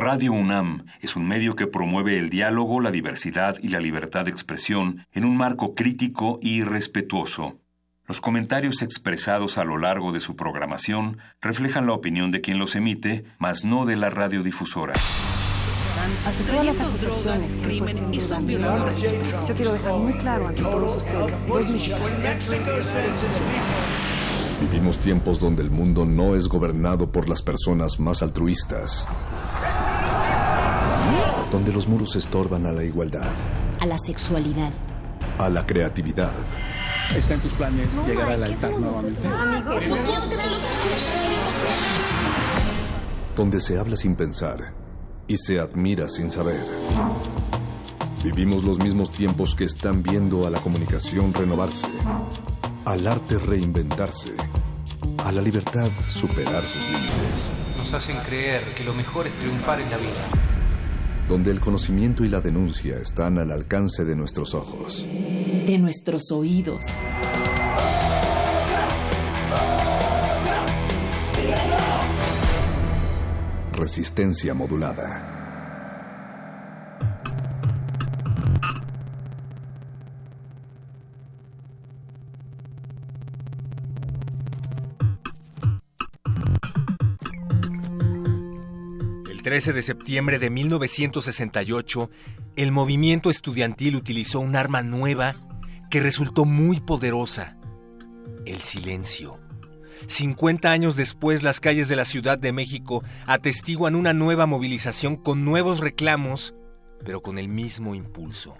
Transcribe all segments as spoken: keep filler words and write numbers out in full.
Radio UNAM es un medio que promueve el diálogo, la diversidad y la libertad de expresión en un marco crítico y respetuoso. Los comentarios expresados a lo largo de su programación reflejan la opinión de quien los emite, mas no de la radiodifusora. Ante todas las acusaciones, crimen y son violadores. Yo quiero dejar muy claro ante todos ustedes, los mexicanos. Vivimos tiempos donde el mundo no es gobernado por las personas más altruistas, donde los muros estorban a la igualdad, a la sexualidad, a la creatividad. ¿Está en tus planes no, llegar al altar nuevamente? Donde se habla sin pensar y se admira sin saber. Vivimos los mismos tiempos que están viendo a la comunicación renovarse, al arte reinventarse, a la libertad superar sus límites. Nos hacen creer que lo mejor es triunfar en la vida. Donde el conocimiento y la denuncia están al alcance de nuestros ojos, de nuestros oídos. Resistencia modulada. El trece de septiembre de mil novecientos sesenta y ocho, el movimiento estudiantil utilizó un arma nueva que resultó muy poderosa: el silencio. cincuenta años después, las calles de la Ciudad de México atestiguan una nueva movilización con nuevos reclamos, pero con el mismo impulso.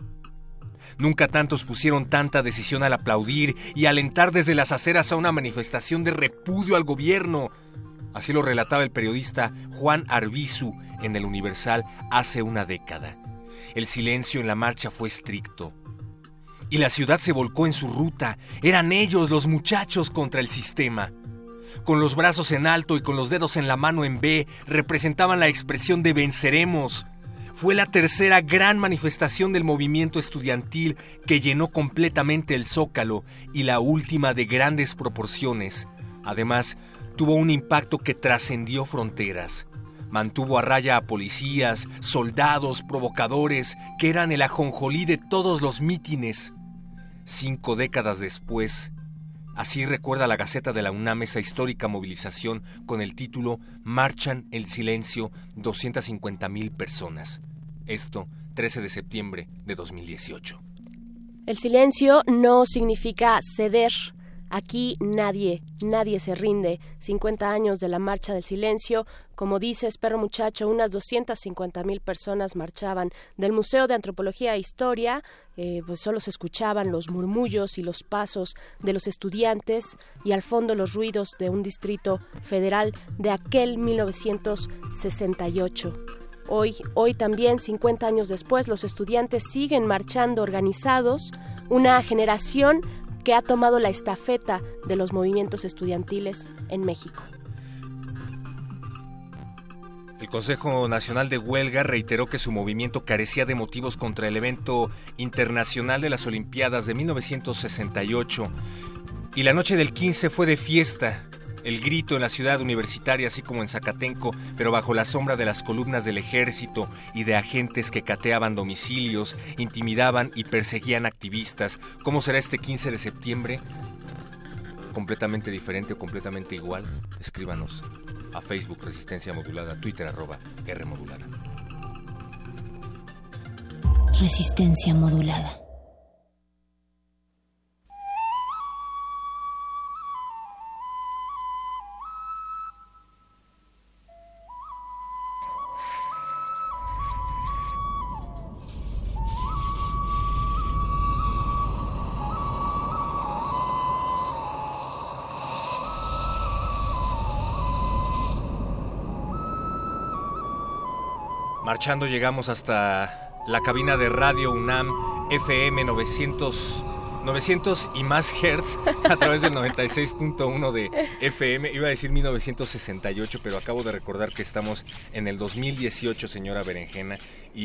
Nunca tantos pusieron tanta decisión al aplaudir y alentar desde las aceras a una manifestación de repudio al gobierno. Así lo relataba el periodista Juan Arbizu en El Universal hace una década. El silencio en la marcha fue estricto. Y la ciudad se volcó en su ruta. Eran ellos, los muchachos, contra el sistema. Con los brazos en alto y con los dedos en la mano en B, representaban la expresión de venceremos. Fue la tercera gran manifestación del movimiento estudiantil que llenó completamente el Zócalo y la última de grandes proporciones. Además, tuvo un impacto que trascendió fronteras. Mantuvo a raya a policías, soldados, provocadores, que eran el ajonjolí de todos los mítines. Cinco décadas después, así recuerda la Gaceta de la UNAM esa histórica movilización con el título Marchan el silencio doscientas cincuenta mil personas. Esto, trece de septiembre de dos mil dieciocho. El silencio no significa ceder. Aquí nadie, nadie se rinde. cincuenta años de la Marcha del Silencio. Como dices, perro muchacho, unas doscientas cincuenta mil personas marchaban del Museo de Antropología e Historia. Eh, pues solo se escuchaban los murmullos y los pasos de los estudiantes y al fondo los ruidos de un distrito federal de aquel mil novecientos sesenta y ocho. Hoy, hoy también, cincuenta años después, los estudiantes siguen marchando organizados. Una generación que ha tomado la estafeta de los movimientos estudiantiles en México. El Consejo Nacional de Huelga reiteró que su movimiento carecía de motivos contra el evento internacional de las Olimpiadas de mil novecientos sesenta y ocho. Y la noche del quince fue de fiesta. El grito en la ciudad universitaria, así como en Zacatenco, pero bajo la sombra de las columnas del ejército y de agentes que cateaban domicilios, intimidaban y perseguían activistas. ¿Cómo será este quince de septiembre? ¿Completamente diferente o completamente igual? Escríbanos a Facebook Resistencia Modulada, Twitter arroba R Modulada. Resistencia Modulada. Marchando llegamos hasta la cabina de Radio UNAM, F M novecientos novecientos y más hertz a través del noventa y seis punto uno de F M. Iba a decir mil novecientos sesenta y ocho, pero acabo de recordar que estamos en el dos mil dieciocho, señora Berenjena,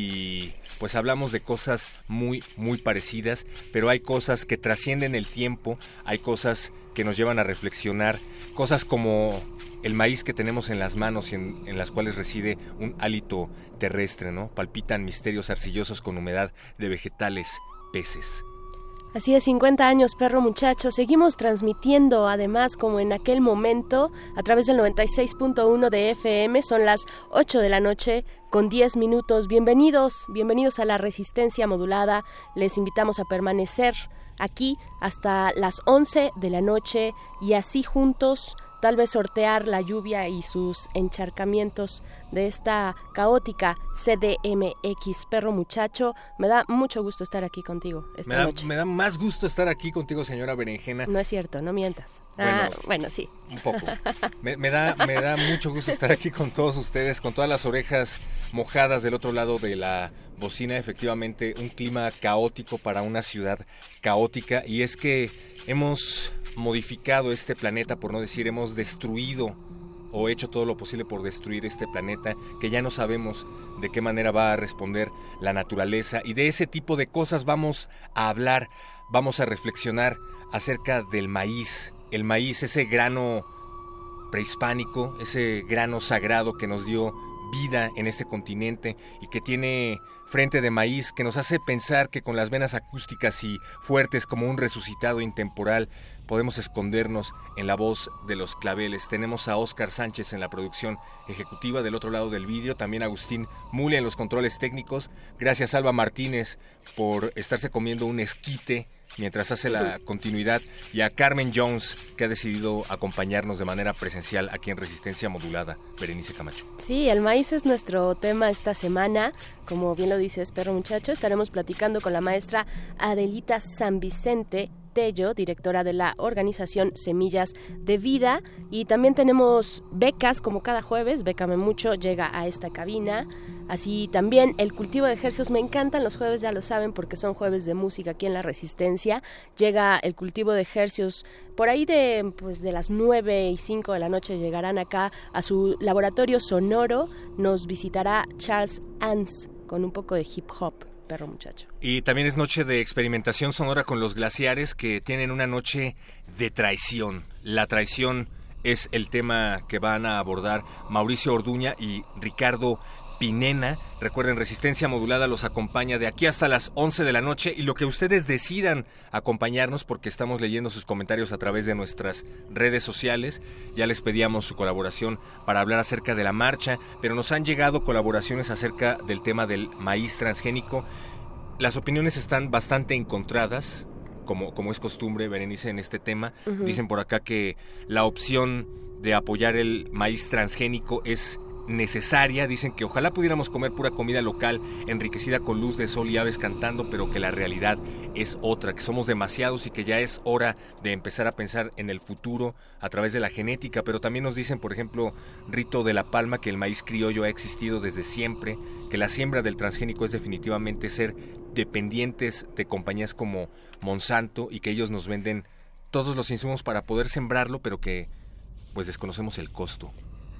y pues hablamos de cosas muy, muy parecidas, pero hay cosas que trascienden el tiempo, hay cosas que nos llevan a reflexionar, cosas como el maíz que tenemos en las manos y en, en las cuales reside un hálito terrestre, ¿no? Palpitan misterios arcillosos con humedad de vegetales, peces. Así es, cincuenta años, perro muchacho. Seguimos transmitiendo, además, como en aquel momento, a través del noventa y seis punto uno de F M. Son las ocho de la noche con diez minutos. Bienvenidos, bienvenidos a la Resistencia Modulada. Les invitamos a permanecer aquí hasta las once de la noche y así juntos tal vez sortear la lluvia y sus encharcamientos de esta caótica C D M X. Perro muchacho, me da mucho gusto estar aquí contigo esta me da, noche. Me da más gusto estar aquí contigo, señora Berenjena. No es cierto, no mientas. Bueno, ah, bueno sí. Un poco. Me, me, da, me da mucho gusto estar aquí con todos ustedes, con todas las orejas mojadas del otro lado de la bocina. Efectivamente, un clima caótico para una ciudad caótica, y es que hemos modificado este planeta, por no decir hemos destruido o hecho todo lo posible por destruir este planeta, que ya no sabemos de qué manera va a responder la naturaleza, y de ese tipo de cosas vamos a hablar, vamos a reflexionar acerca del maíz, el maíz, ese grano prehispánico, ese grano sagrado que nos dio vida en este continente y que tiene frente de maíz, que nos hace pensar que con las venas acústicas y fuertes como un resucitado intemporal podemos escondernos en la voz de los claveles. Tenemos a Óscar Sánchez en la producción ejecutiva, del otro lado del vídeo, también Agustín Mulia en los controles técnicos. Gracias Alba Martínez por estarse comiendo un esquite mientras hace la continuidad, y a Carmen Jones, que ha decidido acompañarnos de manera presencial aquí en Resistencia Modulada. Berenice Camacho. Sí, el maíz es nuestro tema esta semana. Como bien lo dices, perro muchacho, estaremos platicando con la maestra Adelita San Vicente Tello, directora de la organización Semillas de Vida, y también tenemos becas, como cada jueves. Bécame Mucho llega a esta cabina. Así también el cultivo de ejercicios. Me encantan los jueves, ya lo saben, porque son jueves de música aquí en La Resistencia. Llega el cultivo de ejercicios por ahí de, pues, de las nueve y cinco de la noche. Llegarán acá a su laboratorio sonoro. Nos visitará Charles Ans con un poco de hip hop. Perro muchacho. Y también es noche de experimentación sonora con los glaciares, que tienen una noche de traición. La traición es el tema que van a abordar Mauricio Orduña y Ricardo Pinena. Recuerden, Resistencia Modulada los acompaña de aquí hasta las once de la noche, y lo que ustedes decidan acompañarnos, porque estamos leyendo sus comentarios a través de nuestras redes sociales. Ya les pedíamos su colaboración para hablar acerca de la marcha, pero nos han llegado colaboraciones acerca del tema del maíz transgénico. Las opiniones están bastante encontradas, como, como es costumbre, Berenice, en este tema. Uh-huh. Dicen por acá que la opción de apoyar el maíz transgénico es necesaria. Dicen que ojalá pudiéramos comer pura comida local enriquecida con luz de sol y aves cantando, pero que la realidad es otra, que somos demasiados y que ya es hora de empezar a pensar en el futuro a través de la genética. Pero también nos dicen, por ejemplo, Rito de la Palma, que el maíz criollo ha existido desde siempre, que la siembra del transgénico es definitivamente ser dependientes de compañías como Monsanto, y que ellos nos venden todos los insumos para poder sembrarlo, pero que pues desconocemos el costo.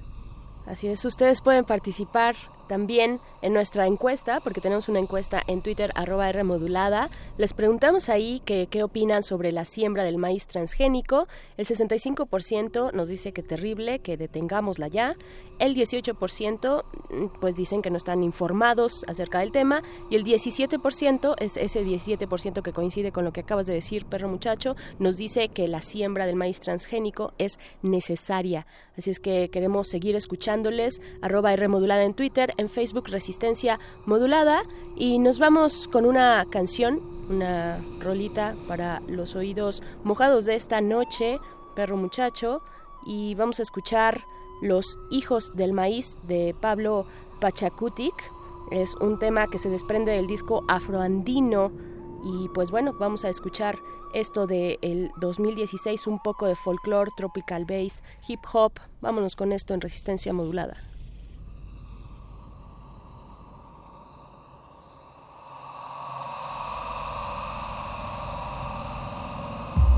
Así es, ustedes pueden participar también en nuestra encuesta, porque tenemos una encuesta en Twitter, arroba R modulada. Les preguntamos ahí que, qué opinan sobre la siembra del maíz transgénico. El sesenta y cinco por ciento nos dice que terrible, que detengámosla ya. El dieciocho por ciento pues dicen que no están informados acerca del tema, y el diecisiete por ciento, es ese diecisiete por ciento que coincide con lo que acabas de decir, perro muchacho, nos dice que la siembra del maíz transgénico es necesaria. Así es que queremos seguir escuchándoles, arroba R modulada en Twitter, en Facebook Resistencia Modulada, y nos vamos con una canción, una rolita para los oídos mojados de esta noche, perro muchacho, y vamos a escuchar Los Hijos del Maíz de Pablo Pachacutic. Es un tema que se desprende del disco Afroandino, y pues bueno, vamos a escuchar esto del dos mil dieciséis, un poco de folclore, tropical bass, hip hop. Vámonos con esto en Resistencia Modulada.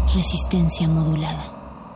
Resistencia modulada.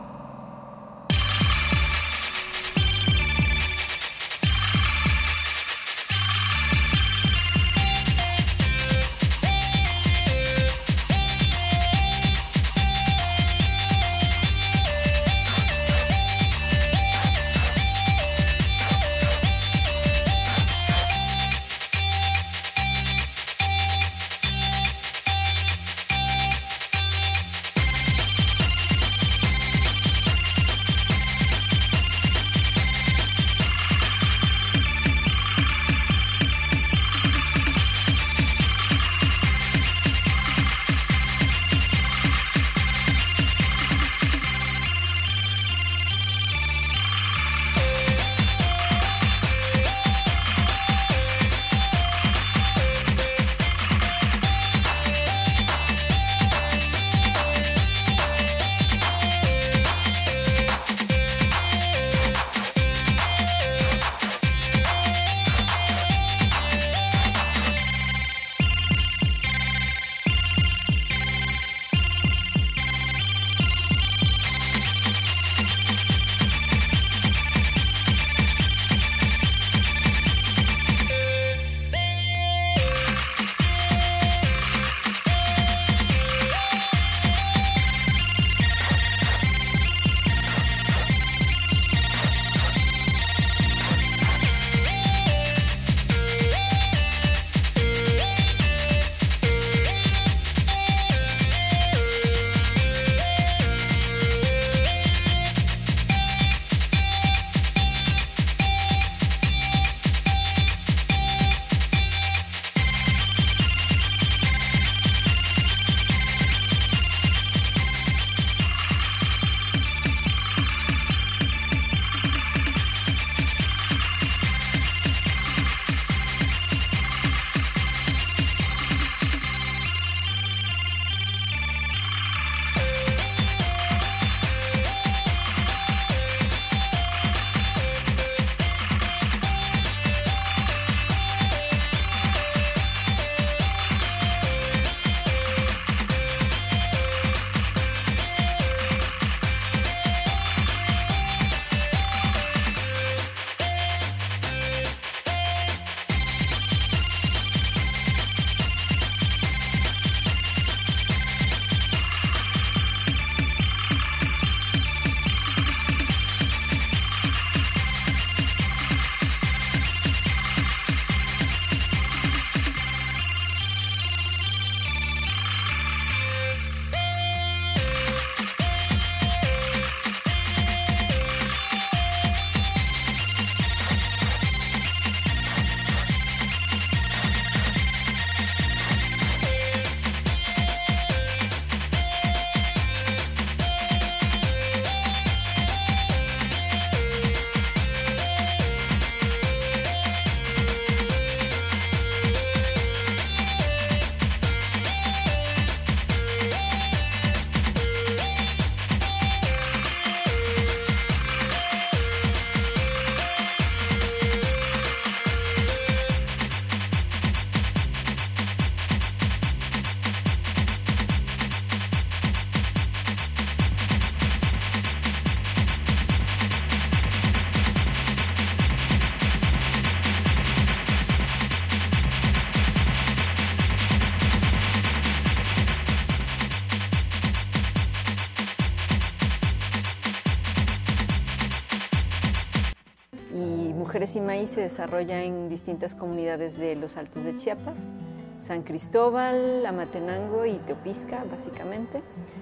Mujeres y Maíz se desarrolla en distintas comunidades de los Altos de Chiapas, San Cristóbal, Amatenango y Teopisca, básicamente.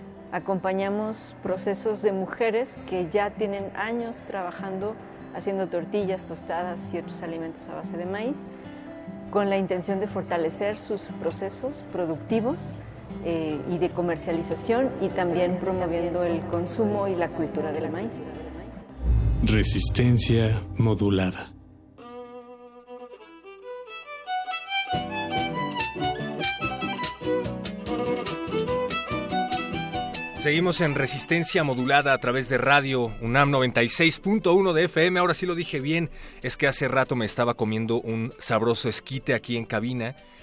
Acompañamos procesos de mujeres que ya tienen años trabajando, haciendo tortillas, tostadas y otros alimentos a base de maíz, con la intención de fortalecer sus procesos productivos eh, y de comercialización, y también promoviendo el consumo y la cultura del maíz. Resistencia modulada. Seguimos en Resistencia Modulada a través de Radio UNAM noventa y seis punto uno de F M. Ahora sí lo dije bien, es que hace rato me estaba comiendo un sabroso esquite aquí en cabina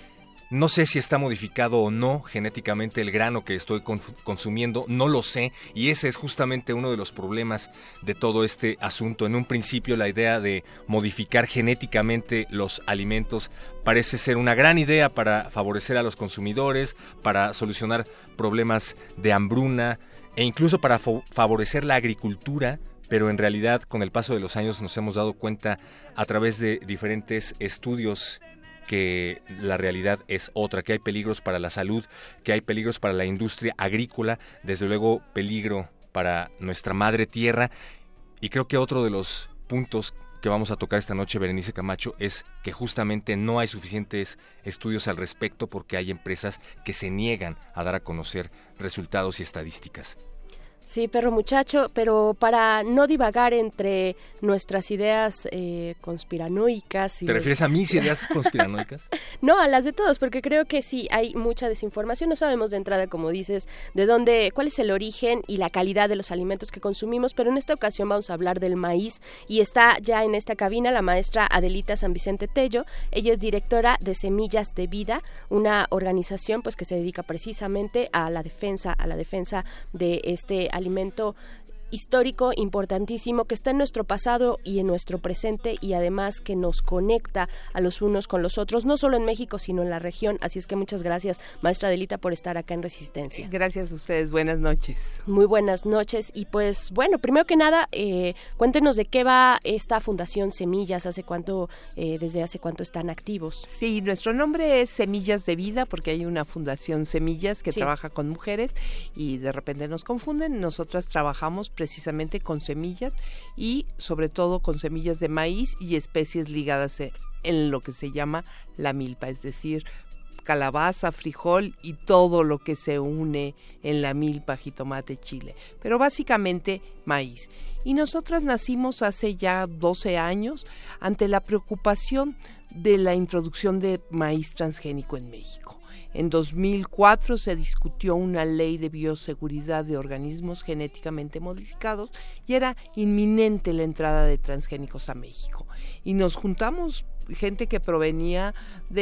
No sé si está modificado o no genéticamente el grano que estoy consumiendo, no lo sé, y ese es justamente uno de los problemas de todo este asunto. En un principio la idea de modificar genéticamente los alimentos parece ser una gran idea para favorecer a los consumidores, para solucionar problemas de hambruna e incluso para fo- favorecer la agricultura, pero en realidad con el paso de los años nos hemos dado cuenta a través de diferentes estudios que la realidad es otra, que hay peligros para la salud, que hay peligros para la industria agrícola, desde luego peligro para nuestra madre tierra. Y creo que otro de los puntos que vamos a tocar esta noche, Berenice Camacho, es que justamente no hay suficientes estudios al respecto porque hay empresas que se niegan a dar a conocer resultados y estadísticas. Sí, perro muchacho, pero para no divagar entre nuestras ideas eh, conspiranoicas... Y... ¿Te refieres a mis ideas conspiranoicas? No, a las de todos, porque creo que sí, hay mucha desinformación. No sabemos de entrada, como dices, de dónde, cuál es el origen y la calidad de los alimentos que consumimos, pero en esta ocasión vamos a hablar del maíz y está ya en esta cabina la maestra Adelita San Vicente Tello. Ella es directora de Semillas de Vida, una organización pues que se dedica precisamente a la defensa, a la defensa de este alimento histórico importantísimo que está en nuestro pasado y en nuestro presente y además que nos conecta a los unos con los otros, no solo en México sino en la región. Así es que muchas gracias, maestra Adelita, por estar acá en Resistencia. Gracias a ustedes, buenas noches. Muy buenas noches y pues bueno, primero que nada eh, cuéntenos de qué va esta Fundación Semillas, hace cuánto, eh, desde hace cuánto están activos. Sí, nuestro nombre es Semillas de Vida porque hay una Fundación Semillas que sí. trabaja con mujeres y de repente nos confunden. Nosotras trabajamos precisamente con semillas y sobre todo con semillas de maíz y especies ligadas en lo que se llama la milpa, es decir, calabaza, frijol y todo lo que se une en la milpa, jitomate, chile, pero básicamente maíz. Y nosotras nacimos hace ya doce años ante la preocupación de la introducción de maíz transgénico en México. En dos mil cuatro se discutió una ley de bioseguridad de organismos genéticamente modificados y era inminente la entrada de transgénicos a México. Y nos juntamos gente que provenía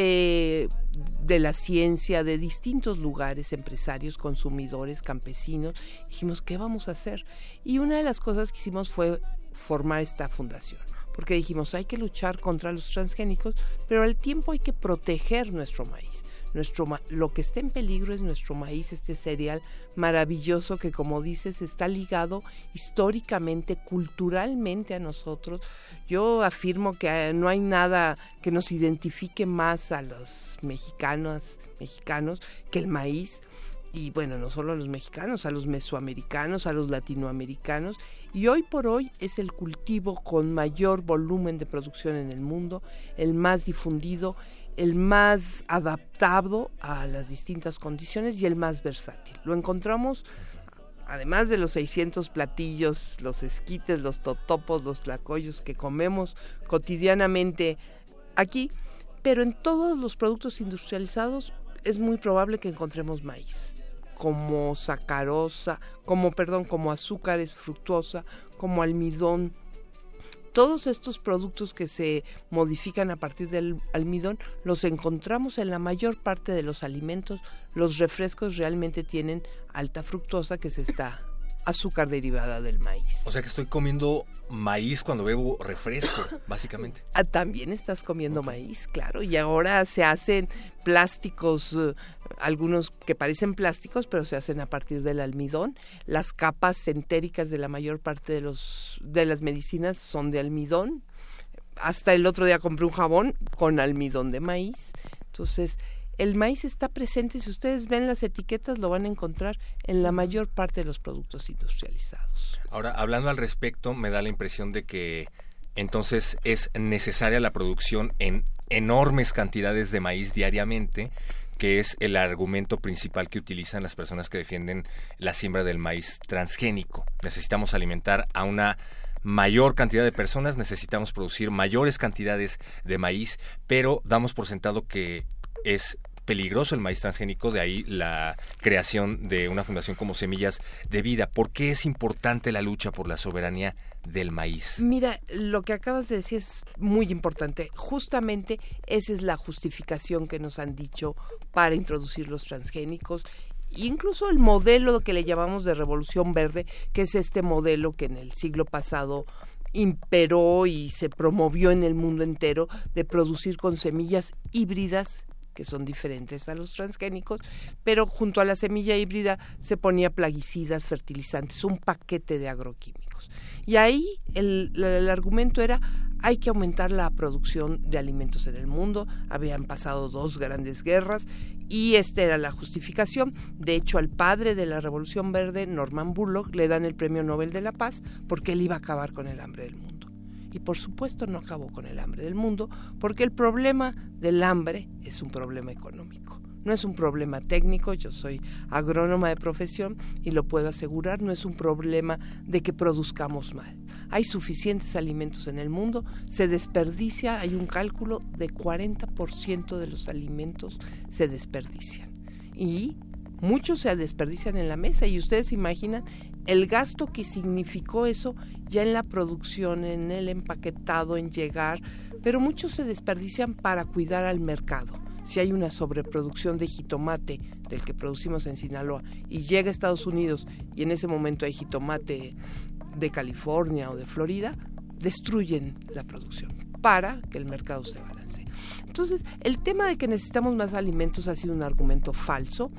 de, de la ciencia, de distintos lugares, empresarios, consumidores, campesinos. Dijimos, ¿qué vamos a hacer? Y una de las cosas que hicimos fue formar esta fundación. Porque dijimos, hay que luchar contra los transgénicos, pero al tiempo hay que proteger nuestro maíz. Nuestro ma- lo que está en peligro es nuestro maíz, este cereal maravilloso que, como dices, está ligado históricamente, culturalmente a nosotros. Yo afirmo que no hay nada que nos identifique más a los mexicanos, mexicanos que el maíz. Y bueno, no solo a los mexicanos, a los mesoamericanos, a los latinoamericanos, y hoy por hoy es el cultivo con mayor volumen de producción en el mundo, el más difundido, el más adaptado a las distintas condiciones y el más versátil. Lo encontramos, además de los seiscientos platillos, los esquites, los totopos, los tlacoyos que comemos cotidianamente aquí, pero en todos los productos industrializados es muy probable que encontremos maíz, como sacarosa, como perdón, como azúcares, fructosa, como almidón. Todos estos productos que se modifican a partir del almidón los encontramos en la mayor parte de los alimentos. Los refrescos realmente tienen alta fructosa, que es esta azúcar derivada del maíz. O sea que estoy comiendo maíz cuando bebo refresco, básicamente. Ah, también estás comiendo okay. maíz, claro, y ahora se hacen plásticos, uh, algunos que parecen plásticos, pero se hacen a partir del almidón. Las capas entéricas de la mayor parte de los de las medicinas son de almidón. Hasta el otro día compré un jabón con almidón de maíz. Entonces, el maíz está presente, si ustedes ven las etiquetas lo van a encontrar en la mayor parte de los productos industrializados. Ahora, hablando al respecto, me da la impresión de que entonces es necesaria la producción en enormes cantidades de maíz diariamente, que es el argumento principal que utilizan las personas que defienden la siembra del maíz transgénico. Necesitamos alimentar a una mayor cantidad de personas, necesitamos producir mayores cantidades de maíz, pero damos por sentado que es peligroso el maíz transgénico, de ahí la creación de una fundación como Semillas de Vida. ¿Por qué es importante la lucha por la soberanía del maíz? Mira, lo que acabas de decir es muy importante. Justamente esa es la justificación que nos han dicho para introducir los transgénicos. Incluso el modelo que le llamamos de Revolución Verde, que es este modelo que en el siglo pasado imperó y se promovió en el mundo entero, de producir con semillas híbridas que son diferentes a los transgénicos, pero junto a la semilla híbrida se ponía plaguicidas, fertilizantes, un paquete de agroquímicos. Y ahí el, el argumento era: hay que aumentar la producción de alimentos en el mundo. Habían pasado dos grandes guerras y esta era la justificación. De hecho, al padre de la Revolución Verde, Norman Borlaug, le dan el Premio Nobel de la Paz porque él iba a acabar con el hambre del mundo. Y por supuesto no acabó con el hambre del mundo, porque el problema del hambre es un problema económico. No es un problema técnico. Yo soy agrónoma de profesión y lo puedo asegurar, no es un problema de que produzcamos mal. Hay suficientes alimentos en el mundo, se desperdicia, hay un cálculo de cuarenta por ciento de los alimentos se desperdician. Y muchos se desperdician en la mesa, y ustedes imaginan el gasto que significó eso ya en la producción, en el empaquetado, en llegar, pero muchos se desperdician para cuidar al mercado. Si hay una sobreproducción de jitomate del que producimos en Sinaloa y llega a Estados Unidos y en ese momento hay jitomate de California o de Florida, destruyen la producción para que el mercado se balancee. Entonces, el tema de que necesitamos más alimentos ha sido un argumento falso,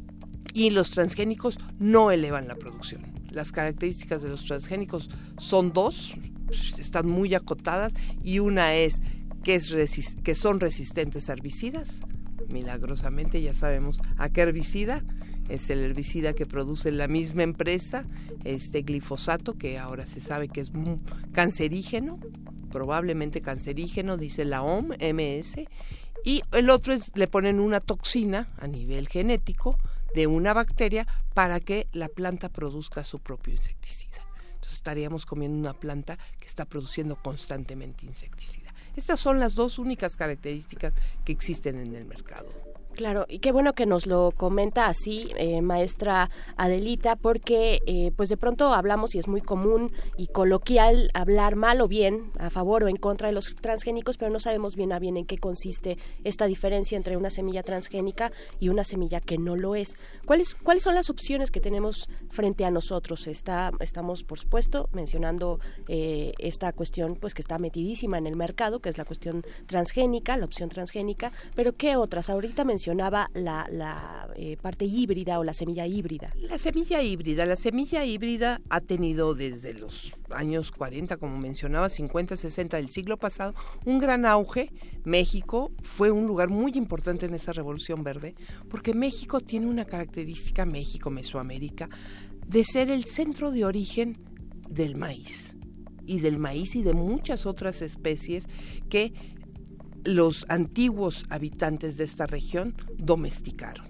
y los transgénicos no elevan la producción. Las características de los transgénicos son dos, están muy acotadas, y una es que, es resist- que son resistentes a herbicidas. Milagrosamente ya sabemos a qué herbicida. Es el herbicida que produce la misma empresa, este glifosato, que ahora se sabe que es muy cancerígeno, probablemente cancerígeno, dice la O M S, y el otro es, le ponen una toxina a nivel genético de una bacteria para que la planta produzca su propio insecticida. Entonces estaríamos comiendo una planta que está produciendo constantemente insecticida. Estas son las dos únicas características que existen en el mercado. Claro, y qué bueno que nos lo comenta así, eh, maestra Adelita, porque eh, pues de pronto hablamos, y es muy común y coloquial hablar mal o bien, a favor o en contra de los transgénicos, pero no sabemos bien a bien en qué consiste esta diferencia entre una semilla transgénica y una semilla que no lo es. ¿Cuáles cuáles son las opciones que tenemos frente a nosotros? Está, estamos, por supuesto, mencionando eh, esta cuestión pues que está metidísima en el mercado, que es la cuestión transgénica, la opción transgénica, pero ¿qué otras? Ahorita mencionamos mencionaba la, la eh, parte híbrida o la semilla híbrida. La semilla híbrida, la semilla híbrida ha tenido desde los años cuarenta, como mencionaba, cincuenta, sesenta del siglo pasado, un gran auge. México fue un lugar muy importante en esa revolución verde, porque México tiene una característica, México, Mesoamérica, de ser el centro de origen del maíz, y del maíz y de muchas otras especies que los antiguos habitantes de esta región domesticaron.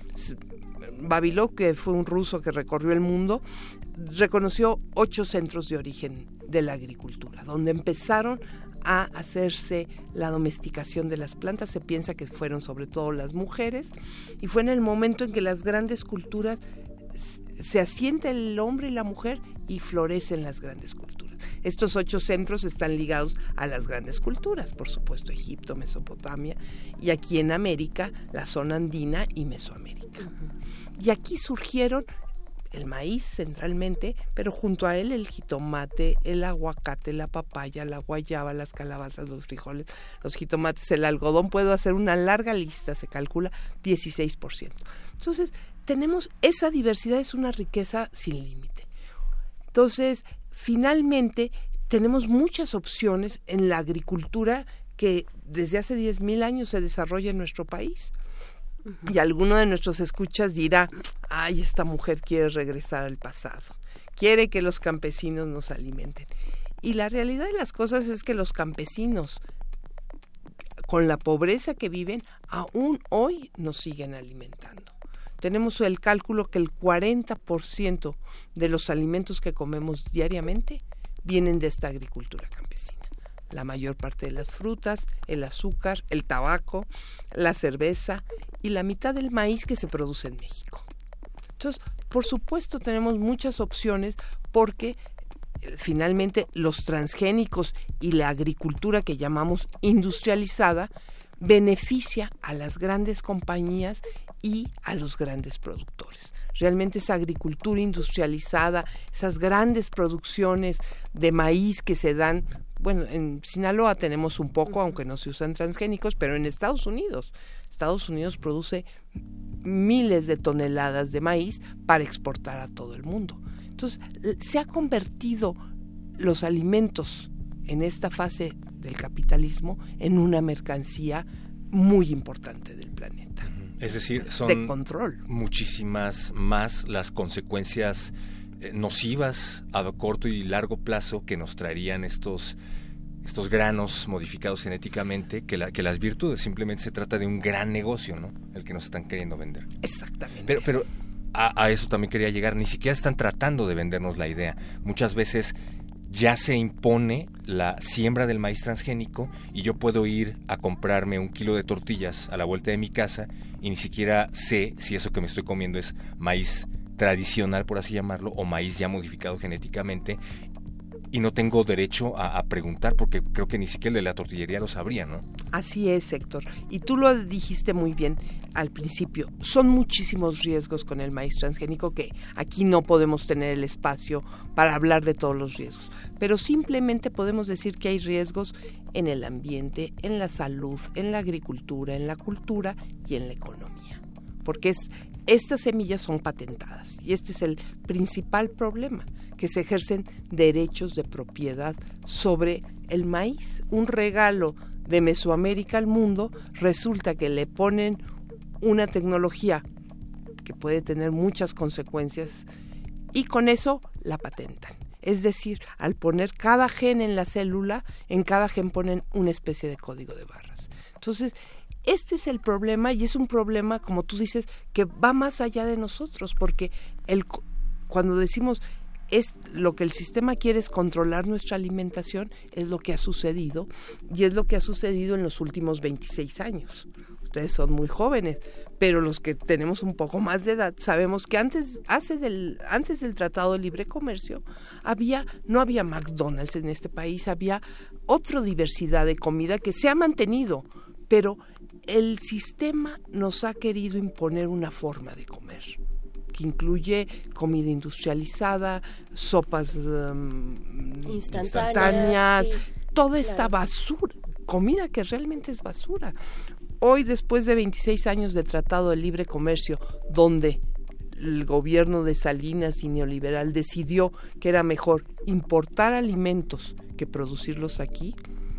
Vavilov, que fue un ruso que recorrió el mundo, reconoció ocho centros de origen de la agricultura, donde empezaron a hacerse la domesticación de las plantas. Se piensa que fueron sobre todo las mujeres, y fue en el momento en que las grandes culturas se asienta el hombre y la mujer y florecen las grandes culturas. Estos ocho centros están ligados a las grandes culturas, por supuesto, Egipto, Mesopotamia, y aquí en América, la zona andina y Mesoamérica. Uh-huh. Y aquí surgieron el maíz centralmente, pero junto a él el jitomate, el aguacate, la papaya, la guayaba, las calabazas, los frijoles, los jitomates, el algodón. Puedo hacer una larga lista, se calcula dieciséis por ciento. Entonces, tenemos esa diversidad, es una riqueza sin límite. Entonces, finalmente, tenemos muchas opciones en la agricultura que desde hace diez mil años se desarrolla en nuestro país. Uh-huh. Y alguno de nuestros escuchas dirá, ay, esta mujer quiere regresar al pasado, quiere que los campesinos nos alimenten. Y la realidad de las cosas es que los campesinos, con la pobreza que viven, aún hoy nos siguen alimentando. Tenemos el cálculo que el cuarenta por ciento de los alimentos que comemos diariamente vienen de esta agricultura campesina. la mayor parte de las frutas, el azúcar, el tabaco, la cerveza y la mitad del maíz que se produce en México. Entonces, por supuesto, tenemos muchas opciones porque eh, finalmente los transgénicos y la agricultura que llamamos industrializada beneficia a las grandes compañías y a los grandes productores. Realmente esa agricultura industrializada, esas grandes producciones de maíz que se dan, bueno, en Sinaloa tenemos un poco, aunque no se usan transgénicos, pero en Estados Unidos, Estados Unidos produce miles de toneladas de maíz para exportar a todo el mundo. Entonces, se ha convertido los alimentos en esta fase del capitalismo en una mercancía muy importante del planeta. Es decir, son de control. Muchísimas más las consecuencias eh, nocivas a corto y largo plazo que nos traerían estos estos granos modificados genéticamente que, la, que las virtudes. Simplemente se trata de un gran negocio, ¿no? El que nos están queriendo vender. Exactamente. Pero, pero a, a eso también quería llegar. Ni siquiera están tratando de vendernos la idea. Muchas veces ya se impone la siembra del maíz transgénico y yo puedo ir a comprarme un kilo de tortillas a la vuelta de mi casa y ni siquiera sé si eso que me estoy comiendo es maíz tradicional, por así llamarlo, o maíz ya modificado genéticamente, y no tengo derecho a, a preguntar porque creo que ni siquiera el de la tortillería lo sabría, ¿no? Así es, Héctor. Y tú lo dijiste muy bien al principio. Son muchísimos riesgos con el maíz transgénico que aquí no podemos tener el espacio para hablar de todos los riesgos. Pero simplemente podemos decir que hay riesgos en el ambiente, en la salud, en la agricultura, en la cultura y en la economía. Porque es, estas semillas son patentadas y este es el principal problema, que se ejercen derechos de propiedad sobre el maíz. Un regalo de Mesoamérica al mundo, resulta que le ponen una tecnología que puede tener muchas consecuencias y con eso la patentan. Es decir, al poner cada gen en la célula, en cada gen ponen una especie de código de barras. Entonces, este es el problema y es un problema, como tú dices, que va más allá de nosotros, porque el, cuando decimos es lo que el sistema quiere es controlar nuestra alimentación, es lo que ha sucedido y es lo que ha sucedido en los últimos veintiséis años. Ustedes son muy jóvenes, pero los que tenemos un poco más de edad sabemos que antes, hace del, antes del Tratado de Libre Comercio había, no había McDonald's en este país, había otra diversidad de comida que se ha mantenido, pero el sistema nos ha querido imponer una forma de comer que incluye comida industrializada, sopas um, instantáneas, instantáneas sí, toda claro. esta basura, comida que realmente es basura. Hoy, después de veintiséis años de Tratado de Libre Comercio, donde el gobierno de Salinas y neoliberal decidió que era mejor importar alimentos que producirlos aquí,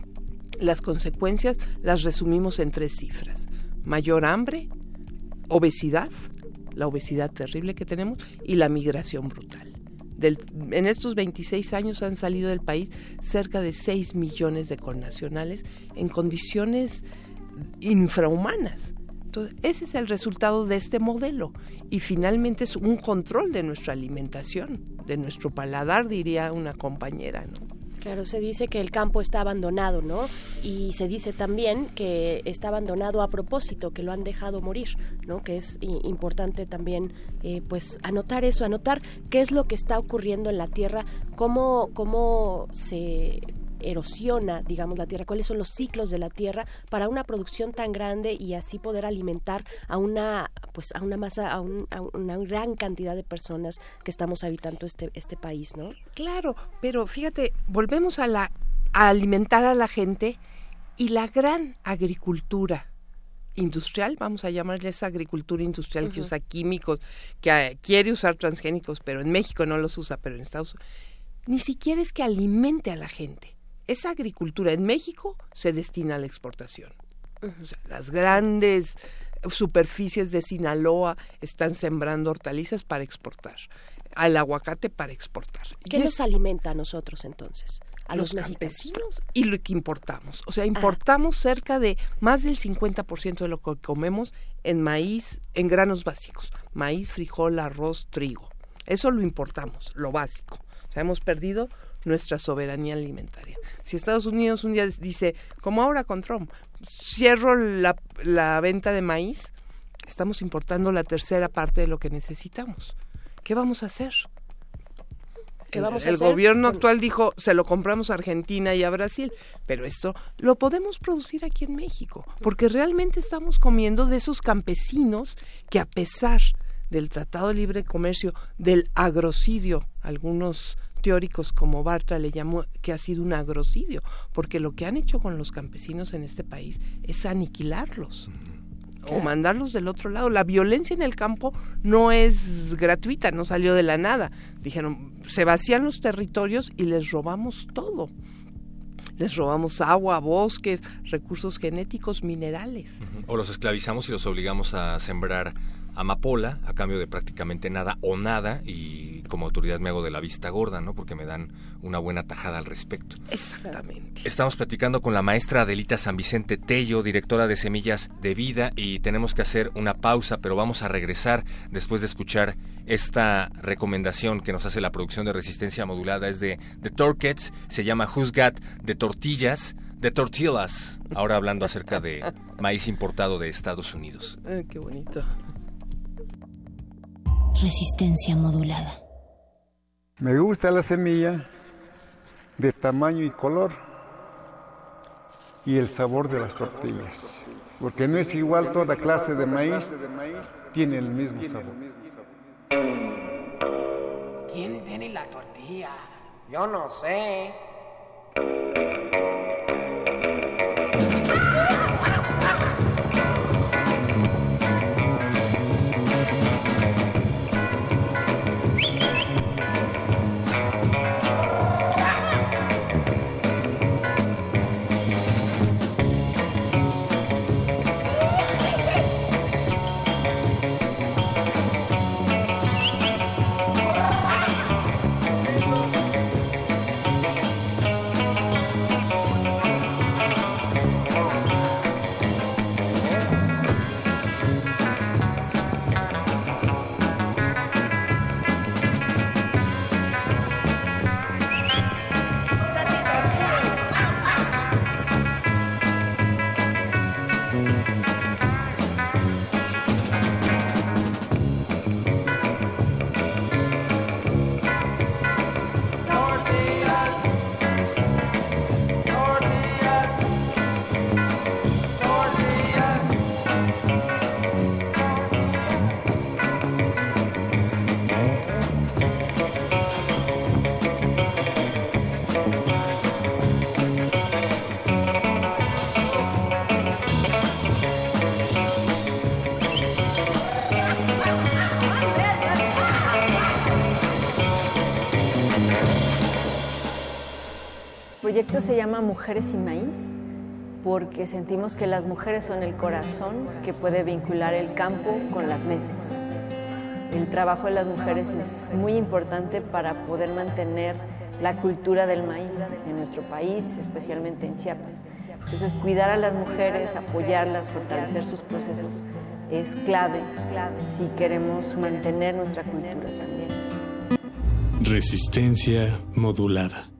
las consecuencias las resumimos en tres cifras: mayor hambre, obesidad, la obesidad terrible que tenemos, y la migración brutal. Del, en estos veintiséis años han salido del país cerca de seis millones de connacionales en condiciones infrahumanas. Entonces, ese es el resultado de este modelo y finalmente es un control de nuestra alimentación, de nuestro paladar, diría una compañera, ¿no? Claro, se dice que el campo está abandonado, ¿no? Y se dice también que está abandonado a propósito, que lo han dejado morir, ¿no? Que es importante también, eh, pues, anotar eso, anotar qué es lo que está ocurriendo en la tierra, cómo, cómo se erosiona, digamos, la tierra, cuáles son los ciclos de la tierra para una producción tan grande y así poder alimentar a una, pues, a una masa, a, un, a una gran cantidad de personas que estamos habitando este este país, ¿no? Claro, pero fíjate, volvemos a la a alimentar a la gente y la gran agricultura industrial, vamos a llamarle esa agricultura industrial uh-huh. que usa químicos, que uh, quiere usar transgénicos, pero en México no los usa, pero en Estados Unidos ni siquiera es que alimente a la gente. Esa agricultura en México se destina a la exportación. Uh-huh. O sea, las grandes superficies de Sinaloa están sembrando hortalizas para exportar, al aguacate para exportar. ¿Qué y nos es, alimenta a nosotros entonces? A los, los campesinos y lo que importamos. O sea, importamos ah. cerca de más del cincuenta por ciento de lo que comemos en maíz, en granos básicos. Maíz, frijol, arroz, trigo. Eso lo importamos, lo básico. O sea, hemos perdido nuestra soberanía alimentaria. Si Estados Unidos un día dice, como ahora con Trump, cierro la, la venta de maíz, estamos importando la tercera parte de lo que necesitamos. ¿Qué vamos a hacer? ¿Qué vamos a el hacer? gobierno actual dijo, se lo compramos a Argentina y a Brasil, pero esto lo podemos producir aquí en México, porque realmente estamos comiendo de esos campesinos que, a pesar del Tratado de Libre Comercio, del agrocidio, algunos teóricos como Bartra le llamó que ha sido un agrocidio, porque lo que han hecho con los campesinos en este país es aniquilarlos o mandarlos del otro lado. La violencia en el campo no es gratuita, no salió de la nada. Dijeron, se vacían los territorios y les robamos todo. Les robamos agua, bosques, recursos genéticos, minerales. O los esclavizamos y los obligamos a sembrar amapola a cambio de prácticamente nada o nada, y como autoridad me hago de la vista gorda, ¿no? Porque me dan una buena tajada al respecto. Exactamente. Estamos platicando con la maestra Adelita San Vicente Tello, directora de Semillas de Vida, y tenemos que hacer una pausa, pero vamos a regresar después de escuchar esta recomendación que nos hace la producción de Resistencia Modulada. Es de The Torquets, se llama Who's Got de Tortillas, de Tortillas, ahora hablando acerca de maíz importado de Estados Unidos. Ay, qué bonito. Resistencia modulada. Me gusta la semilla de tamaño y color y el sabor de las tortillas, porque no es igual, toda clase de maíz tiene el mismo sabor. ¿Quién tiene la tortilla? Yo no sé. El proyecto se llama Mujeres y Maíz porque sentimos que las mujeres son el corazón que puede vincular el campo con las mesas. El trabajo de las mujeres es muy importante para poder mantener la cultura del maíz en nuestro país, especialmente en Chiapas. Entonces, cuidar a las mujeres, apoyarlas, fortalecer sus procesos es clave, clave si queremos mantener nuestra cultura también. Resistencia modulada.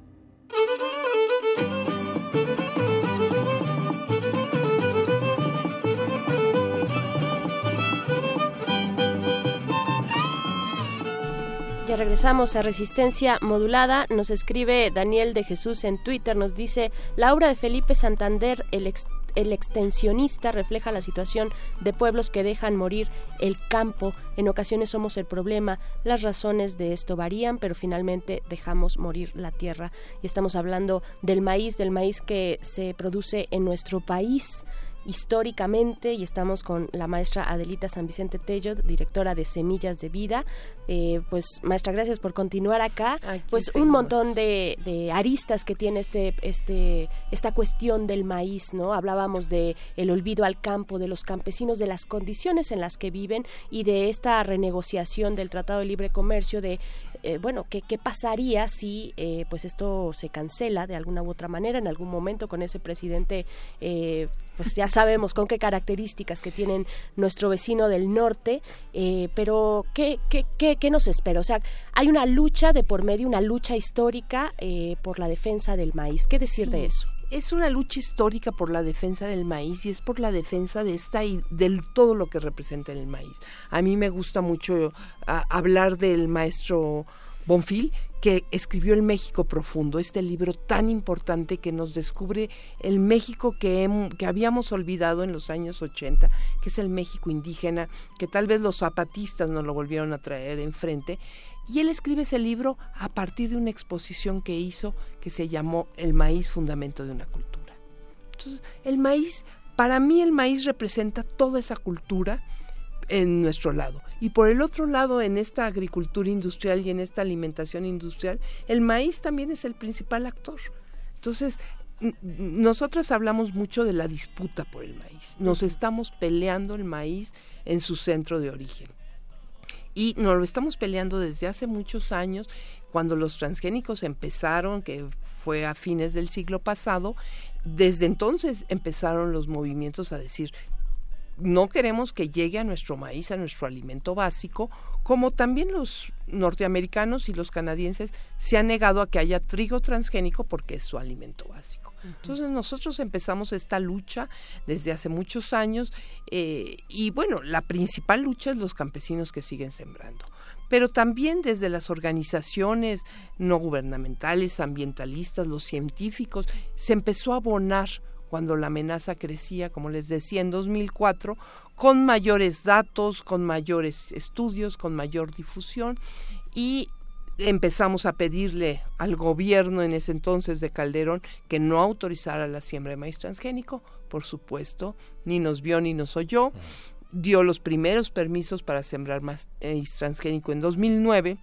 Ya regresamos a Resistencia Modulada. Nos escribe Daniel de Jesús en Twitter, nos dice: la obra de Felipe Santander, el ex El extensionista, refleja la situación de pueblos que dejan morir el campo. En ocasiones somos el problema. Las razones de esto varían, pero finalmente dejamos morir la tierra. Y estamos hablando del maíz, del maíz que se produce en nuestro país históricamente, y estamos con la maestra Adelita San Vicente Tello, directora de Semillas de Vida. Eh, pues maestra, gracias por continuar acá. Aquí pues seguimos. Un montón de, de aristas que tiene este este esta cuestión del maíz, ¿no? Hablábamos de el olvido al campo, de los campesinos, de las condiciones en las que viven y de esta renegociación del Tratado de Libre Comercio, de eh, bueno, ¿qué, qué pasaría si eh, pues esto se cancela de alguna u otra manera en algún momento con ese presidente, eh, pues ya sabemos con qué características que tienen nuestro vecino del norte, eh, pero ¿qué, qué, qué, qué nos espera? O sea, hay una lucha de por medio, una lucha histórica eh, por la defensa del maíz. ¿Qué decir Sí. de eso? Es una lucha histórica por la defensa del maíz y es por la defensa de esta y de todo lo que representa el maíz. A mí me gusta mucho a, hablar del maestro Bonfil, que escribió El México Profundo, este libro tan importante que nos descubre el México que, hem, que habíamos olvidado en los años ochenta, que es el México indígena, que tal vez los zapatistas nos lo volvieron a traer enfrente. Y él escribe ese libro a partir de una exposición que hizo que se llamó El maíz, fundamento de una cultura. Entonces, el maíz, para mí el maíz representa toda esa cultura en nuestro lado. Y por el otro lado, en esta agricultura industrial y en esta alimentación industrial, el maíz también es el principal actor. Entonces, n- nosotras hablamos mucho de la disputa por el maíz. Nos estamos peleando el maíz en su centro de origen. Y nos lo estamos peleando desde hace muchos años, cuando los transgénicos empezaron, que fue a fines del siglo pasado. Desde entonces empezaron los movimientos a decir, no queremos que llegue a nuestro maíz, a nuestro alimento básico, como también los norteamericanos y los canadienses se han negado a que haya trigo transgénico porque es su alimento básico. Uh-huh. Entonces nosotros empezamos esta lucha desde hace muchos años eh, y bueno, la principal lucha es los campesinos que siguen sembrando, pero también desde las organizaciones no gubernamentales, ambientalistas, los científicos, se empezó a abonar cuando la amenaza crecía, como les decía, en dos mil cuatro, con mayores datos, con mayores estudios, con mayor difusión, y empezamos a pedirle al gobierno en ese entonces de Calderón que no autorizara la siembra de maíz transgénico. Por supuesto, ni nos vio ni nos oyó. Dio los primeros permisos para sembrar maíz transgénico en dos mil nueve,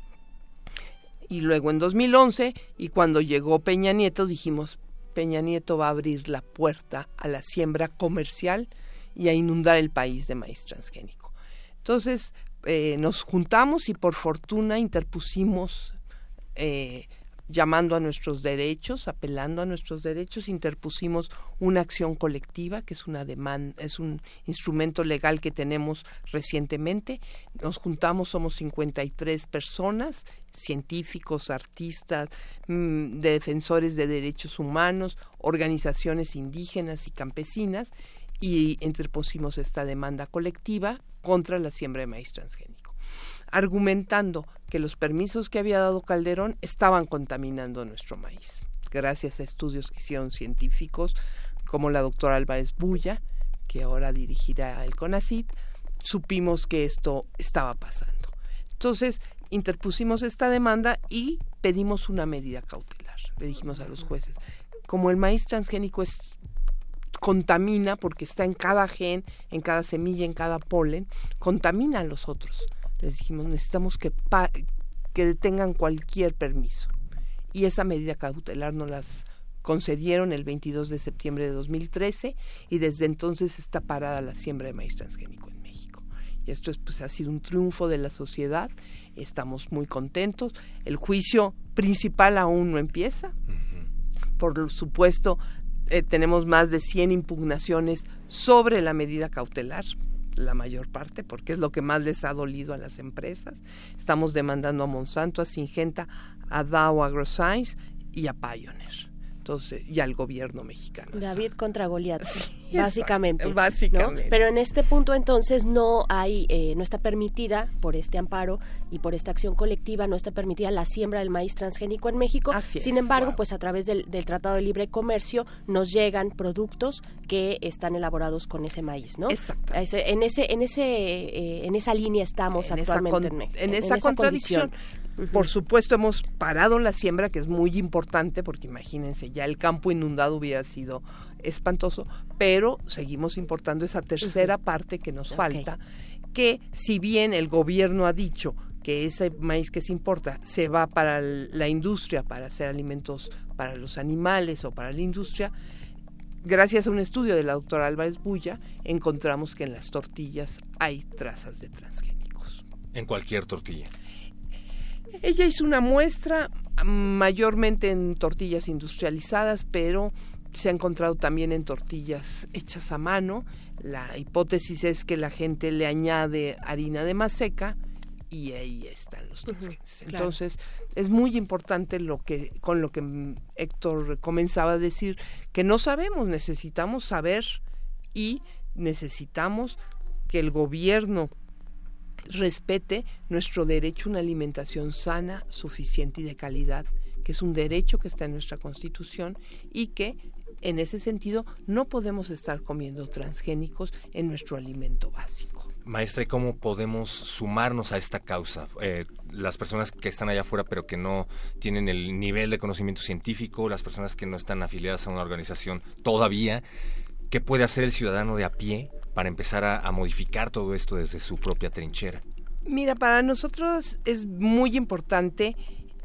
y luego en dos mil once, y cuando llegó Peña Nieto dijimos, Peña Nieto va a abrir la puerta a la siembra comercial y a inundar el país de maíz transgénico. Entonces eh, nos juntamos y por fortuna interpusimos, eh, llamando a nuestros derechos, apelando a nuestros derechos, interpusimos una acción colectiva, que es una demanda, es un instrumento legal que tenemos recientemente. Nos juntamos, somos cincuenta y tres personas, científicos, artistas, mmm, de defensores de derechos humanos, organizaciones indígenas y campesinas, y interpusimos esta demanda colectiva contra la siembra de maíz transgénico, argumentando que los permisos que había dado Calderón estaban contaminando nuestro maíz. Gracias a estudios que hicieron científicos como la doctora Álvarez Bulla, que ahora dirigirá el CONACYT, supimos que esto estaba pasando. Entonces, interpusimos esta demanda y pedimos una medida cautelar. Le dijimos a los jueces, como el maíz transgénico es contamina porque está en cada gen, en cada semilla, en cada polen, contamina a los otros. Les dijimos, necesitamos que, pa- que detengan cualquier permiso. Y esa medida cautelar nos las concedieron el veintidós de septiembre de dos mil trece y desde entonces está parada la siembra de maíz transgénico en México. Y esto es, pues, ha sido un triunfo de la sociedad, estamos muy contentos. El juicio principal aún no empieza. Por supuesto, eh, tenemos más de cien impugnaciones sobre la medida cautelar, la mayor parte, porque es lo que más les ha dolido a las empresas. Estamos demandando a Monsanto, a Syngenta, a Dow AgroScience y a Pioneer. Entonces, y al gobierno mexicano. David contra Goliat, sí, básicamente. Básicamente. ¿No? Pero en este punto entonces no hay, eh, no está permitida por este amparo y por esta acción colectiva, no está permitida la siembra del maíz transgénico en México. Así Sin es, embargo, wow. pues a través del, del Tratado de Libre Comercio nos llegan productos que están elaborados con ese maíz, ¿no? Exacto. Ese, en ese, en ese, eh, en esa línea estamos en actualmente esa con, en México. En esa, en esa contradicción. condición. Por supuesto, hemos parado la siembra, que es muy importante, porque imagínense, ya el campo inundado hubiera sido espantoso, pero seguimos importando esa tercera uh-huh. parte que nos okay. falta, que si bien el gobierno ha dicho que ese maíz que se importa se va para la industria, para hacer alimentos para los animales o para la industria, gracias a un estudio de la doctora Álvarez Bulla, encontramos que en las tortillas hay trazas de transgénicos. En cualquier tortilla. Ella hizo una muestra mayormente en tortillas industrializadas, pero se ha encontrado también en tortillas hechas a mano. La hipótesis es que la gente le añade harina de maseca y ahí están los transgenes. Uh-huh, Entonces, claro. Es muy importante lo que con lo que Héctor comenzaba a decir, que no sabemos, necesitamos saber y necesitamos que el gobierno respete nuestro derecho a una alimentación sana, suficiente y de calidad, que es un derecho que está en nuestra Constitución y que en ese sentido no podemos estar comiendo transgénicos en nuestro alimento básico. Maestra, ¿y cómo podemos sumarnos a esta causa? Eh, las personas que están allá afuera pero que no tienen el nivel de conocimiento científico, las personas que no están afiliadas a una organización todavía, ¿qué puede hacer el ciudadano de a pie para empezar a, a modificar todo esto desde su propia trinchera? Mira, para nosotros es muy importante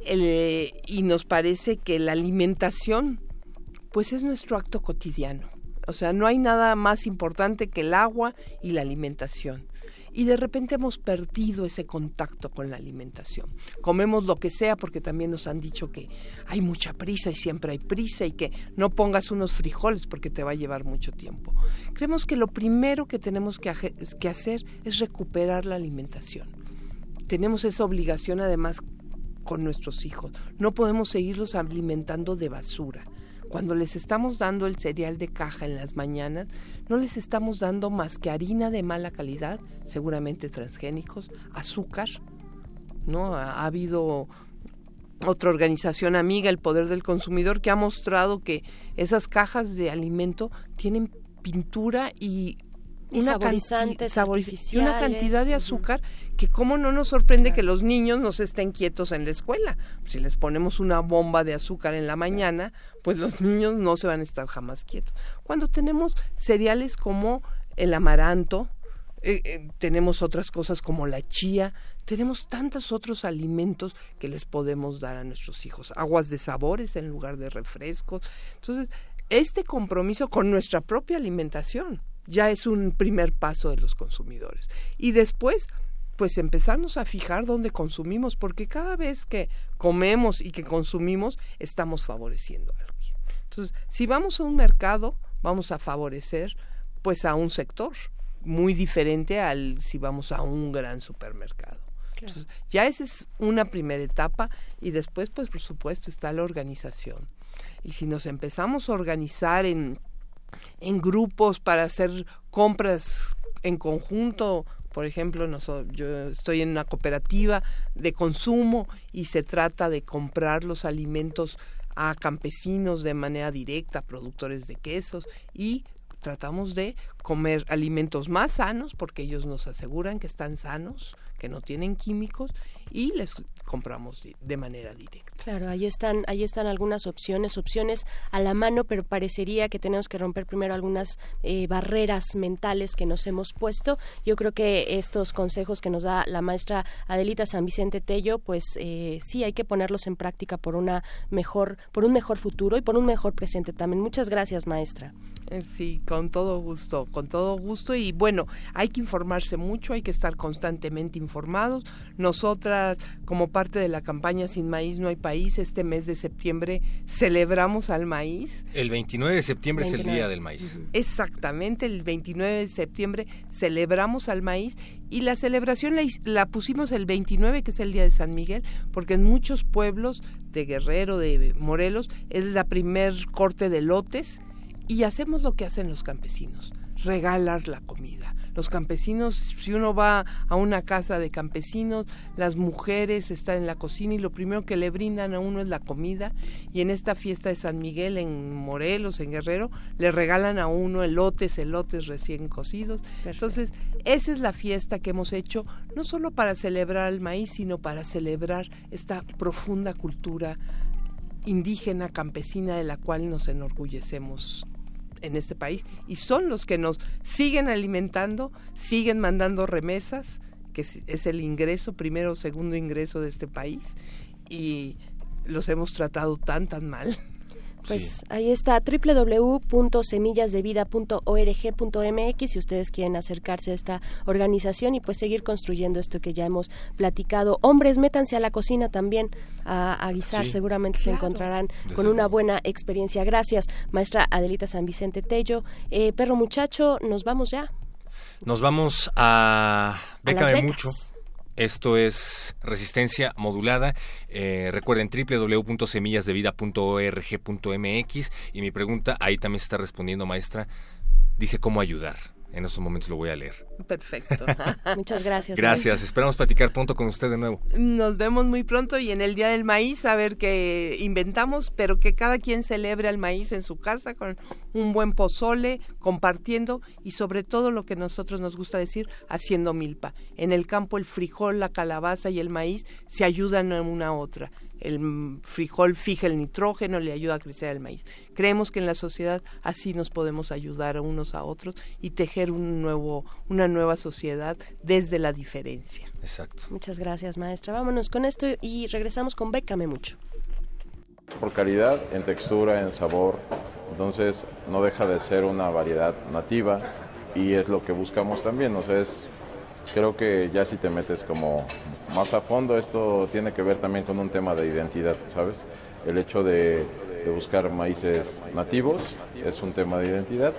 el, y nos parece que la alimentación pues es nuestro acto cotidiano. O sea, no hay nada más importante que el agua y la alimentación. Y de repente hemos perdido ese contacto con la alimentación. Comemos lo que sea porque también nos han dicho que hay mucha prisa y siempre hay prisa y que no pongas unos frijoles porque te va a llevar mucho tiempo. Creemos que lo primero que tenemos que, que hacer es recuperar la alimentación. Tenemos esa obligación además con nuestros hijos. No podemos seguirlos alimentando de basura. Cuando les estamos dando el cereal de caja en las mañanas, no les estamos dando más que harina de mala calidad, seguramente transgénicos, azúcar, ¿no? Ha, ha habido otra organización amiga, el Poder del Consumidor, que ha mostrado que esas cajas de alimento tienen pintura y Y una, saborizantes canti- saboriz- y una cantidad de uh-huh. azúcar que cómo no nos sorprende claro. que los niños no se estén quietos en la escuela. Si les ponemos una bomba de azúcar en la mañana, pues los niños no se van a estar jamás quietos. Cuando tenemos cereales como el amaranto, eh, eh, tenemos otras cosas como la chía, tenemos tantos otros alimentos que les podemos dar a nuestros hijos. Aguas de sabores en lugar de refrescos. Entonces, este compromiso con nuestra propia alimentación ya es un primer paso de los consumidores. Y después, pues empezarnos a fijar dónde consumimos, porque cada vez que comemos y que consumimos, estamos favoreciendo a alguien. Entonces, si vamos a un mercado, vamos a favorecer pues a un sector muy diferente al si vamos a un gran supermercado. Claro. Entonces, ya esa es una primera etapa y después, pues por supuesto, está la organización. Y si nos empezamos a organizar en en grupos para hacer compras en conjunto, por ejemplo, nosotros, yo estoy en una cooperativa de consumo y se trata de comprar los alimentos a campesinos de manera directa, productores de quesos, y tratamos de comer alimentos más sanos porque ellos nos aseguran que están sanos, que no tienen químicos, y les compramos de manera directa. Claro, ahí están, ahí están algunas opciones, opciones a la mano, pero parecería que tenemos que romper primero algunas eh, barreras mentales que nos hemos puesto. Yo creo que estos consejos que nos da la maestra Adelita San Vicente Tello, pues eh, sí hay que ponerlos en práctica por una mejor, por un mejor futuro y por un mejor presente también. Muchas gracias, maestra. Sí, con todo gusto, con todo gusto. Y bueno, hay que informarse mucho, hay que estar constantemente informados. Nosotras, como parte de la campaña Sin Maíz No Hay País, este mes de septiembre celebramos al maíz. El veintinueve de septiembre veintinueve es el Día del Maíz. Uh-huh. Exactamente, el veintinueve de septiembre celebramos al maíz y la celebración la, la pusimos el veintinueve, que es el Día de San Miguel, porque en muchos pueblos de Guerrero, de Morelos, es la primer corte de lotes. Y hacemos lo que hacen los campesinos, regalar la comida. Los campesinos, si uno va a una casa de campesinos, las mujeres están en la cocina y lo primero que le brindan a uno es la comida. Y en esta fiesta de San Miguel, en Morelos, en Guerrero, le regalan a uno elotes, elotes recién cocidos. Perfecto. Entonces, esa es la fiesta que hemos hecho, no solo para celebrar el maíz, sino para celebrar esta profunda cultura indígena, campesina, de la cual nos enorgullecemos en este país, y son los que nos siguen alimentando, siguen mandando remesas, que es el ingreso, primero o segundo ingreso de este país, y los hemos tratado tan, tan mal. Pues sí. Ahí está, doble u doble u doble u punto semillas de vida punto org punto m x si ustedes quieren acercarse a esta organización y pues seguir construyendo esto que ya hemos platicado. Hombres, métanse a la cocina también a, a guisar, sí. Seguramente claro. Se encontrarán Desde con una buena experiencia. Gracias, maestra Adelita San Vicente Tello. Eh, Perro Muchacho, nos vamos ya. Nos vamos a Bécame Mucho. Esto es Resistencia Modulada. Eh, recuerden, doble u doble u doble u punto semillas de vida punto org punto m x. Y mi pregunta, ahí también se está respondiendo, maestra, dice cómo ayudar. En estos momentos lo voy a leer. Perfecto. Muchas gracias. Gracias. Maestra. Esperamos platicar pronto con usted de nuevo. Nos vemos muy pronto y en el Día del Maíz a ver qué inventamos, pero que cada quien celebre al maíz en su casa con un buen pozole, compartiendo y sobre todo lo que nosotros nos gusta decir, haciendo milpa. En el campo el frijol, la calabaza y el maíz se ayudan una a otra. El frijol fija el nitrógeno, le ayuda a crecer el maíz. Creemos que en la sociedad así nos podemos ayudar a unos a otros y tejer un nuevo, una nueva sociedad desde la diferencia. Exacto. Muchas gracias, maestra. Vámonos con esto y regresamos con Bécame Mucho. Por calidad, en textura, en sabor, entonces no deja de ser una variedad nativa y es lo que buscamos también, o sea, es... Creo que ya si te metes como más a fondo, esto tiene que ver también con un tema de identidad, ¿sabes? El hecho de, de buscar maíces nativos es un tema de identidad.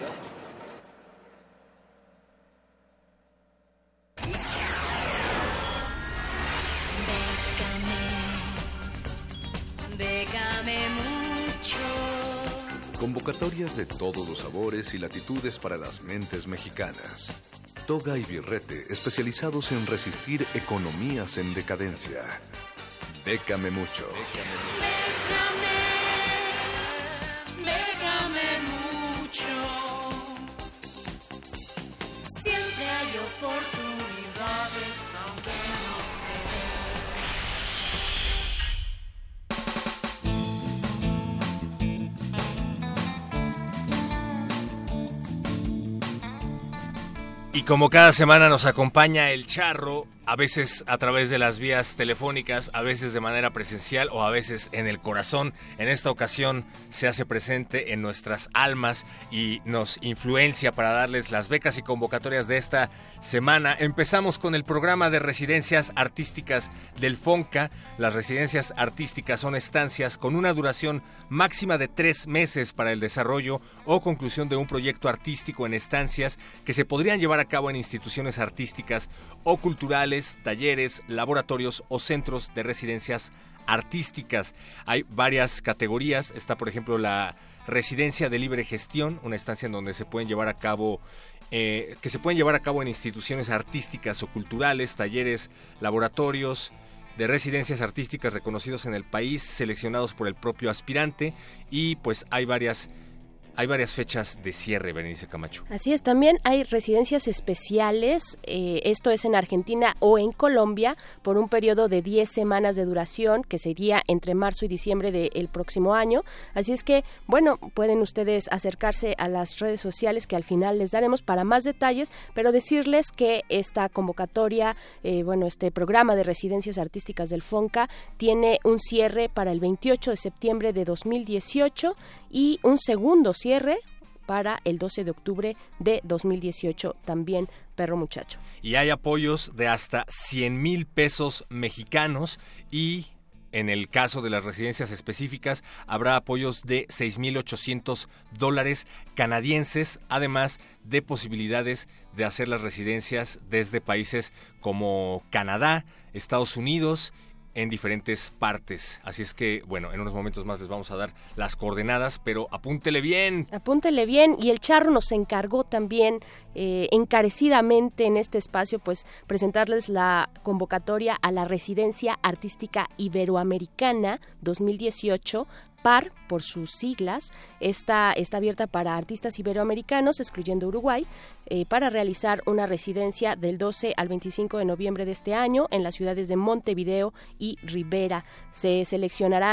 Bécame mucho. Convocatorias de todos los sabores y latitudes para las mentes mexicanas. Toga y Birrete, especializados en resistir economías en decadencia. Bécame Mucho. Bécame, bécame mucho. Siempre hay oportunidades, aunque no sé. Y como cada semana nos acompaña el Charro, a veces a través de las vías telefónicas, a veces de manera presencial o a veces en el corazón. En esta ocasión se hace presente en nuestras almas y nos influencia para darles las becas y convocatorias de esta semana. Empezamos con el programa de residencias artísticas del FONCA. Las residencias artísticas son estancias con una duración máxima de tres meses para el desarrollo o conclusión de un proyecto artístico en estancias que se podrían llevar a cabo en instituciones artísticas o culturales, talleres, laboratorios o centros de residencias artísticas. Hay varias categorías. Está, por ejemplo, la residencia de libre gestión, una estancia en donde se pueden llevar a cabo eh, que se pueden llevar a cabo en instituciones artísticas o culturales, talleres, laboratorios de residencias artísticas reconocidos en el país, seleccionados por el propio aspirante, y pues hay varias Hay varias fechas de cierre, Berenice Camacho. Así es, también hay residencias especiales, eh, esto es en Argentina o en Colombia, por un periodo de diez semanas de duración, que sería entre marzo y diciembre del próximo año. Así es que, bueno, pueden ustedes acercarse a las redes sociales que al final les daremos para más detalles, pero decirles que esta convocatoria, eh, bueno, este programa de residencias artísticas del FONCA tiene un cierre para el veintiocho de septiembre de dos mil dieciocho y un segundo cierre cierre para el doce de octubre de dos mil dieciocho, también, Perro Muchacho. Y hay apoyos de hasta cien mil pesos mexicanos y en el caso de las residencias específicas habrá apoyos de seis mil ochocientos dólares canadienses, además de posibilidades de hacer las residencias desde países como Canadá, Estados Unidos, en diferentes partes. Así es que, bueno, en unos momentos más les vamos a dar las coordenadas, pero apúntele bien. Apúntele bien, y el Charro nos encargó también eh, encarecidamente en este espacio, pues, presentarles la convocatoria a la Residencia Artística Iberoamericana dos mil dieciocho, P A R por sus siglas. Esta está abierta para artistas iberoamericanos, excluyendo Uruguay, eh, para realizar una residencia del doce al veinticinco de noviembre de este año en las ciudades de Montevideo y Rivera. Se seleccionarán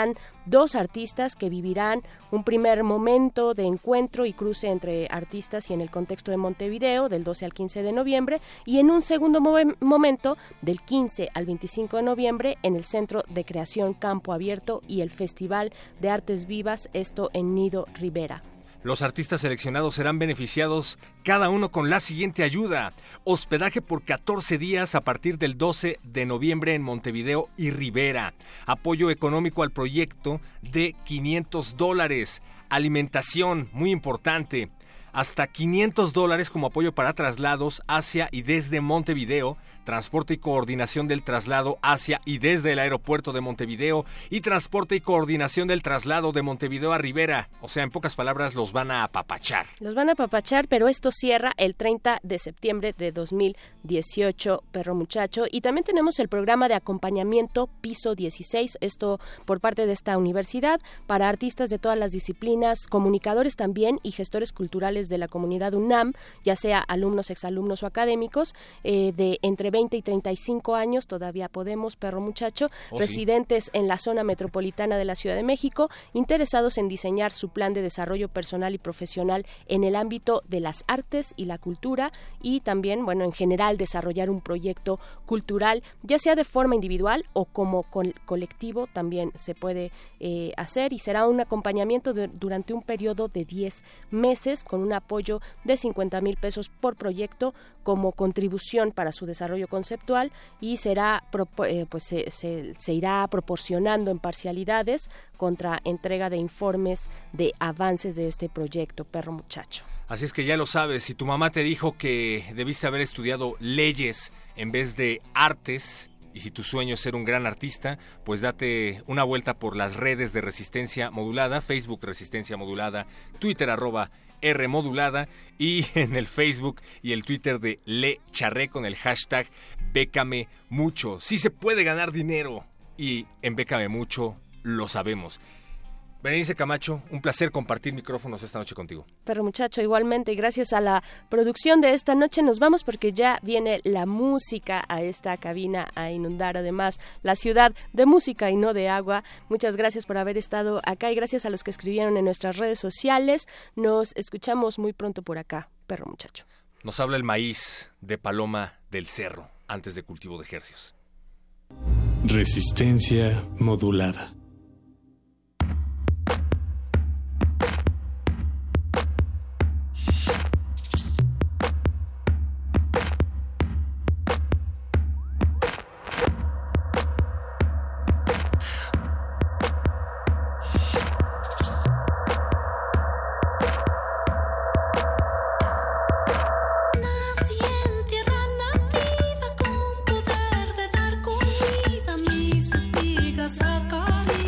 dos artistas que vivirán un primer momento de encuentro y cruce entre artistas y en el contexto de Montevideo del doce al quince de noviembre, y en un segundo mo- momento del quince al veinticinco de noviembre en el Centro de Creación Campo Abierto y el Festival de Artes Vivas, esto en Nido Rivera. Los artistas seleccionados serán beneficiados cada uno con la siguiente ayuda: hospedaje por catorce días a partir del doce de noviembre en Montevideo y Rivera, apoyo económico al proyecto de quinientos dólares, alimentación, muy importante, hasta quinientos dólares como apoyo para traslados hacia y desde Montevideo, transporte y coordinación del traslado hacia y desde el aeropuerto de Montevideo y transporte y coordinación del traslado de Montevideo a Rivera. O sea, en pocas palabras, los van a apapachar. Los van a apapachar, pero esto cierra el treinta de septiembre de dos mil dieciocho, Perro Muchacho. Y también tenemos el programa de acompañamiento Piso dieciséis, esto por parte de esta universidad, para artistas de todas las disciplinas, comunicadores también y gestores culturales de la comunidad UNAM, ya sea alumnos, exalumnos o académicos, eh, de entre veinte y treinta y cinco años, todavía podemos, Perro Muchacho, oh, residentes sí. en la zona metropolitana de la Ciudad de México, interesados en diseñar su plan de desarrollo personal y profesional en el ámbito de las artes y la cultura, y también, bueno, en general desarrollar un proyecto cultural, ya sea de forma individual o como col- colectivo, también se puede eh, hacer, y será un acompañamiento de, durante un periodo de diez meses con un apoyo de cincuenta mil pesos por proyecto como contribución para su desarrollo conceptual, y será eh, pues se, se, se irá proporcionando en parcialidades contra entrega de informes de avances de este proyecto, Perro Muchacho. Así es que ya lo sabes, si tu mamá te dijo que debiste haber estudiado leyes en vez de artes, y si tu sueño es ser un gran artista, pues date una vuelta por las redes de Resistencia Modulada, Facebook Resistencia Modulada, Twitter arroba R Modulada, y en el Facebook y el Twitter de Le Charré con el hashtag Bécame Mucho. Sí se puede ganar dinero, y en Bécame Mucho lo sabemos. Berenice Camacho, un placer compartir micrófonos esta noche contigo. Perro Muchacho, igualmente, y gracias a la producción de esta noche nos vamos porque ya viene la música a esta cabina a inundar además la ciudad de música y no de agua. Muchas gracias por haber estado acá y gracias a los que escribieron en nuestras redes sociales. Nos escuchamos muy pronto por acá, Perro Muchacho. Nos habla el maíz de Paloma del Cerro, antes de Cultivo de Hercios. Resistencia modulada. Espigas a cari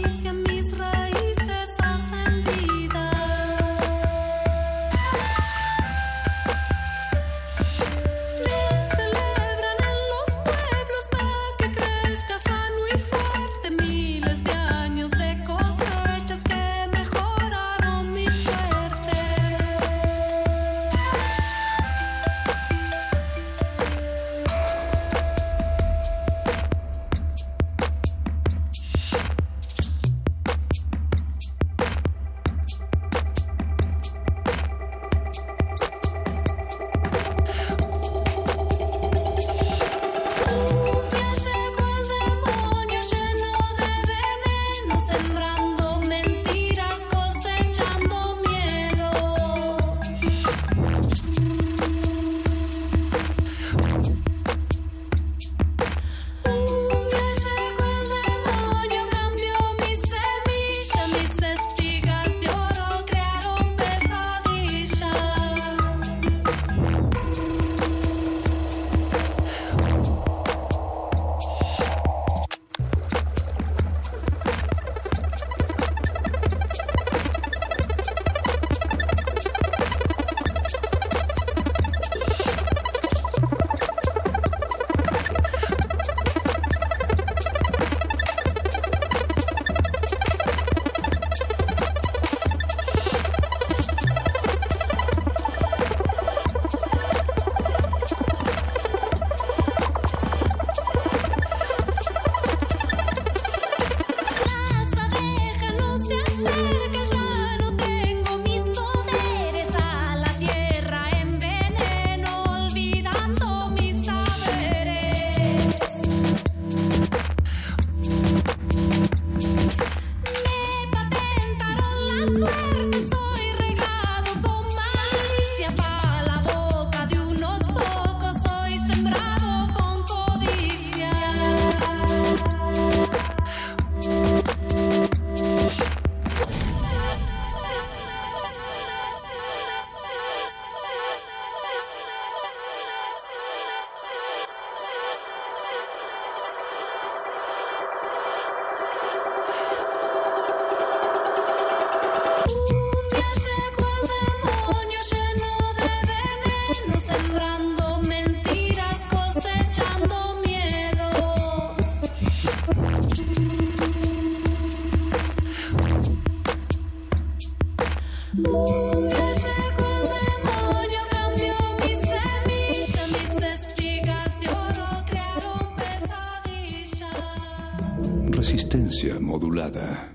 Resistencia modulada.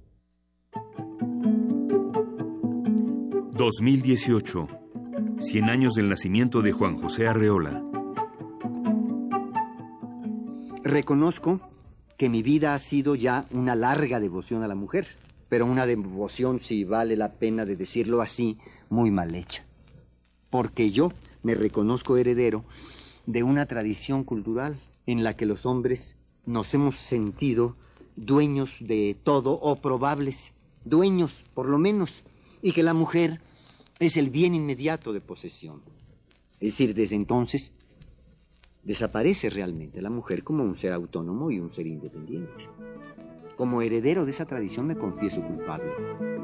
dos mil dieciocho. cien años del nacimiento de Juan José Arreola. Reconozco que mi vida ha sido ya una larga devoción a la mujer, pero una devoción, si vale la pena de decirlo así, muy mal hecha. Porque yo me reconozco heredero de una tradición cultural en la que los hombres nos hemos sentido dueños de todo, o probables dueños, por lo menos, y que la mujer es el bien inmediato de posesión. Es decir, desde entonces desaparece realmente la mujer como un ser autónomo y un ser independiente. Como heredero de esa tradición me confieso culpable.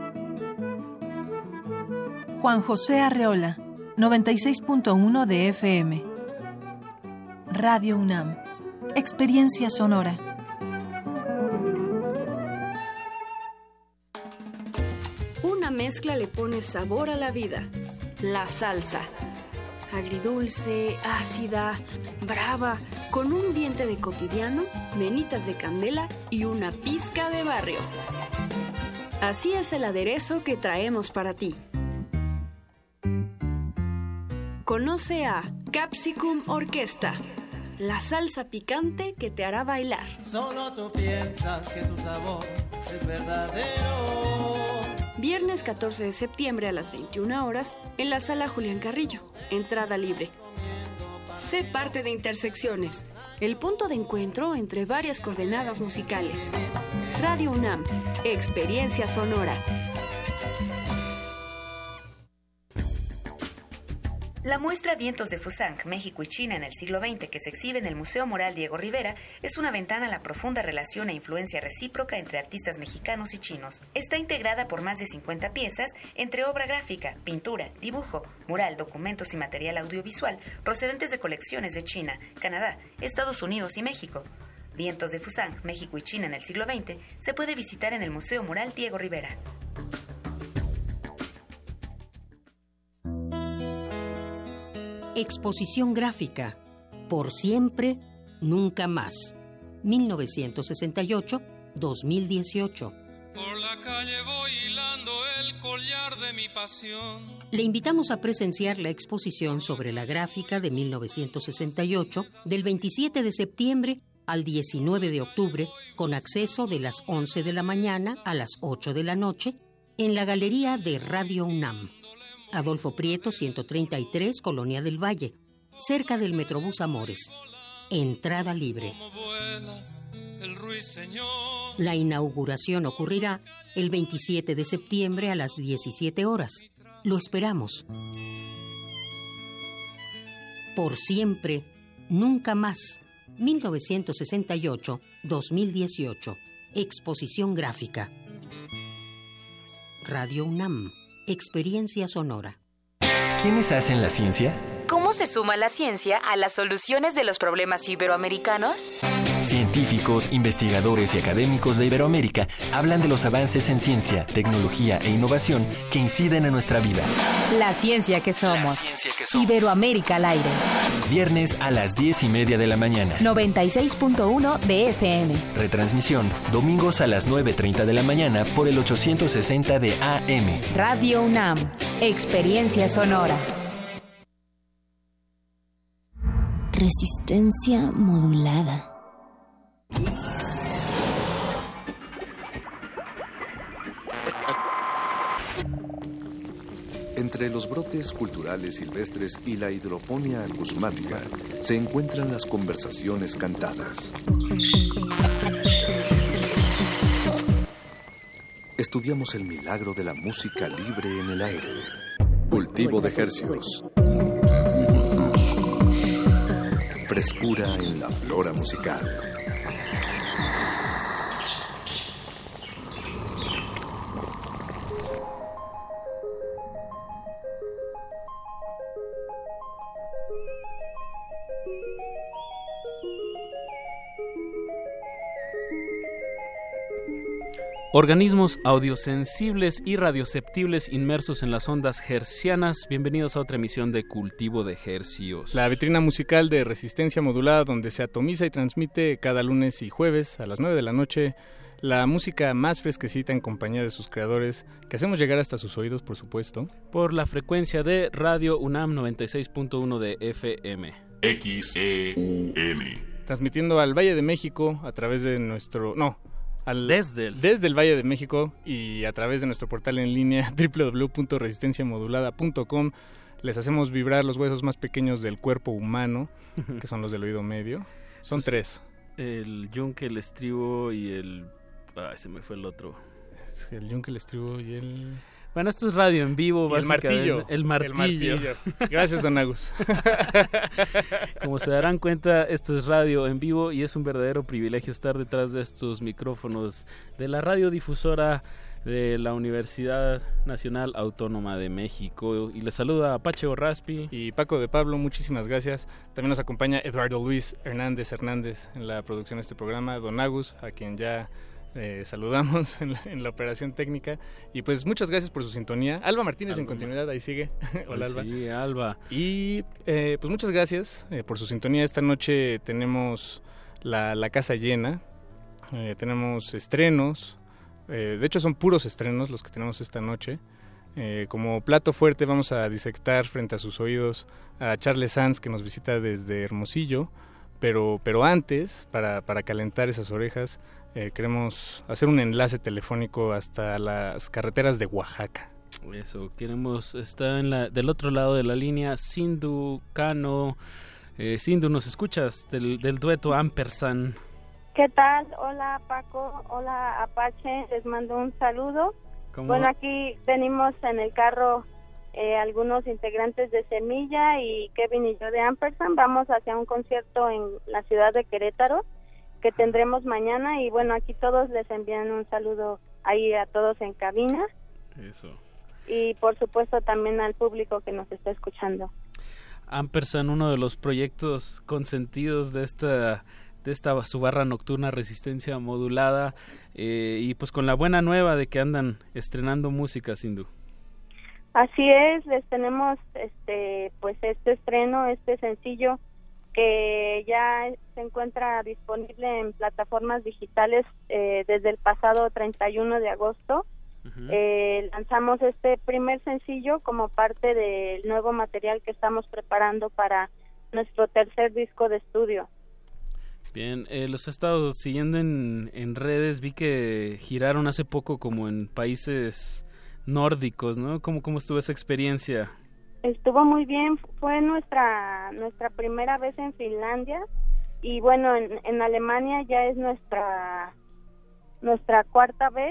Juan José Arreola, noventa y seis punto uno de F M. Radio UNAM. Experiencia sonora. Una mezcla le pone sabor a la vida. La salsa. Agridulce, ácida, brava, con un diente de cotidiano, venitas de candela y una pizca de barrio. Así es el aderezo que traemos para ti. Conoce a Capsicum Orquesta, la salsa picante que te hará bailar. Solo tú piensas que tu sabor es verdadero. Viernes catorce de septiembre a las veintiuna horas en la Sala Julián Carrillo. Entrada libre. Sé parte de Intersecciones, el punto de encuentro entre varias coordenadas musicales. Radio UNAM, experiencia sonora. La muestra Vientos de Fusang, México y China en el siglo veinte, que se exhibe en el Museo Mural Diego Rivera, es una ventana a la profunda relación e influencia recíproca entre artistas mexicanos y chinos. Está integrada por más de cincuenta piezas, entre obra gráfica, pintura, dibujo, mural, documentos y material audiovisual, procedentes de colecciones de China, Canadá, Estados Unidos y México. Vientos de Fusang, México y China en el siglo veinte, se puede visitar en el Museo Mural Diego Rivera. Exposición gráfica. Por siempre, nunca más. mil novecientos sesenta y ocho a dos mil dieciocho. Por la calle voy hilando el collar de mi pasión. Le invitamos a presenciar la exposición sobre la gráfica de mil novecientos sesenta y ocho del veintisiete de septiembre al diecinueve de octubre, con acceso de las once de la mañana a las ocho de la noche en la Galería de Radio UNAM. Adolfo Prieto, ciento treinta y tres, Colonia del Valle, cerca del Metrobús Amores. Entrada libre. La inauguración ocurrirá el veintisiete de septiembre a las diecisiete horas. Lo esperamos. Por siempre, nunca más. mil novecientos sesenta y ocho a dos mil dieciocho. Exposición gráfica. Radio UNAM. Experiencia sonora. ¿Quiénes hacen la ciencia? ¿Cómo se suma la ciencia a las soluciones de los problemas iberoamericanos? Científicos, investigadores y académicos de Iberoamérica hablan de los avances en ciencia, tecnología e innovación que inciden en nuestra vida. La ciencia que somos. La ciencia que somos. Iberoamérica al aire. Viernes a las diez y media de la mañana. noventa y seis punto uno de F M. Retransmisión, domingos a las nueve treinta de la mañana por el ochocientos sesenta de A M. Radio UNAM. Experiencia sonora. Resistencia modulada. Entre los brotes culturales silvestres y la hidroponía acusmática se encuentran las conversaciones cantadas. Estudiamos el milagro de la música libre en el aire. Cultivo de hercios. Frescura en la flora musical. Organismos audiosensibles y radioceptibles inmersos en las ondas hertzianas. Bienvenidos a otra emisión de Cultivo de Hercios. La vitrina musical de resistencia modulada donde se atomiza y transmite cada lunes y jueves a las nueve de la noche la música más fresquecita en compañía de sus creadores, que hacemos llegar hasta sus oídos, por supuesto. Por la frecuencia de Radio UNAM noventa y seis punto uno de F M. X E U M. Transmitiendo al Valle de México a través de nuestro... No, al, desde, el... desde el Valle de México y a través de nuestro portal en línea doble u doble u doble u punto resistencia modulada punto com. Les hacemos vibrar los huesos más pequeños del cuerpo humano, que son los del oído medio. Son tres. El yunque, el estribo y el... Ay, se me fue el otro. Es el yunque, el estribo y el... Bueno, esto es radio en vivo, el martillo. El martillo. El martillo. Gracias, don Agus. Como se darán cuenta, esto es radio en vivo y es un verdadero privilegio estar detrás de estos micrófonos de la radiodifusora de la Universidad Nacional Autónoma de México. Y les saluda Apache Orraspi y Paco de Pablo, muchísimas gracias. También nos acompaña Eduardo Luis Hernández Hernández en la producción de este programa, don Agus, a quien ya... Eh, saludamos en la, en la operación técnica y pues muchas gracias por su sintonía. Alba Martínez Alba. En continuidad, ahí sigue. Hola, Alba. Sí, Alba. Y eh, pues muchas gracias eh, por su sintonía. Esta noche tenemos la, la casa llena, eh, tenemos estrenos, eh, de hecho son puros estrenos los que tenemos esta noche. Eh, como plato fuerte vamos a disectar frente a sus oídos a Charles Sanz, que nos visita desde Hermosillo, pero, pero antes, para, para calentar esas orejas, Eh, queremos hacer un enlace telefónico hasta las carreteras de Oaxaca. Eso, queremos, está en la, del otro lado de la línea, Sindu Cano. Eh, Sindu, ¿nos escuchas? Del, del dueto Ampersand. ¿Qué tal? Hola, Paco. Hola, Apache. Les mando un saludo. ¿Cómo? Bueno, aquí venimos en el carro eh, algunos integrantes de Semilla y Kevin y yo de Ampersand. Vamos hacia un concierto en la ciudad de Querétaro que tendremos mañana y bueno, aquí todos les envían un saludo ahí a todos en cabina. Eso. Y por supuesto también al público que nos está escuchando. Ampersand, uno de los proyectos consentidos de esta de esta su barra nocturna Resistencia Modulada, eh, y pues con la buena nueva de que andan estrenando música, Sindu. Así es, les tenemos este pues este estreno, este sencillo que ya se encuentra disponible en plataformas digitales eh, desde el pasado treinta y uno de agosto. Uh-huh. Eh, lanzamos este primer sencillo como parte del nuevo material que estamos preparando para nuestro tercer disco de estudio. Bien, eh, los he estado siguiendo en, en redes, vi que giraron hace poco como en países nórdicos, ¿no? ¿Cómo, cómo estuvo esa experiencia? Estuvo muy bien, fue nuestra nuestra primera vez en Finlandia y bueno, en, en Alemania ya es nuestra nuestra cuarta vez.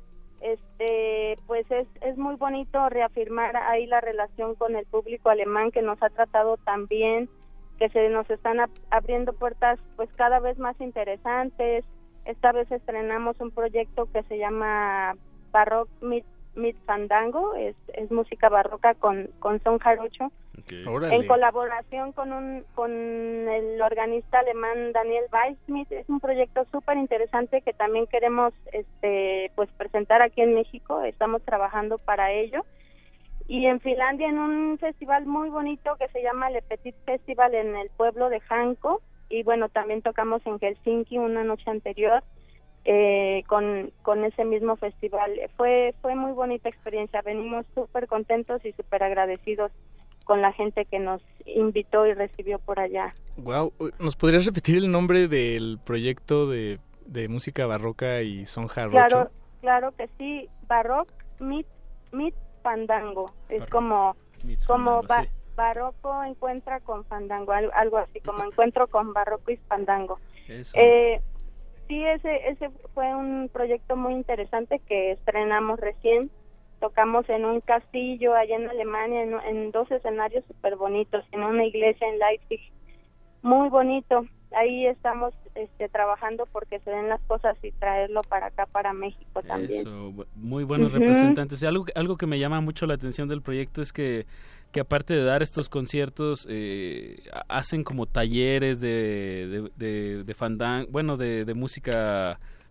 Este, pues es es muy bonito reafirmar ahí la relación con el público alemán que nos ha tratado tan bien, que se nos están ab- abriendo puertas pues cada vez más interesantes. Esta vez estrenamos un proyecto que se llama Baroque Meet Mit Fandango, es, es música barroca con, con son jarocho, okay. En colaboración con un con el organista alemán Daniel Weissmith. Es un proyecto súper interesante que también queremos este pues presentar aquí en México, estamos trabajando para ello. Y en Finlandia en un festival muy bonito que se llama Le Petit Festival en el pueblo de Hanko, y bueno, también tocamos en Helsinki una noche anterior. Eh, con, con ese mismo festival. Fue fue muy bonita experiencia, venimos súper contentos y súper agradecidos con la gente que nos invitó y recibió por allá. Wow, ¿nos podrías repetir el nombre del proyecto de, de música barroca y son jarocho? Claro, claro que sí, Baroque Meet, Meet Fandango, es Barroco. como, como ba, sí. Barroco encuentra con fandango, algo, algo así, como encuentro con barroco y fandango. Eso. Eh, Sí, ese ese fue un proyecto muy interesante que estrenamos recién. Tocamos en un castillo allá en Alemania, en, en dos escenarios súper bonitos, en una iglesia en Leipzig, muy bonito. Ahí estamos este, trabajando porque se den las cosas y traerlo para acá, para México también. Eso, muy buenos uh-huh. representantes. Y algo, algo que me llama mucho la atención del proyecto es que que aparte de dar estos conciertos, eh, hacen como talleres de, de, de, de fandango, bueno, de, de música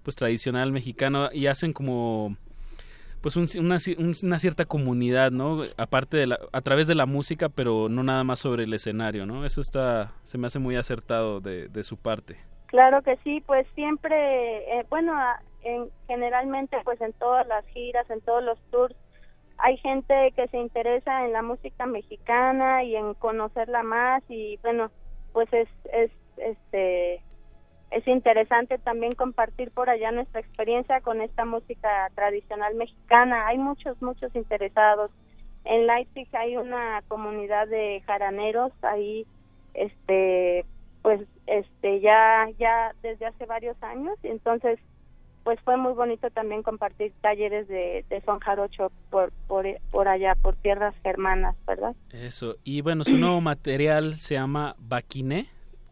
pues tradicional mexicano y hacen como pues un, una, una cierta comunidad, ¿no? Aparte de la, a través de la música, pero no nada más sobre el escenario, ¿no? Eso está, se me hace muy acertado de, de su parte. Claro que sí, pues siempre, eh, bueno, en, generalmente pues en todas las giras, en todos los tours, hay gente que se interesa en la música mexicana y en conocerla más y bueno, pues es, es este es interesante también compartir por allá nuestra experiencia con esta música tradicional mexicana. Hay muchos, muchos interesados. En Leipzig hay una comunidad de jaraneros, ahí este pues este ya ya desde hace varios años, y entonces pues fue muy bonito también compartir talleres de, de son jarocho por, por por allá, por tierras germanas, ¿verdad? Eso, y bueno, su nuevo material se llama Baquiné.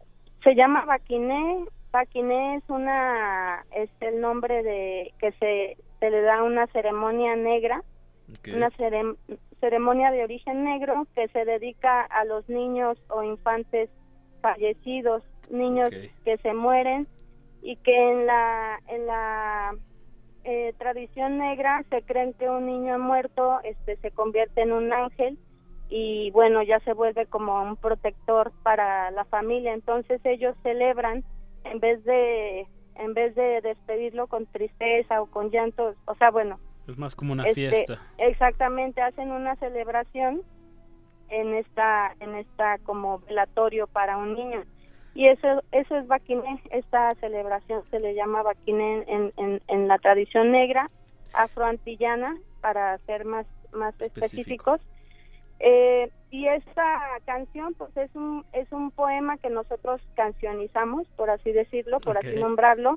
Se llama Baquiné. Baquiné es una es el nombre de que se, se le da a una ceremonia negra, okay. una cerem, ceremonia de origen negro que se dedica a los niños o infantes fallecidos, niños okay. que se mueren y que en la en la eh, tradición negra se creen que un niño muerto este se convierte en un ángel y bueno, ya se vuelve como un protector para la familia. Entonces ellos celebran en vez de en vez de despedirlo con tristeza o con llantos, o sea, bueno, es más como una este, fiesta. Exactamente, hacen una celebración en esta en esta como velatorio para un niño. Y eso eso es Baquiné, esta celebración se le llama Baquiné en, en, en la tradición negra afroantillana, para ser más más Específico. específicos. Eh, y esta canción pues es un es un poema que nosotros cancionizamos, por así decirlo, por okay. así nombrarlo.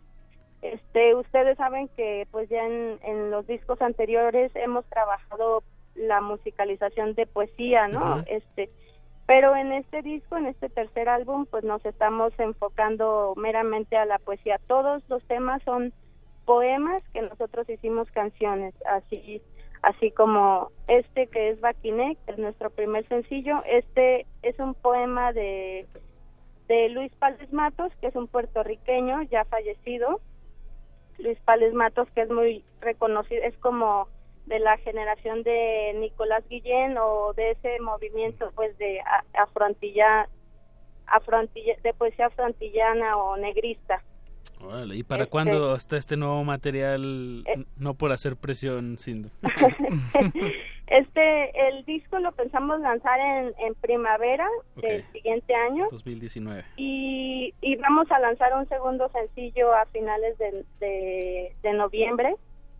Este, ustedes saben que pues ya en, en los discos anteriores hemos trabajado la musicalización de poesía, ¿no? Uh-huh. Este, pero en este disco, en este tercer álbum, pues nos estamos enfocando meramente a la poesía. Todos los temas son poemas que nosotros hicimos canciones, así así como este que es Baquiné, que es nuestro primer sencillo. Este es un poema de de Luis Pales Matos, que es un puertorriqueño ya fallecido. Luis Pales Matos, que es muy reconocido, es como de la generación de Nicolás Guillén o de ese movimiento pues de afroantilla, afroantilla de poesía afroantillana o negrista. Vale, ¿y para este, cuándo está este nuevo material? Eh, no por hacer presión, Sindu. Este, el disco lo pensamos lanzar en, en primavera okay. del siguiente año. dos mil diecinueve. Y, y vamos a lanzar un segundo sencillo a finales de, de, de noviembre.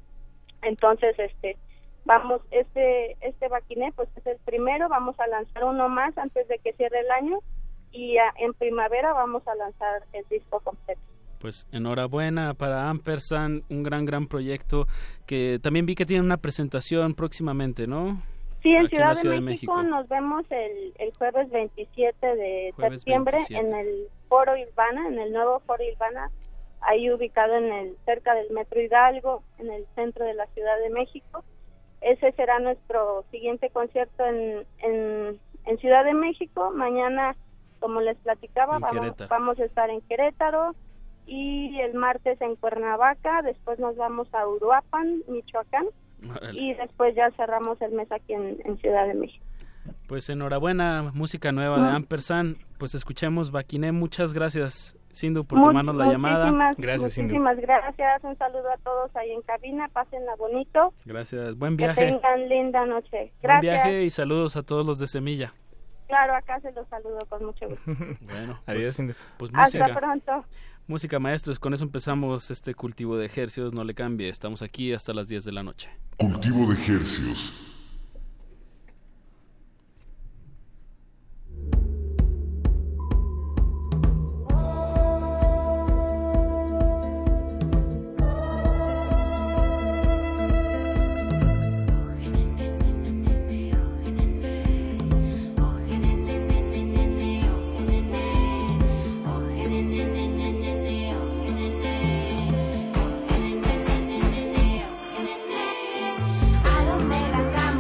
Entonces, este, vamos, este, este Baquiné, pues es el primero. Vamos a lanzar uno más antes de que cierre el año. Y a, en primavera vamos a lanzar el disco completo. Pues enhorabuena para Ampersand, un gran, gran proyecto que también vi que tiene una presentación próximamente, ¿no? Sí, en Ciudad, en Ciudad de, México. de México nos vemos el, el jueves veintisiete de jueves septiembre veintisiete. En el Foro Ilvana, en el nuevo Foro Ilvana, ahí ubicado en el cerca del Metro Hidalgo, en el centro de la Ciudad de México. Ese será nuestro siguiente concierto en, en, en Ciudad de México. Mañana, como les platicaba, vamos, vamos a estar en Querétaro, y el martes en Cuernavaca, después nos vamos a Uruapan, Michoacán, vale. Y después ya cerramos el mes aquí en, en Ciudad de México. Pues enhorabuena, música nueva de Ampersand, pues escuchemos Baquiné. Muchas gracias, Sindu, por Much, tomarnos la llamada. Gracias, muchísimas Sindu. gracias, un saludo a todos ahí en cabina, pásenla bonito. Gracias, buen viaje. Que tengan linda noche. Gracias. Buen viaje y saludos a todos los de Semilla. Claro, acá se los saludo con mucho gusto. Bueno, adiós, Sindu. Pues música. Hasta pronto. Música, maestros, con eso empezamos este cultivo de hercios, no le cambie, estamos aquí hasta las diez de la noche. Cultivo de hercios. I don't make a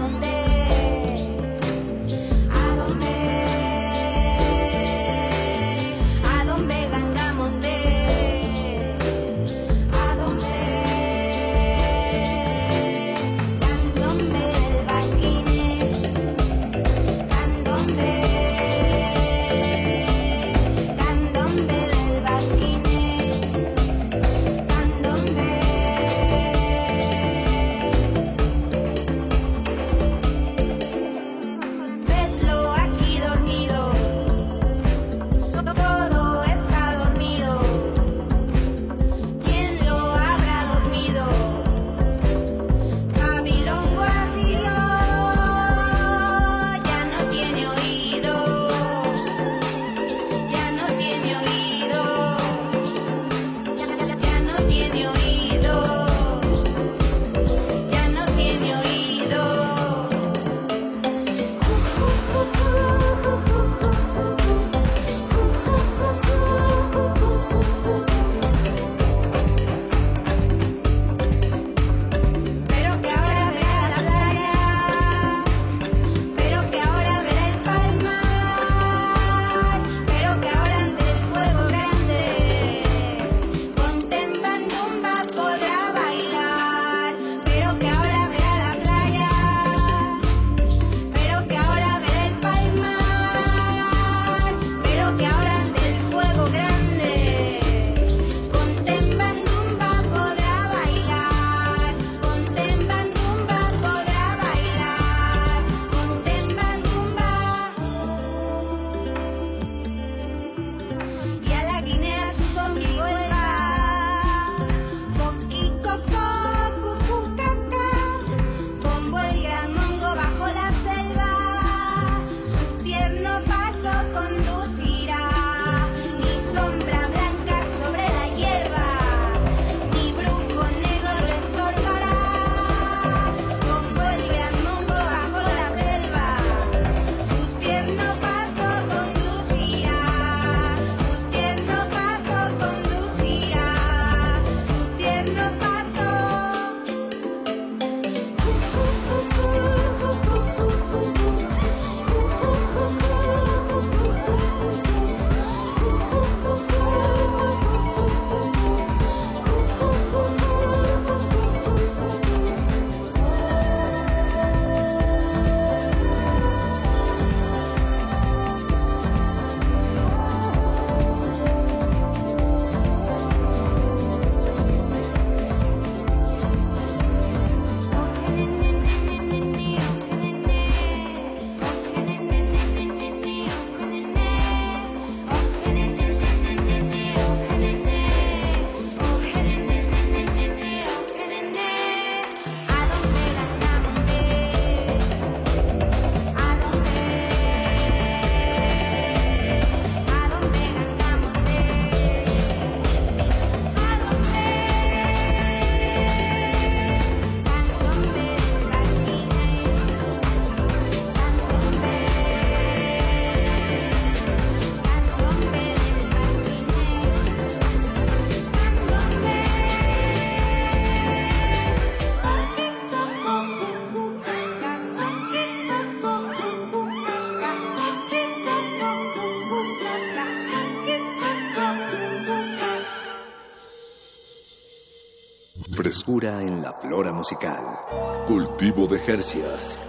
Frescura en la flora musical. Cultivo de Hercios.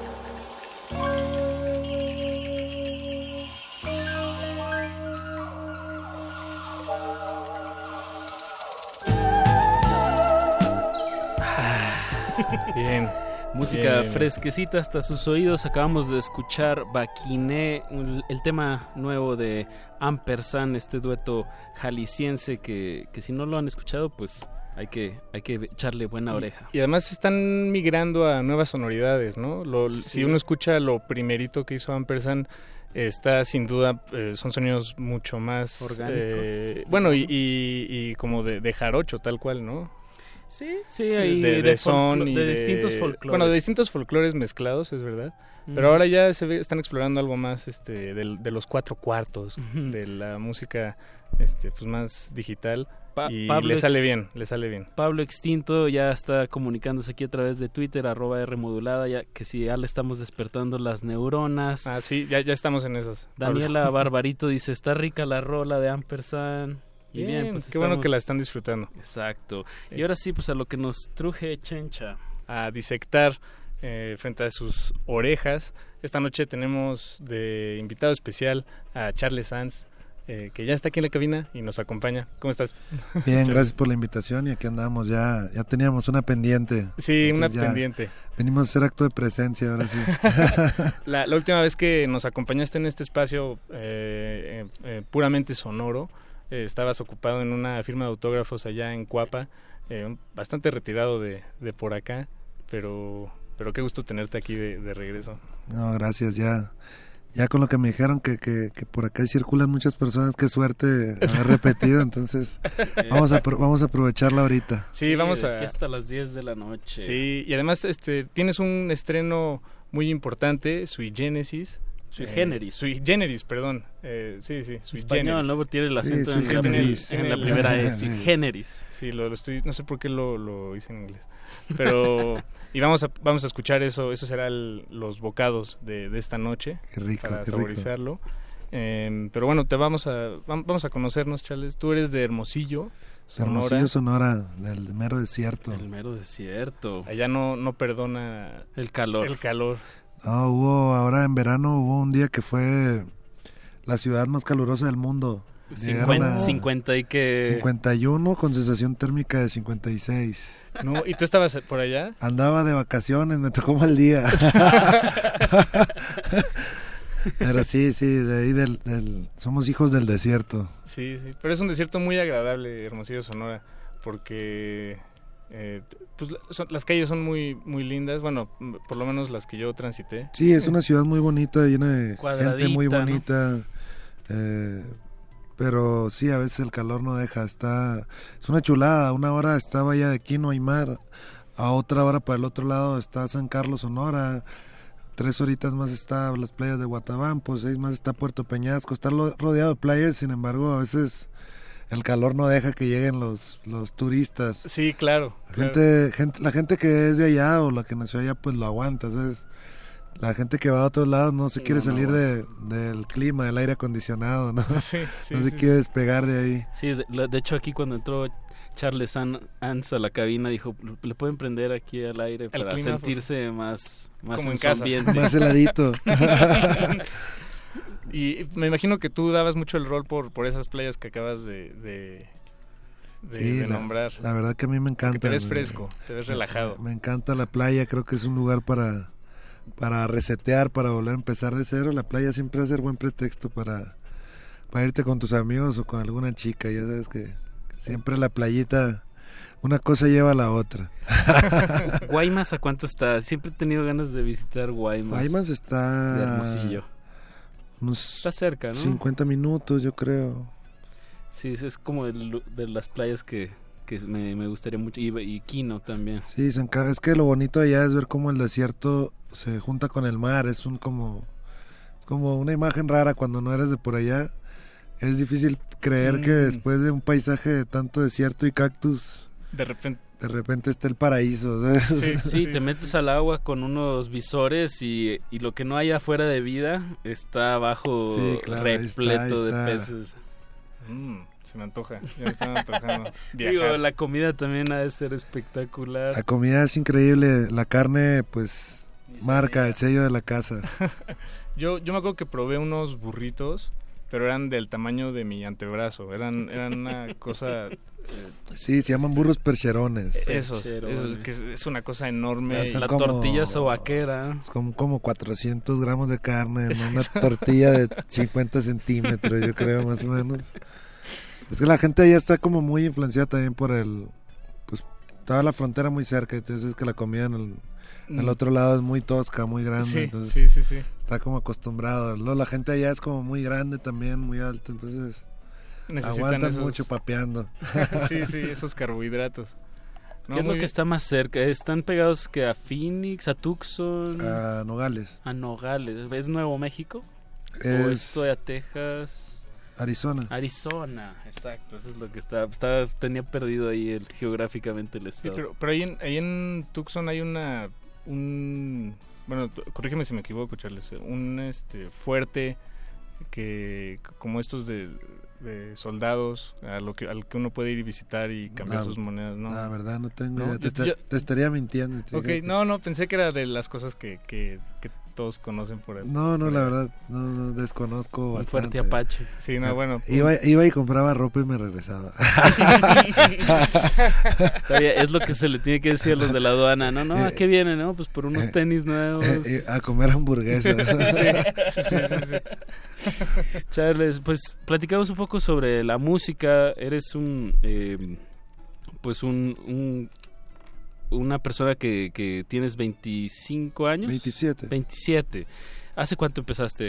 Bien. Música Bien. fresquecita hasta sus oídos. Acabamos de escuchar Baquiné, el tema nuevo de Ampersand, este dueto jalisciense que, que si no lo han escuchado, pues hay que hay que echarle buena oreja. Y además están migrando a nuevas sonoridades, ¿no? Lo, Sí. Si uno escucha lo primerito que hizo Ampersand, está sin duda, eh, son sonidos mucho más orgánicos. eh, bueno, y, y, y como de, de jarocho, tal cual, ¿no? Sí, sí, hay de, de, de folclo- son y de de distintos folclores. Bueno, de distintos folclores mezclados, es verdad. Pero Ujú. ahora ya se ve, están explorando algo más este del- de los cuatro cuartos, Ujú. de la música este pues más digital. Pa- y Pablo le Ex- sale bien, le sale bien. Pablo Extinto ya está comunicándose aquí a través de Twitter, arroba R modulada, ya que si ya le estamos despertando las neuronas. Ah, sí, ya, ya estamos en esas. Daniela Barbarito dice, está rica la rola de Ampersand. Y bien, Bien, pues qué bueno estamos- que la están disfrutando. Exacto. Y Es- ahora sí, pues a lo que nos truje Chencha. A disectar eh, frente a sus orejas. Esta noche tenemos de invitado especial a Charles Sanz, eh, que ya está aquí en la cabina y nos acompaña. ¿Cómo estás? Bien, gracias por la invitación y aquí andamos, ya ya teníamos una pendiente. Sí, una pendiente. Venimos a hacer acto de presencia, ahora sí. la, la última vez que nos acompañaste en este espacio eh, eh, eh, puramente sonoro, eh, estabas ocupado en una firma de autógrafos allá en Cuapa, eh, bastante retirado de, de por acá, pero pero qué gusto tenerte aquí de, de regreso. No, gracias, ya ya con lo que me dijeron que, que, que por acá circulan muchas personas, qué suerte haber repetido, entonces vamos a vamos a aprovecharla ahorita. Sí, sí, vamos a aquí hasta las diez de la noche. Sí, y además este tienes un estreno muy importante, Sui Genesis. Sui Generis. Eh, sui Generis, perdón. Eh, sí, sí, Sui Español, Generis. ¿no? Tiene el acento sí, en, en, el, el, en la primera E, Sui Generis. Sí, lo, lo estoy, no sé por qué lo, lo hice en inglés. Pero y vamos a vamos a escuchar eso, eso será el, los bocados de, de esta noche. Qué rico, para qué saborizarlo. Eh, pero bueno, te vamos a vamos a conocernos, Charles. Tú eres de Hermosillo, Sonora. Hermosillo, Sonora, del mero desierto. El mero desierto. Allá no no perdona el calor. El calor. No, hubo ahora en verano hubo un día que fue la ciudad más calurosa del mundo. cincuenta, cincuenta y que cincuenta y uno con sensación térmica de cincuenta y seis. No, ¿y tú estabas por allá? Andaba de vacaciones, me tocó mal día. Pero sí, sí, de ahí del, del somos hijos del desierto. Sí, sí, pero es un desierto muy agradable, Hermosillo, Sonora, porque eh, pues son, las calles son muy muy lindas, bueno, por lo menos las que yo transité. Sí, es una ciudad muy bonita, llena de gente muy ¿no? bonita. Eh, pero sí, a veces el calor no deja, está es una chulada. Una hora está Bahía de Quino, Aymar, a otra hora para el otro lado está San Carlos, Sonora, tres horitas más está las playas de Guatabampo, seis más está Puerto Peñasco, está rodeado de playas, sin embargo a veces el calor no deja que lleguen los los turistas. Sí, claro. La, claro. Gente, gente, la gente que es de allá o la que nació allá pues lo aguanta, ¿sabes? La gente que va a otros lados no se quiere no, salir no, de, del clima, del aire acondicionado, ¿no? Sí, sí, no se sí, quiere sí. despegar de ahí. Sí, de, de hecho aquí cuando entró Charles Sanz a la cabina dijo, le pueden prender aquí al aire para clima, sentirse pues, más, más como en, en su casa. ambiente. Más heladito. Y me imagino que tú dabas mucho el rol por, por esas playas que acabas de... de... De, sí, de la, nombrar. La verdad que a mí me encanta. Porque te ves fresco, te ves relajado. Me, me encanta la playa, creo que es un lugar para para resetear, para volver a empezar de cero. La playa siempre va a ser buen pretexto para, para irte con tus amigos o con alguna chica, ya sabes que siempre la playita, una cosa lleva a la otra. Guaymas, ¿a cuánto está? Siempre he tenido ganas de visitar Guaymas. Guaymas está... de Hermosillo. Unos está cerca, ¿no? cincuenta minutos, yo creo. Sí, es como el, de las playas que, que me, me gustaría mucho. Y, y Quino también. Sí, San Carlos, es que lo bonito allá es ver cómo el desierto se junta con el mar. Es un como, como una imagen rara cuando no eres de por allá. Es difícil creer mm. que después de un paisaje de tanto desierto y cactus, de repente de repente está el paraíso, ¿sabes? Sí, sí, te metes al agua con unos visores y, y lo que no hay afuera de vida está abajo, sí, claro, repleto ahí está, ahí está. de peces. Mm, se me antoja, ya me están antojando viajar. Digo, la comida también ha de ser espectacular. La comida es increíble, la carne pues marca el sello de la casa. yo, yo me acuerdo que probé unos burritos, pero eran del tamaño de mi antebrazo, eran, eran una cosa... Eh, sí, se llaman burros percherones. Esos, esos que es, es una cosa enorme. La como, tortilla sobaquera. Es como, como cuatrocientos gramos de carne en una tortilla de cincuenta centímetros, yo creo, más o menos. Es que la gente allá está como muy influenciada también por el... Pues estaba la frontera muy cerca, entonces es que la comida en el, en el otro lado es muy tosca, muy grande. Sí, entonces sí, sí, sí. Está como acostumbrado. ¿No? La gente allá es como muy grande también, muy alta, entonces... Necesitan aguantan esos... mucho papeando. Sí, sí, esos carbohidratos. No, ¿qué es lo que está más cerca? ¿Están pegados que a Phoenix, a Tucson? A Nogales. A Nogales. ¿Es Nuevo México? Es... ¿O estoy a Texas? Arizona. Arizona, exacto. Eso es lo que está... está tenía perdido ahí el, geográficamente el estado. Sí, pero, pero ahí, en, ahí en Tucson hay una... un Bueno, corrígeme si me equivoco, Charles. Un este fuerte... que como estos de de soldados a lo que al que uno puede ir y visitar y cambiar La- sus monedas, ¿no? La verdad no tengo ¿No? idea. Te, Yo- esta- yo- te estaría mintiendo. te Ok, dije que no, sí. no, pensé que era de las cosas que, que, que todos conocen por ahí. No, no, la verdad, no, no desconozco Un bastante. fuerte Apache. Sí, no, bueno. Iba, iba y compraba ropa y me regresaba. Está bien, es lo que se le tiene que decir a los de la aduana, ¿no? No, ¿a qué viene, no? Pues por unos tenis nuevos. Eh, a comer hamburguesas. Sí, sí, sí, sí. Charles, pues platicamos un poco sobre la música. Eres un, eh, pues un, un una persona que, que tienes veinticinco años. veintisiete. veintisiete. ¿Hace cuánto empezaste?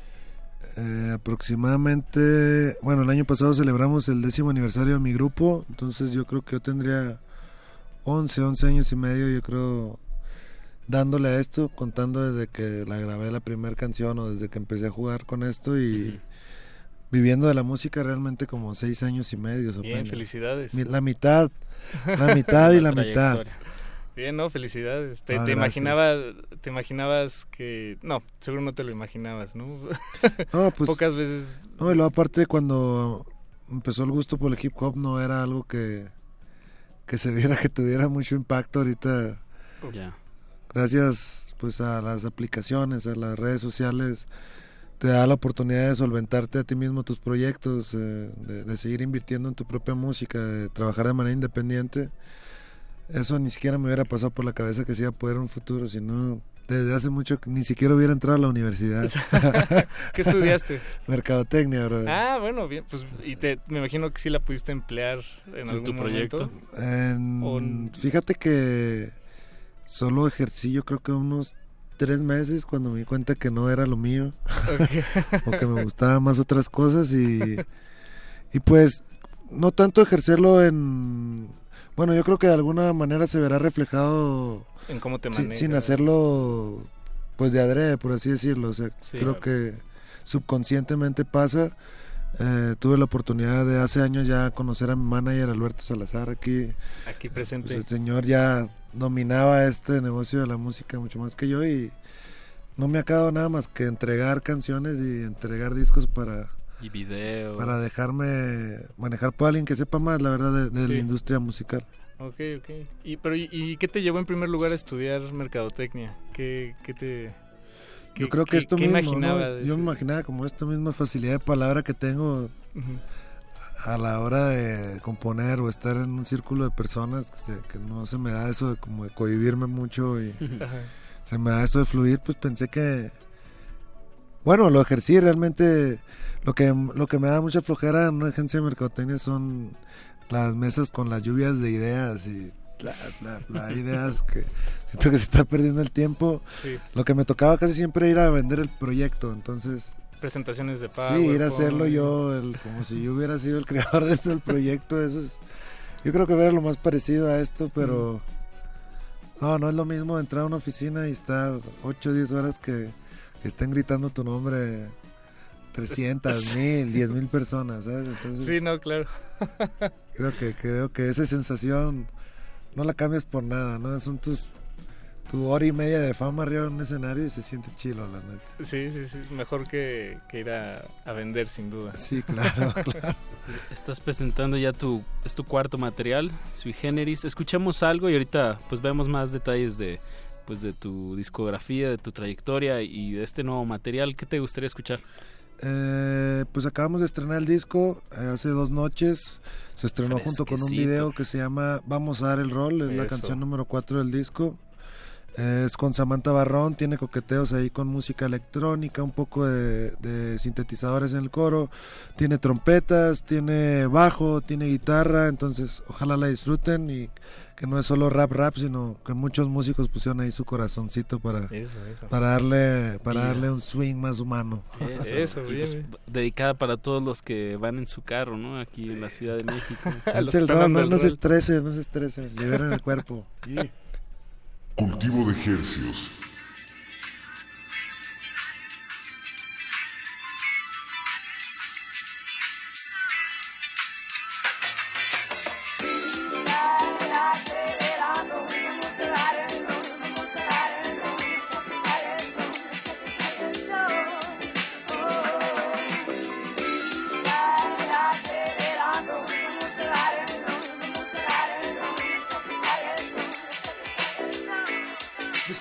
Eh, aproximadamente, bueno, el año pasado celebramos el décimo aniversario de mi grupo, entonces yo creo que yo tendría once, once años y medio, yo creo, dándole a esto, contando desde que la grabé la primera canción o desde que empecé a jugar con esto y uh-huh. viviendo de la música realmente como seis años y medio. Bien, apenas. Felicidades. Mi, la mitad, la mitad y la mitad. Bien, no, felicidades. Te, Ah, te imaginabas, te imaginabas que, no, seguro no te lo imaginabas, ¿no? No, pues pocas veces. No, y luego aparte cuando empezó el gusto por el hip hop no era algo que que se viera que tuviera mucho impacto ahorita. Yeah. Gracias pues a las aplicaciones, a las redes sociales te da la oportunidad de solventarte a ti mismo tus proyectos, eh, de, de seguir invirtiendo en tu propia música, de trabajar de manera independiente. Eso ni siquiera me hubiera pasado por la cabeza que se iba a poder en un futuro, sino desde hace mucho que ni siquiera hubiera entrado a la universidad. ¿Qué estudiaste? Mercadotecnia, bro. Ah, bueno, bien, pues y te, me imagino que sí la pudiste emplear en, ¿En algún tu proyecto. En, ¿O... Fíjate que solo ejercí yo creo que unos tres meses cuando me di cuenta que no era lo mío, okay. o que me gustaban más otras cosas y, y pues no tanto ejercerlo en... Bueno, yo creo que de alguna manera se verá reflejado en cómo te sin, manejas. sin hacerlo pues de adrede, por así decirlo. O sea, sí, creo claro. que subconscientemente pasa. Eh, tuve la oportunidad de hace años ya conocer a mi manager Alberto Salazar aquí. Aquí presente. Pues el señor ya dominaba este negocio de la música mucho más que yo y no me ha quedado nada más que entregar canciones y entregar discos para... Y videos. Para dejarme manejar por alguien que sepa más, la verdad, de, de sí. la industria musical. Ok, ok. ¿Y, pero, y, ¿y qué te llevó en primer lugar a estudiar mercadotecnia? ¿Qué, qué te...? Yo creo que esto ¿qué mismo, ¿no? de Yo me imaginaba como esta misma facilidad de palabra que tengo uh-huh. a la hora de componer o estar en un círculo de personas, que, se, que no se me da eso de como de cohibirme mucho y uh-huh. se me da eso de fluir, pues pensé que... Bueno, lo ejercí realmente. Lo que lo que me da mucha flojera en una agencia de mercadotecnia son las mesas con las lluvias de ideas y bla, bla, bla, ideas que siento que se está perdiendo el tiempo. Sí. Lo que me tocaba casi siempre era ir a vender el proyecto, entonces... Presentaciones de pago. Sí, ir a hacerlo yo, el, como si yo hubiera sido el creador de todo el proyecto. Eso es, yo creo que era lo más parecido a esto, pero... Mm. No, no es lo mismo entrar a una oficina y estar ocho o diez horas que... que estén gritando tu nombre trescientas mil, diez mil personas, ¿sabes? Entonces, sí, no, claro. creo que creo que esa sensación no la cambias por nada, ¿no? Son tus tu hora y media de fama arriba en un escenario y se siente chilo, la neta. Sí, sí, sí, mejor que, que ir a, a vender, sin duda. Sí, claro, claro. Estás presentando ya tu, es tu cuarto material, Sui Generis. Escuchamos algo y ahorita pues vemos más detalles de pues de tu discografía, de tu trayectoria y de este nuevo material. ¿Qué te gustaría escuchar? Eh, pues acabamos de estrenar el disco eh, hace dos noches. Se estrenó junto con un video que se llama Vamos a dar el rol, es Eso. la canción número cuatro del disco. Eh, es con Samantha Barrón, tiene coqueteos ahí con música electrónica, un poco de, de sintetizadores en el coro, tiene trompetas, tiene bajo, tiene guitarra, entonces ojalá la disfruten y que no es solo rap rap, sino que muchos músicos pusieron ahí su corazoncito para eso, eso. para darle para Mira. darle un swing más humano. Eso, eso bien, pues, bien. Dedicada para todos los que van en su carro, ¿no? Aquí en la Ciudad de México. Es el rol, no, no se estresen, no se estresen, liberen el cuerpo. Yeah. Cultivo de ejercicios. Oh,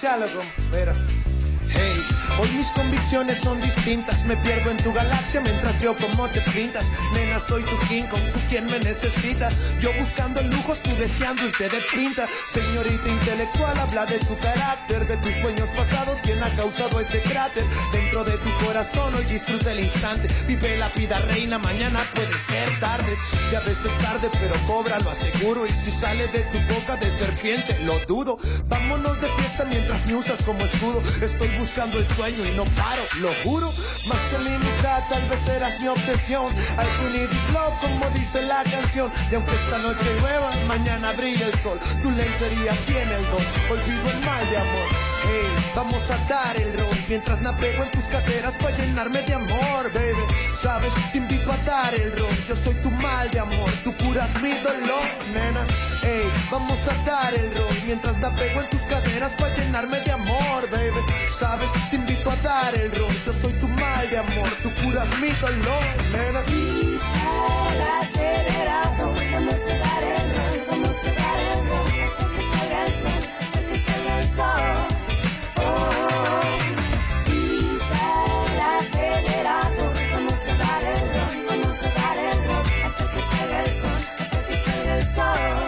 dice algo, mira. Hey, hoy mis convicciones son distintas. Me pierdo en tu galaxia mientras veo cómo te pintas. Nena, soy tu King Kong, tú quien me necesita. Yo buscando lujos, tú deseando irte de pinta. Señorita intelectual, habla de tu carácter, de tus sueños pasados, quien ha causado ese cráter dentro de tu corazón. Hoy disfruta el instante, vive la vida reina, mañana puede ser tarde. Y a veces tarde, pero cobra, lo aseguro. Y si sale de tu boca de serpiente, lo dudo. Vámonos de fiesta mientras me usas como escudo. Estoy buscando el sueño y no paro, lo juro. Más que mi mitad, tal vez eras mi obsesión. All you need is love, como dice la canción. Y aunque esta noche llueva, mañana brilla el sol. Tu lencería tiene el don, olvido el mal de amor. Hey, vamos a dar el rol mientras navego en tus caderas para llenarme de amor, baby. Sabes, te invito a dar el rol. Yo soy tu mal de amor, tú curas mi dolor, nena. Hey, vamos a dar el rol mientras navego en tus caderas para llenarme de amor, baby. Sabes, te invito a dar el rol. Yo soy tu mal de amor, tú curas mi dolor, nena. Pisa el acelerador, vamos a dar el rol, vamos a dar el rol hasta que salga el sol, hasta que salga el sol. Oh, pisa el acelerador, vamos a dar el rol, vamos a dar el rol hasta que salga el sol, hasta que salga el sol.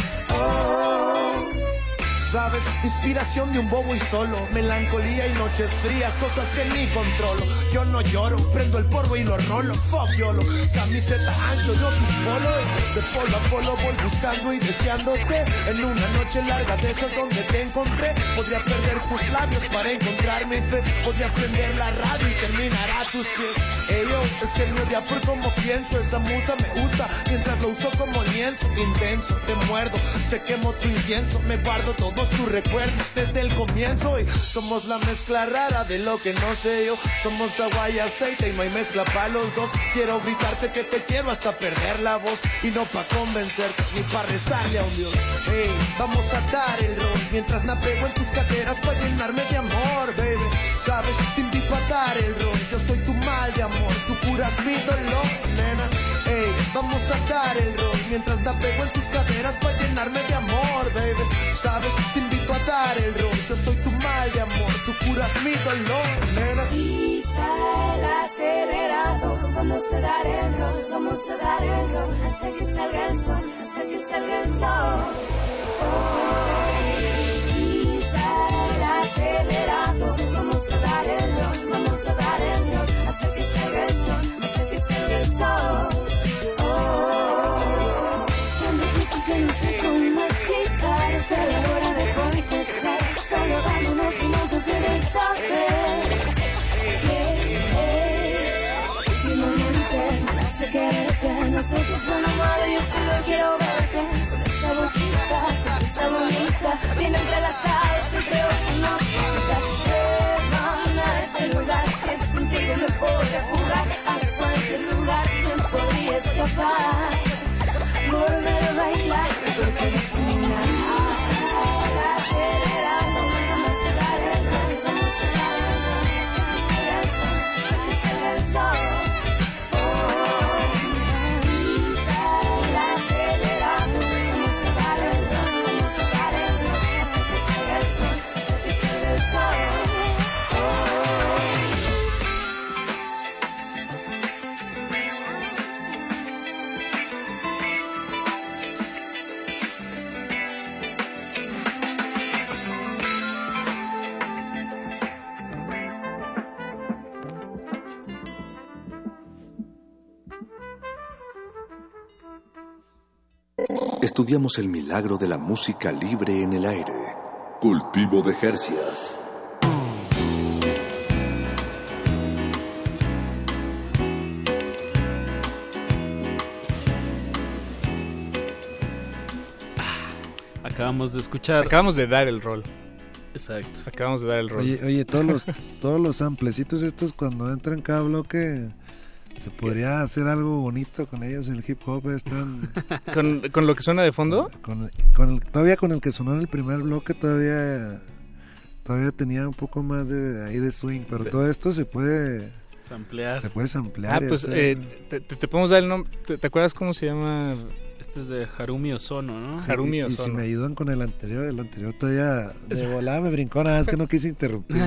Oh. Sabes, inspiración de un bobo y solo, melancolía y noches frías, cosas que ni controlo. Yo no lloro, prendo el polvo y lo rolo, fuck YOLO. Camiseta ancho, yo tu polo, de polo a polo voy buscando y deseándote. En una noche larga de esos donde te encontré, podría perder tus labios para encontrar mi fe. Podría prender la radio y terminar a tus pies. Ello, es que me odia por cómo pienso. Esa musa me usa mientras lo uso como lienzo. Intenso, te muerdo, se quemó tu incienso. Me guardo todos tus recuerdos desde el comienzo. Y somos la mezcla rara de lo que no sé yo. Somos agua y aceite y no hay mezcla para los dos. Quiero gritarte que te quiero hasta perder la voz. Y no pa' convencerte ni pa' rezarle a un dios. Hey, vamos a dar el rol mientras navego en tus caderas para llenarme de amor, baby. Sabes, te invito a dar el rol. Yo soy tu mal de amor, tú curas mi dolor, nena. Hey, vamos a dar el rol mientras navego en tus caderas para llenarme de amor, baby. Sabes, te invito a dar el rol. Yo soy tu mal de amor, tú curas mi dolor, nena. Pisa el acelerador, vamos a dar el rol, vamos a dar el rol hasta que salga el sol, hasta que salga el sol. Oh, pisa el acelerador, vamos a dar el rol, vamos a dar el rol hasta que salga el sol, hasta que salga el sol. Oh, es tan difícil que no sé cómo explicar, pero a la hora de confesar, solo dame unos minutos de mensaje. Sé quererte, no sé si es bueno o malo, yo solo quiero verte. Con esa boquita, sonrisa bonita, bien entrelazados entre ojos nos quita. Llévame a ese lugar, si es contigo me podré jugar. A cualquier lugar me podría escapar. Volver a bailar, porque eres una asa acelerada. Vamos a dar el rol, vamos a dar el rol hasta que salga el sol, hasta que salga el sol. Estudiamos el milagro de la música libre en el aire. Cultivo de Hercias. Acabamos de escuchar. Acabamos de dar el rol. Exacto. Acabamos de dar el rol. Oye, oye todos los todos los amplecitos estos cuando entran cada bloque, se podría hacer algo bonito con ellos en el hip hop. Están ¿Con, con lo que suena de fondo? Con, con el, todavía con el que sonó en el primer bloque todavía todavía tenía un poco más de ahí de swing, pero de, todo esto se puede samplear. Se puede samplear. Ah, pues eh, te, te podemos dar el nombre. ¿Te, ¿Te acuerdas cómo se llama Esto es de Harumi Ozono, ¿no? Sí, Harumi y, Ozono. y si me ayudan con el anterior, el anterior todavía de volada me brincó, nada más que no quise interrumpir.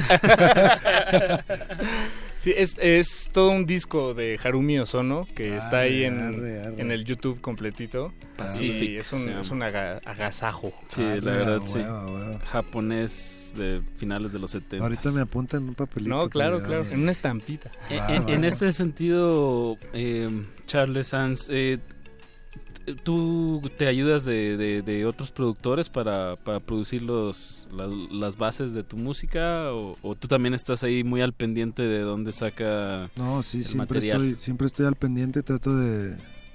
Sí, es, es todo un disco de Harumi Ozono que Arre, está ahí en, arre, arre. en el YouTube completito. Pacific, Sí, es un, se es un aga- agasajo. Sí, Ah, la verdad, huevo, sí. huevo. Japonés de finales de los setenta. Ahorita me apuntan en un papelito. No, claro, que claro, ya- en una estampita. En, Va, en- va. en este sentido, eh, Charles Sanz, eh, ¿tú te ayudas de, de, de otros productores para, para producir los, la- las bases de tu música? O, ¿O tú también estás ahí muy al pendiente de dónde saca No, sí, el siempre material? estoy, siempre estoy al pendiente, trato de...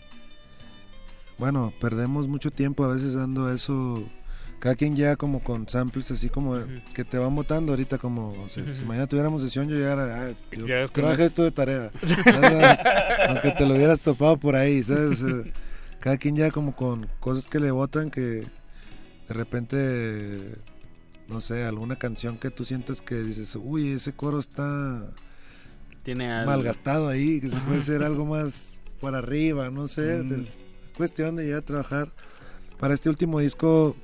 Bueno, perdemos mucho tiempo a veces dando eso. Cada quien llega como con samples así como que te van botando ahorita como, o sea, si mañana tuviéramos sesión yo llegara, ah, yo Ya es que traje no- esto de tarea, ¿sabes? Aunque te lo hubieras topado por ahí, ¿sabes? O sea, cada quien llega como con cosas que le botan que de repente, no sé, alguna canción que tú sientas que dices, uy, ese coro está Tiene algo- malgastado ahí, que se puede hacer algo más por arriba, no sé, Mm. es cuestión de ya trabajar. Para este último disco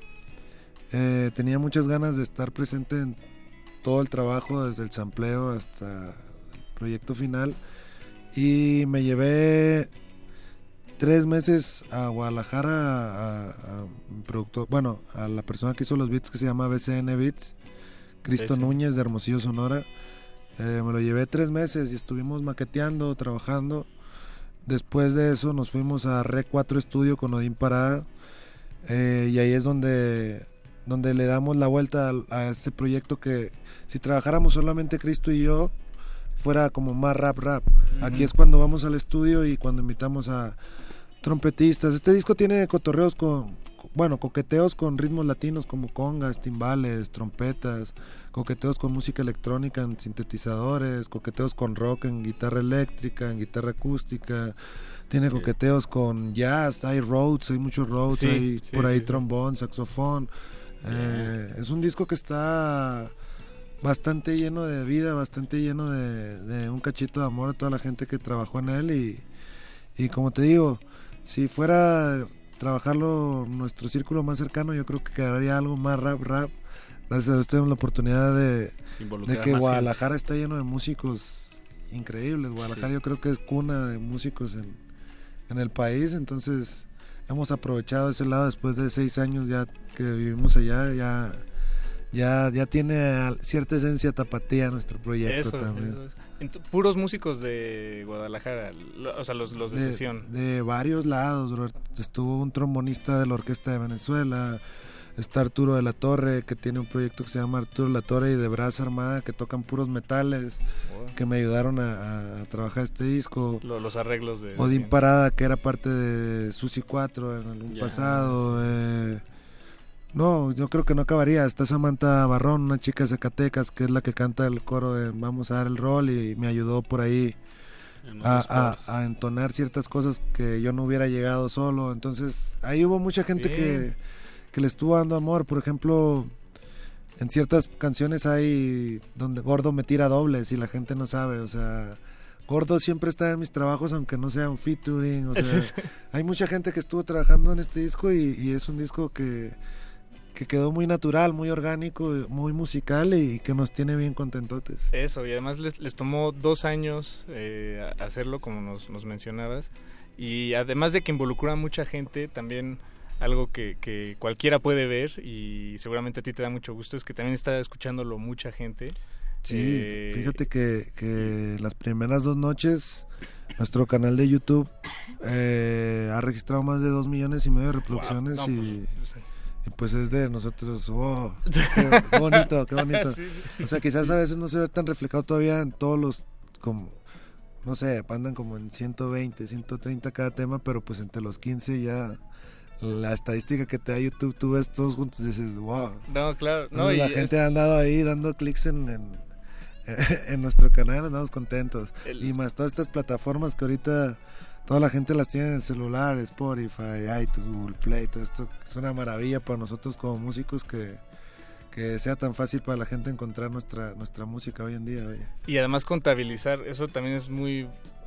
eh, tenía muchas ganas de estar presente en todo el trabajo, desde el sampleo hasta el proyecto final, y me llevé tres meses a Guadalajara a, a- a mi productor, bueno, a la persona que hizo los beats, que se llama B C N Beats, Cristo B C. Núñez de Hermosillo, Sonora. Eh, me lo llevé tres meses y estuvimos maqueteando, trabajando. Después de eso nos fuimos a R cuatro Studio con Odín Parada, eh, y ahí es donde, donde le damos la vuelta a, a este proyecto que si trabajáramos solamente Cristo y yo fuera como más rap rap. Ujú. Aquí es cuando vamos al estudio y cuando invitamos a trompetistas. Este disco tiene cotorreos con, bueno, coqueteos con ritmos latinos como congas, timbales, trompetas, coqueteos con música electrónica en sintetizadores, coqueteos con rock en guitarra eléctrica, en guitarra acústica. Tiene coqueteos con jazz, hay Rhodes, hay muchos Rhodes, Sí, hay sí, por ahí sí, sí. trombón, saxofón. Eh, es un disco que está bastante lleno de vida, bastante lleno de, de un cachito de amor a toda la gente que trabajó en él, y, y como te digo, si fuera trabajarlo nuestro círculo más cercano, yo creo que quedaría algo más rap rap. Gracias a Dios tenemos la oportunidad de, Involucrar de que más Guadalajara está lleno de músicos increíbles. Guadalajara Sí. yo creo que es cuna de músicos en, en el país, entonces hemos aprovechado ese lado después de seis años ya que vivimos allá, ya ya ya tiene cierta esencia tapatía nuestro proyecto Eso, también. eso es. Ent- puros músicos de Guadalajara, lo- o sea, los, los de, sesión. De varios lados, bro. Estuvo un trombonista de la Orquesta de Venezuela, está Arturo de la Torre, que tiene un proyecto que se llama Arturo de la Torre, y de Brasa Armada, que tocan puros metales, Wow. que me ayudaron a, a trabajar este disco. Lo- los arreglos de... Odín de- Parada, que era parte de Susi cuatro en algún Ya, pasado. eh, no, yo creo que no acabaría. Está Samantha Barrón, una chica de Zacatecas, que es la que canta el coro de Vamos a dar el rol, y me ayudó por ahí En a, unos coros. a- a entonar ciertas cosas que yo no hubiera llegado solo. Entonces ahí hubo mucha gente Sí. que, que le estuvo dando amor. Por ejemplo, en ciertas canciones hay donde Gordo me tira dobles y la gente no sabe, o sea, Gordo siempre está en mis trabajos aunque no sean featuring, o sea, hay mucha gente que estuvo trabajando en este disco, y, y es un disco que, que quedó muy natural, muy orgánico, muy musical, y que nos tiene bien contentotes. Eso, y además les, les tomó dos años eh, a- hacerlo, como nos, nos mencionabas, y además de que involucró a mucha gente, también algo que, que cualquiera puede ver, y seguramente a ti te da mucho gusto, es que también está escuchándolo mucha gente. Sí, Eh, fíjate que, que las primeras dos noches nuestro canal de YouTube eh, ha registrado más de dos millones y medio de reproducciones. Wow, no, y, pues, y pues es de nosotros. Wow, qué, qué bonito, qué bonito. Sí, sí. O sea, quizás a veces no se ve tan reflejado todavía en todos los, como, no sé, andan como en ciento veinte, ciento treinta cada tema, pero pues entre los quince ya la estadística que te da YouTube, tú ves todos juntos y dices, wow. No, claro. No, Entonces, y la es- gente ha andado ahí dando clics en, en, en nuestro canal, andamos contentos. El- Y más todas estas plataformas que ahorita toda la gente las tiene en el celular, Spotify, iTunes, Google Play, todo esto es una maravilla para nosotros como músicos que, que sea tan fácil para la gente encontrar nuestra nuestra música hoy en día. Vaya. Y además contabilizar, eso también es muy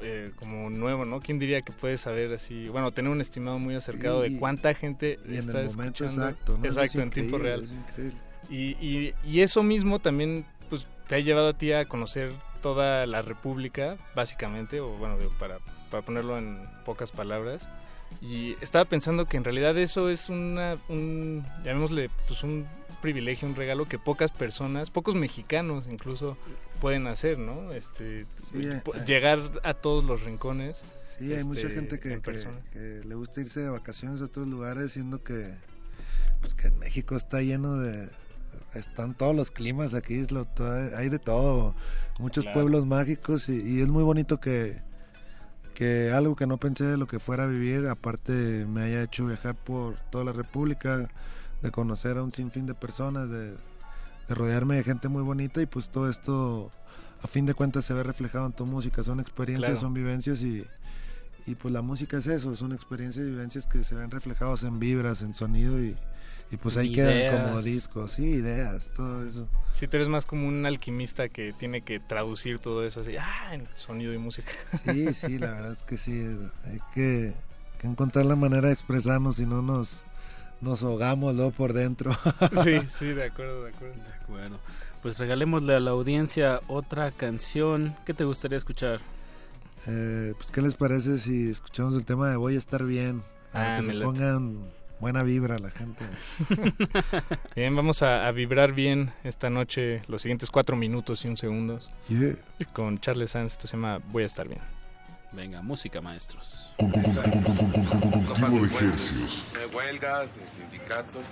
eh, como nuevo, ¿no? ¿Quién diría que puede saber así, bueno, tener un estimado muy acercado Sí, de cuánta gente y en está el momento escuchando? exacto, ¿no? Exacto, Eso es en tiempo increíble, real. es increíble. Y, y, y eso mismo también pues te ha llevado a ti a conocer toda la República, básicamente, o bueno, para, para ponerlo en pocas palabras. Y estaba pensando que en realidad eso es una, un, llamémosle, pues un privilegio, un regalo que pocas personas, pocos mexicanos incluso pueden hacer, ¿no? Este, Sí, eh, po- eh. llegar a todos los rincones. Sí, hay este, mucha gente que, en que, persona. que le gusta irse de vacaciones a otros lugares, siendo que, pues, que en México está lleno de... Están todos los climas aquí, es lo- todo- hay de todo, muchos Claro. pueblos mágicos y, y es muy bonito que, que algo que no pensé de lo que fuera a vivir, aparte me haya hecho viajar por toda la República, de conocer a un sinfín de personas, de, de rodearme de gente muy bonita y pues todo esto a fin de cuentas se ve reflejado en tu música, son experiencias, Claro. son vivencias y, y pues la música es eso, son experiencias y vivencias que se ven reflejados en vibras, en sonido y, y pues ahí Ideas. quedan como discos, sí, ideas, todo eso. Si tú eres más como un alquimista que tiene que traducir todo eso así, ah, en sonido y música. Sí, sí, la verdad es que sí, hay que, que encontrar la manera de expresarnos, si no nos, nos ahogamos luego por dentro. Sí, sí, de acuerdo, de acuerdo. De acuerdo. Pues regalémosle a la audiencia otra canción. ¿Qué te gustaría escuchar? Eh, pues, ¿qué les parece si escuchamos el tema de Voy a estar bien? Para Ah, que me se late. pongan buena vibra la gente. Bien, vamos a, a vibrar bien esta noche, los siguientes cuatro minutos y un segundos. Yeah. Con Charles Sanz, esto se llama Voy a estar bien. Venga, música, maestros. Cultivo de ejercicios. De huelgas, de sindicatos.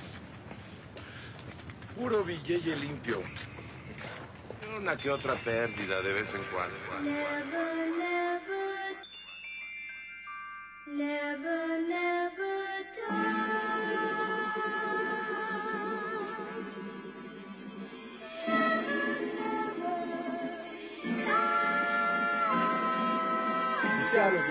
Puro billete limpio. Una que otra pérdida de vez en cuando. Never, never, never, never Dice algo.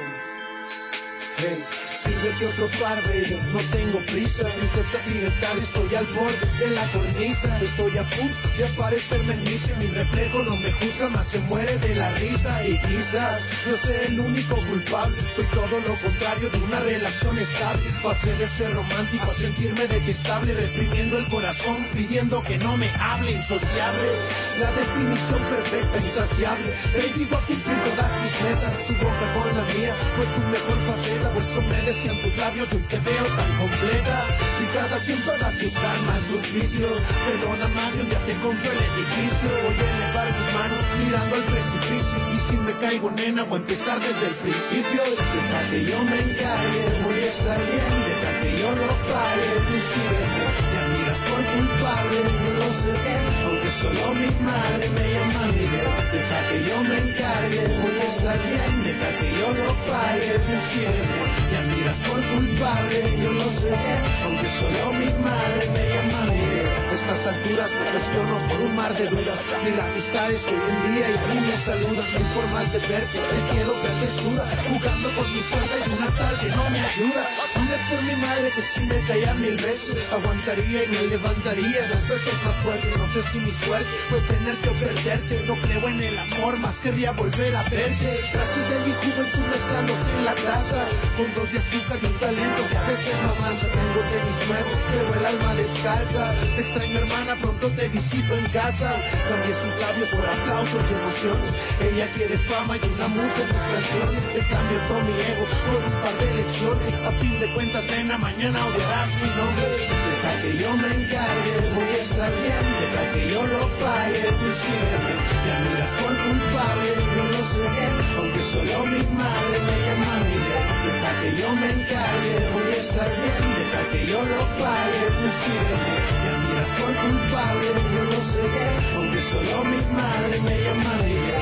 Hey, sírvete otro par de ellos, no tengo prisa. Princesa Pinetal, estoy al borde de la cornisa. Estoy a punto de aparecerme en misa. Mi reflejo no me juzga, más se muere de la risa. Y quizás no sea el único culpable. Soy todo lo contrario de una relación estable. Pasé de ser romántico a sentirme detestable, reprimiendo el corazón, pidiendo que no me hable. Insociable, la definición perfecta, insaciable. Baby, voy a cumplir todas mis metas. Tu boca con la mía fue tu mejor faceta. Por eso me decían tus labios, yo te veo tan completa. Y cada quien paga sus karmas, sus vicios. Perdona madre, un día te compro el edificio. Voy a elevar mis manos mirando al precipicio. Y si me caigo, nena, voy a empezar desde el principio. Deja que yo me encargue, voy a estar bien. Deja que yo lo pare, tú sígueme. Me miras por culpable, yo lo sé bien. Aunque solo mi madre me llama Miguel. Deja que yo me encargue, voy a estar bien. Deja que yo lo pare, tú sígueme. Me miras por culpable, yo lo sé bien. Aunque solo mi madre me llama Miguel. A estas alturas me cuestiono por un mar de dudas. Ni las amistades que hoy en día y a mí me saludan. Mil formas de verte, te quiero ver desnuda. Jugando con mi suerte y una sal que no me ayuda. Juré por mi madre que si me caía mil veces aguantaría y me levantaría dos veces más fuerte. No sé si mi suerte fue tenerte o perderte. No creo en el amor, más querría volver a verte. Frases de mi juventud mezclándose en la taza, con dos de azúcar y un talento que a veces no avanza. Tengo tenis nuevos, pero el alma descalza. Te extraño hermana, pronto te visito en casa. Cambié sus labios por aplausos y emociones. Ella quiere fama y una musa en tus canciones. Te cambio todo mi ego por un par de lecciones. A fin de cuentas, nena, mañana odiarás mi nombre. Deja que yo me encargue, voy a estar bien. Deja que yo lo pague, tú sígueme. Me miras por culpable, yo lo sé bien. Aunque solo mi madre me llama Miguel. Deja que yo me encargue, voy a estar bien. Deja que yo lo pague, tú sígueme. Me miras por culpable, yo lo sé bien. Aunque solo mi madre me llama Miguel.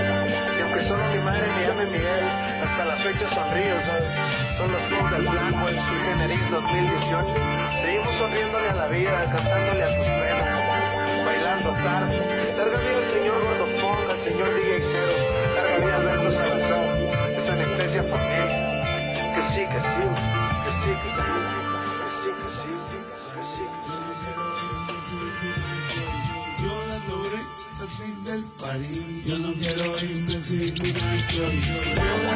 Y aunque solo mi madre me llame Miguel, hasta la fecha sonrío, ¿sabes? Son los clubs del blanco en su Generis dos mil dieciocho. Seguimos sonriéndole a la vida, cantándole a tus penas, bailando tarde. Larga vida al señor Gordo Fonga, al señor D J Cero, larga vida Alberto Salazar, esa anestesia familia. Que sí, que sí, que sí, que sí, que sí, que sí, que sí, que sí. Yo la logré al fin del party. Yo no quiero irme sin mi Nacho. Yo la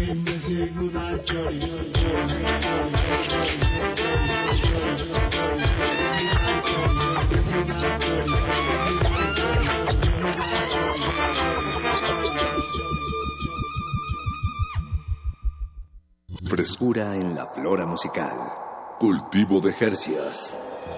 Frescura en la flora musical. Cultivo de Hercias.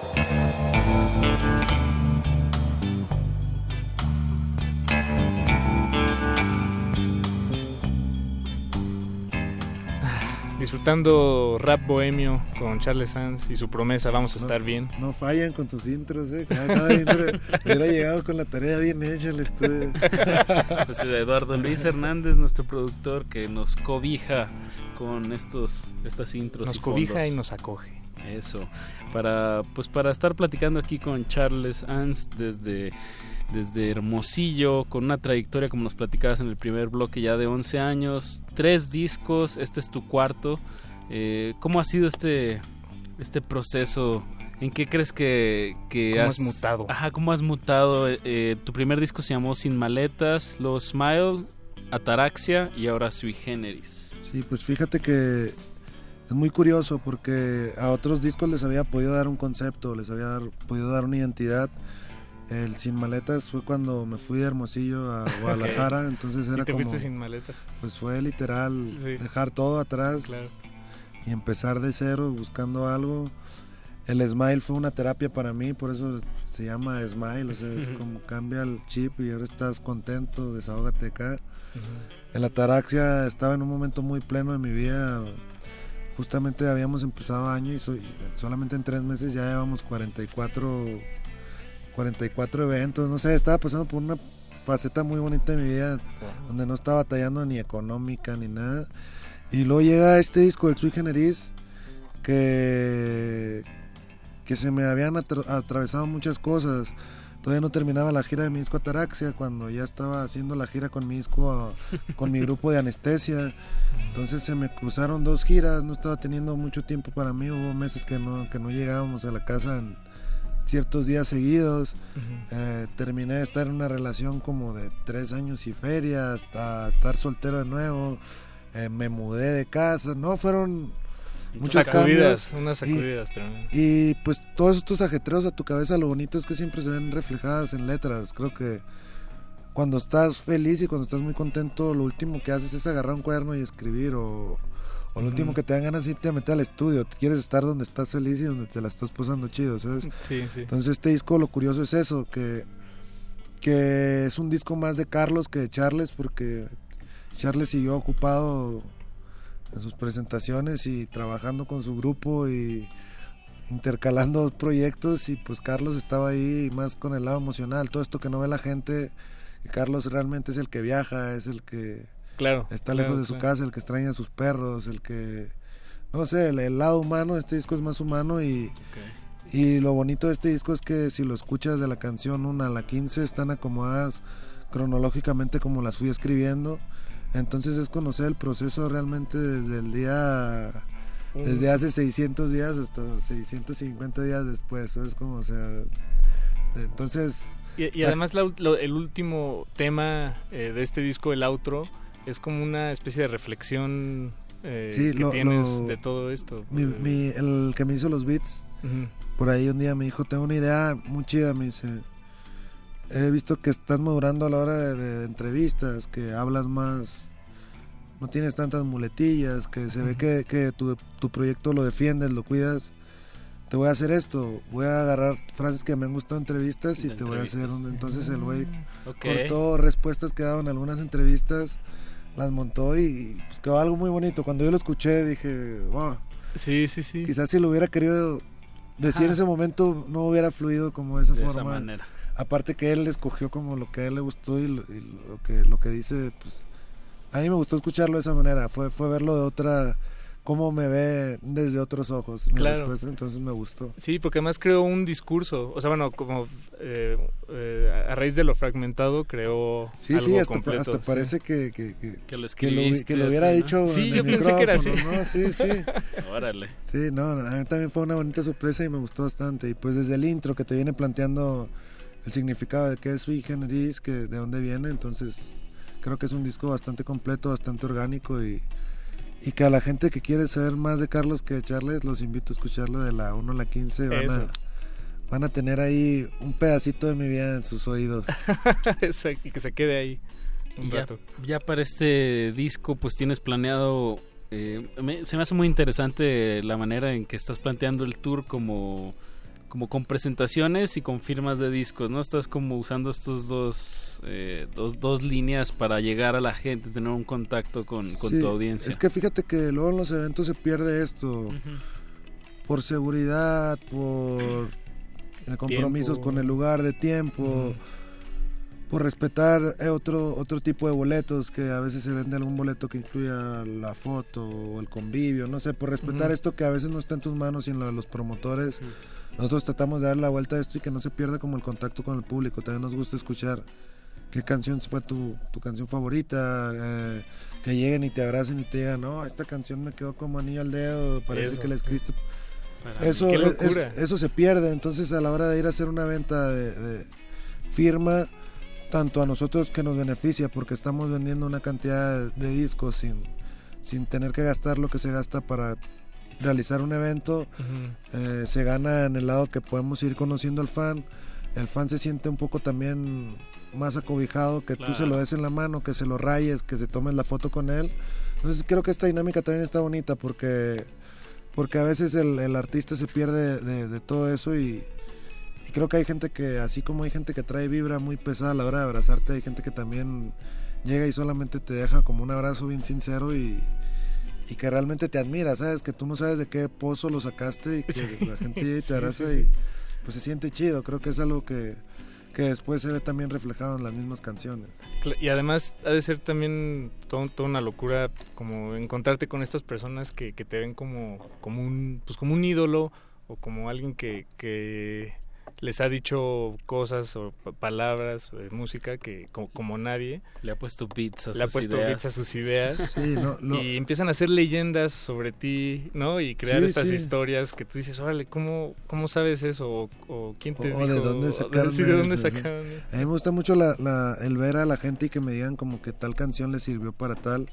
Disfrutando rap bohemio con Charles Sanz y su promesa, vamos a estar no, bien. No fallan con sus intros, ¿eh? Cada, cada intro hubiera llegado con la tarea bien hecha el estudio. Pues Eduardo Luis Hernández, nuestro productor, que nos cobija con estos estas intros. Nos y cobija fondos. y nos acoge. Eso, para pues para estar platicando aquí con Charles Sanz desde desde Hermosillo, con una trayectoria, como nos platicabas en el primer bloque, ya de once años, tres discos, este es tu cuarto. Eh, ¿Cómo ha sido este este proceso? ¿En qué crees que, que ¿Cómo has, has mutado? Ajá, ¿cómo has mutado? Eh, tu primer disco se llamó Sin Maletas, luego Smile, Ataraxia y ahora Sui Generis. Sí, pues fíjate que es muy curioso porque a otros discos les había podido dar un concepto, les había dar, podido dar una identidad. El Sin Maletas fue cuando me fui de Hermosillo a Guadalajara, okay. Entonces era ¿Y te como... fuiste sin maleta? Pues fue literal, sí. Dejar todo atrás, claro. Y empezar de cero buscando algo. El Smile fue una terapia para mí, por eso se llama Smile, o sea, es como cambia el chip y ahora estás contento, desahógate acá. Uh-huh. El Ataraxia estaba en un momento muy pleno de mi vida. Justamente habíamos empezado año y soy, solamente en tres meses ya llevamos cuarenta y cuatro eventos, no sé, estaba pasando por una faceta muy bonita de mi vida, wow. Donde no estaba batallando ni económica ni nada, y luego llega este disco del Sui Generis que, que se me habían atra- atravesado muchas cosas. Todavía no terminaba la gira de mi disco Ataraxia cuando ya estaba haciendo la gira con mi disco, con mi grupo de Anestesia. Entonces se me cruzaron dos giras, no estaba teniendo mucho tiempo para mí, hubo meses que no, que no llegábamos a la casa en ciertos días seguidos. Uh-huh. eh, terminé de estar en una relación como de tres años y feria hasta estar soltero de nuevo. eh, me mudé de casa, no, fueron muchos sacudidas, cambios, unas sacudidas y, y pues todos estos ajetreos a tu cabeza, lo bonito es que siempre se ven reflejadas en letras. Creo que cuando estás feliz y cuando estás muy contento, lo último que haces es agarrar un cuaderno y escribir, o O lo último que te dan ganas es irte a meter al estudio. Quieres estar donde estás feliz y donde te la estás pasando chido, ¿sabes? Sí, sí. Entonces este disco, lo curioso es eso, que, que es un disco más de Carlos que de Charles, porque Charles siguió ocupado en sus presentaciones y trabajando con su grupo y intercalando proyectos, y pues Carlos estaba ahí más con el lado emocional, todo esto que no ve la gente. Y Carlos realmente es el que viaja, es el que... Claro, está claro, lejos de su claro. casa, el que extraña a sus perros, el que, no sé, el, el lado humano. Este disco es más humano y, okay. Y lo bonito de este disco es que si lo escuchas de la canción uno a la quince están acomodadas cronológicamente como las fui escribiendo. Entonces es conocer el proceso realmente desde el día, mm. desde hace seiscientos días hasta seiscientos cincuenta días después, es como, o sea, entonces... Y, y además la, lo, el último tema eh, de este disco, el outro, es como una especie de reflexión eh, sí, que lo, tienes lo, de todo esto. Mi, mi, el que me hizo los beats, uh-huh. Por ahí un día me dijo, tengo una idea muy chida, me dice, he visto que estás madurando a la hora de, de entrevistas, que hablas más, no tienes tantas muletillas, que se uh-huh. ve que, que tu, tu proyecto lo defiendes, lo cuidas. Te voy a hacer esto, voy a agarrar frases que me han gustado en entrevistas y te voy a hacer un... Entonces el güey okay. cortó respuestas que daban en algunas entrevistas, las montó y pues quedó algo muy bonito. Cuando yo lo escuché dije, wow, sí, sí, sí. Quizás si lo hubiera querido decir Ajá. en ese momento no hubiera fluido como de esa de forma. Esa manera. Aparte que él escogió como lo que a él le gustó y lo, y lo que lo que dice, pues a mí me gustó escucharlo de esa manera, fue fue verlo de otra... cómo me ve desde otros ojos, claro. Respuesta, entonces me gustó. Sí, porque además creó un discurso, o sea, bueno, como eh, eh, a raíz de lo fragmentado creó sí, algo sí, hasta, completo. hasta sí. parece que que, que, que, lo, que, lo, que lo hubiera así, dicho ¿no? Sí, en yo el pensé que era así. ¿no? Sí, sí. Órale. Sí, no, a mí también fue una bonita sorpresa y me gustó bastante. Y pues desde el intro que te viene planteando el significado de qué es Sui Generis, que de dónde viene, entonces creo que es un disco bastante completo, bastante orgánico y y que a la gente que quiere saber más de Carlos que de Charles, los invito a escucharlo de la uno a la quince. Van a, van a tener ahí un pedacito de mi vida en sus oídos. Y que se quede ahí un ya, rato. Ya para este disco pues tienes planeado, eh, me, se me hace muy interesante la manera en que estás planteando el tour como... como con presentaciones y con firmas de discos, ¿no? Estás como usando estos dos, eh, dos, dos líneas para llegar a la gente, tener un contacto con, con sí, tu audiencia. Es que fíjate que luego en los eventos se pierde esto, uh-huh. por seguridad, por eh, compromisos tiempo. Con el lugar de tiempo, uh-huh. por respetar eh, otro, otro tipo de boletos, que a veces se vende algún boleto que incluya la foto o el convivio, no sé, por respetar uh-huh. esto que a veces no está en tus manos y en lo de los promotores. Uh-huh. Nosotros tratamos de dar la vuelta a esto y que no se pierda como el contacto con el público. También nos gusta escuchar qué canción fue tu, tu canción favorita, eh, que lleguen y te abracen y te digan, no, esta canción me quedó como anillo al dedo, parece eso, que la escribiste. Eso, es, es, eso se pierde. Entonces a la hora de ir a hacer una venta de, de firma, tanto a nosotros que nos beneficia porque estamos vendiendo una cantidad de, de discos sin, sin tener que gastar lo que se gasta para realizar un evento, uh-huh. eh, se gana en el lado que podemos ir conociendo al fan. El fan se siente un poco también más acobijado, que claro. tú se lo des en la mano, que se lo rayes, que se tomes la foto con él. Entonces creo que esta dinámica también está bonita porque porque a veces el, el artista se pierde de, de, de todo eso y, y creo que hay gente que, así como hay gente que trae vibra muy pesada a la hora de abrazarte, hay gente que también llega y solamente te deja como un abrazo bien sincero y y que realmente te admira, ¿sabes? Que tú no sabes de qué pozo lo sacaste y que sí. la gente llega y te abraza sí, sí, sí. y pues se siente chido. Creo que es algo que, que después se ve también reflejado en las mismas canciones. Y además ha de ser también todo, toda una locura como encontrarte con estas personas que, que te ven como, como, un, pues como un ídolo o como alguien que... que les ha dicho cosas o palabras o música que como, como nadie le ha puesto beats a le sus ha puesto ideas. beats a sus ideas sí, no, no. y empiezan a hacer leyendas sobre ti, ¿no? Y crear sí, estas sí. historias que tú dices, órale, ¿cómo, cómo sabes eso? O, o quién te o, dijo? O de dónde sacaron. O de, sí, ¿de dónde sacaron? Sí. A mí me gusta mucho la, la, el ver a la gente y que me digan como que tal canción les sirvió para tal,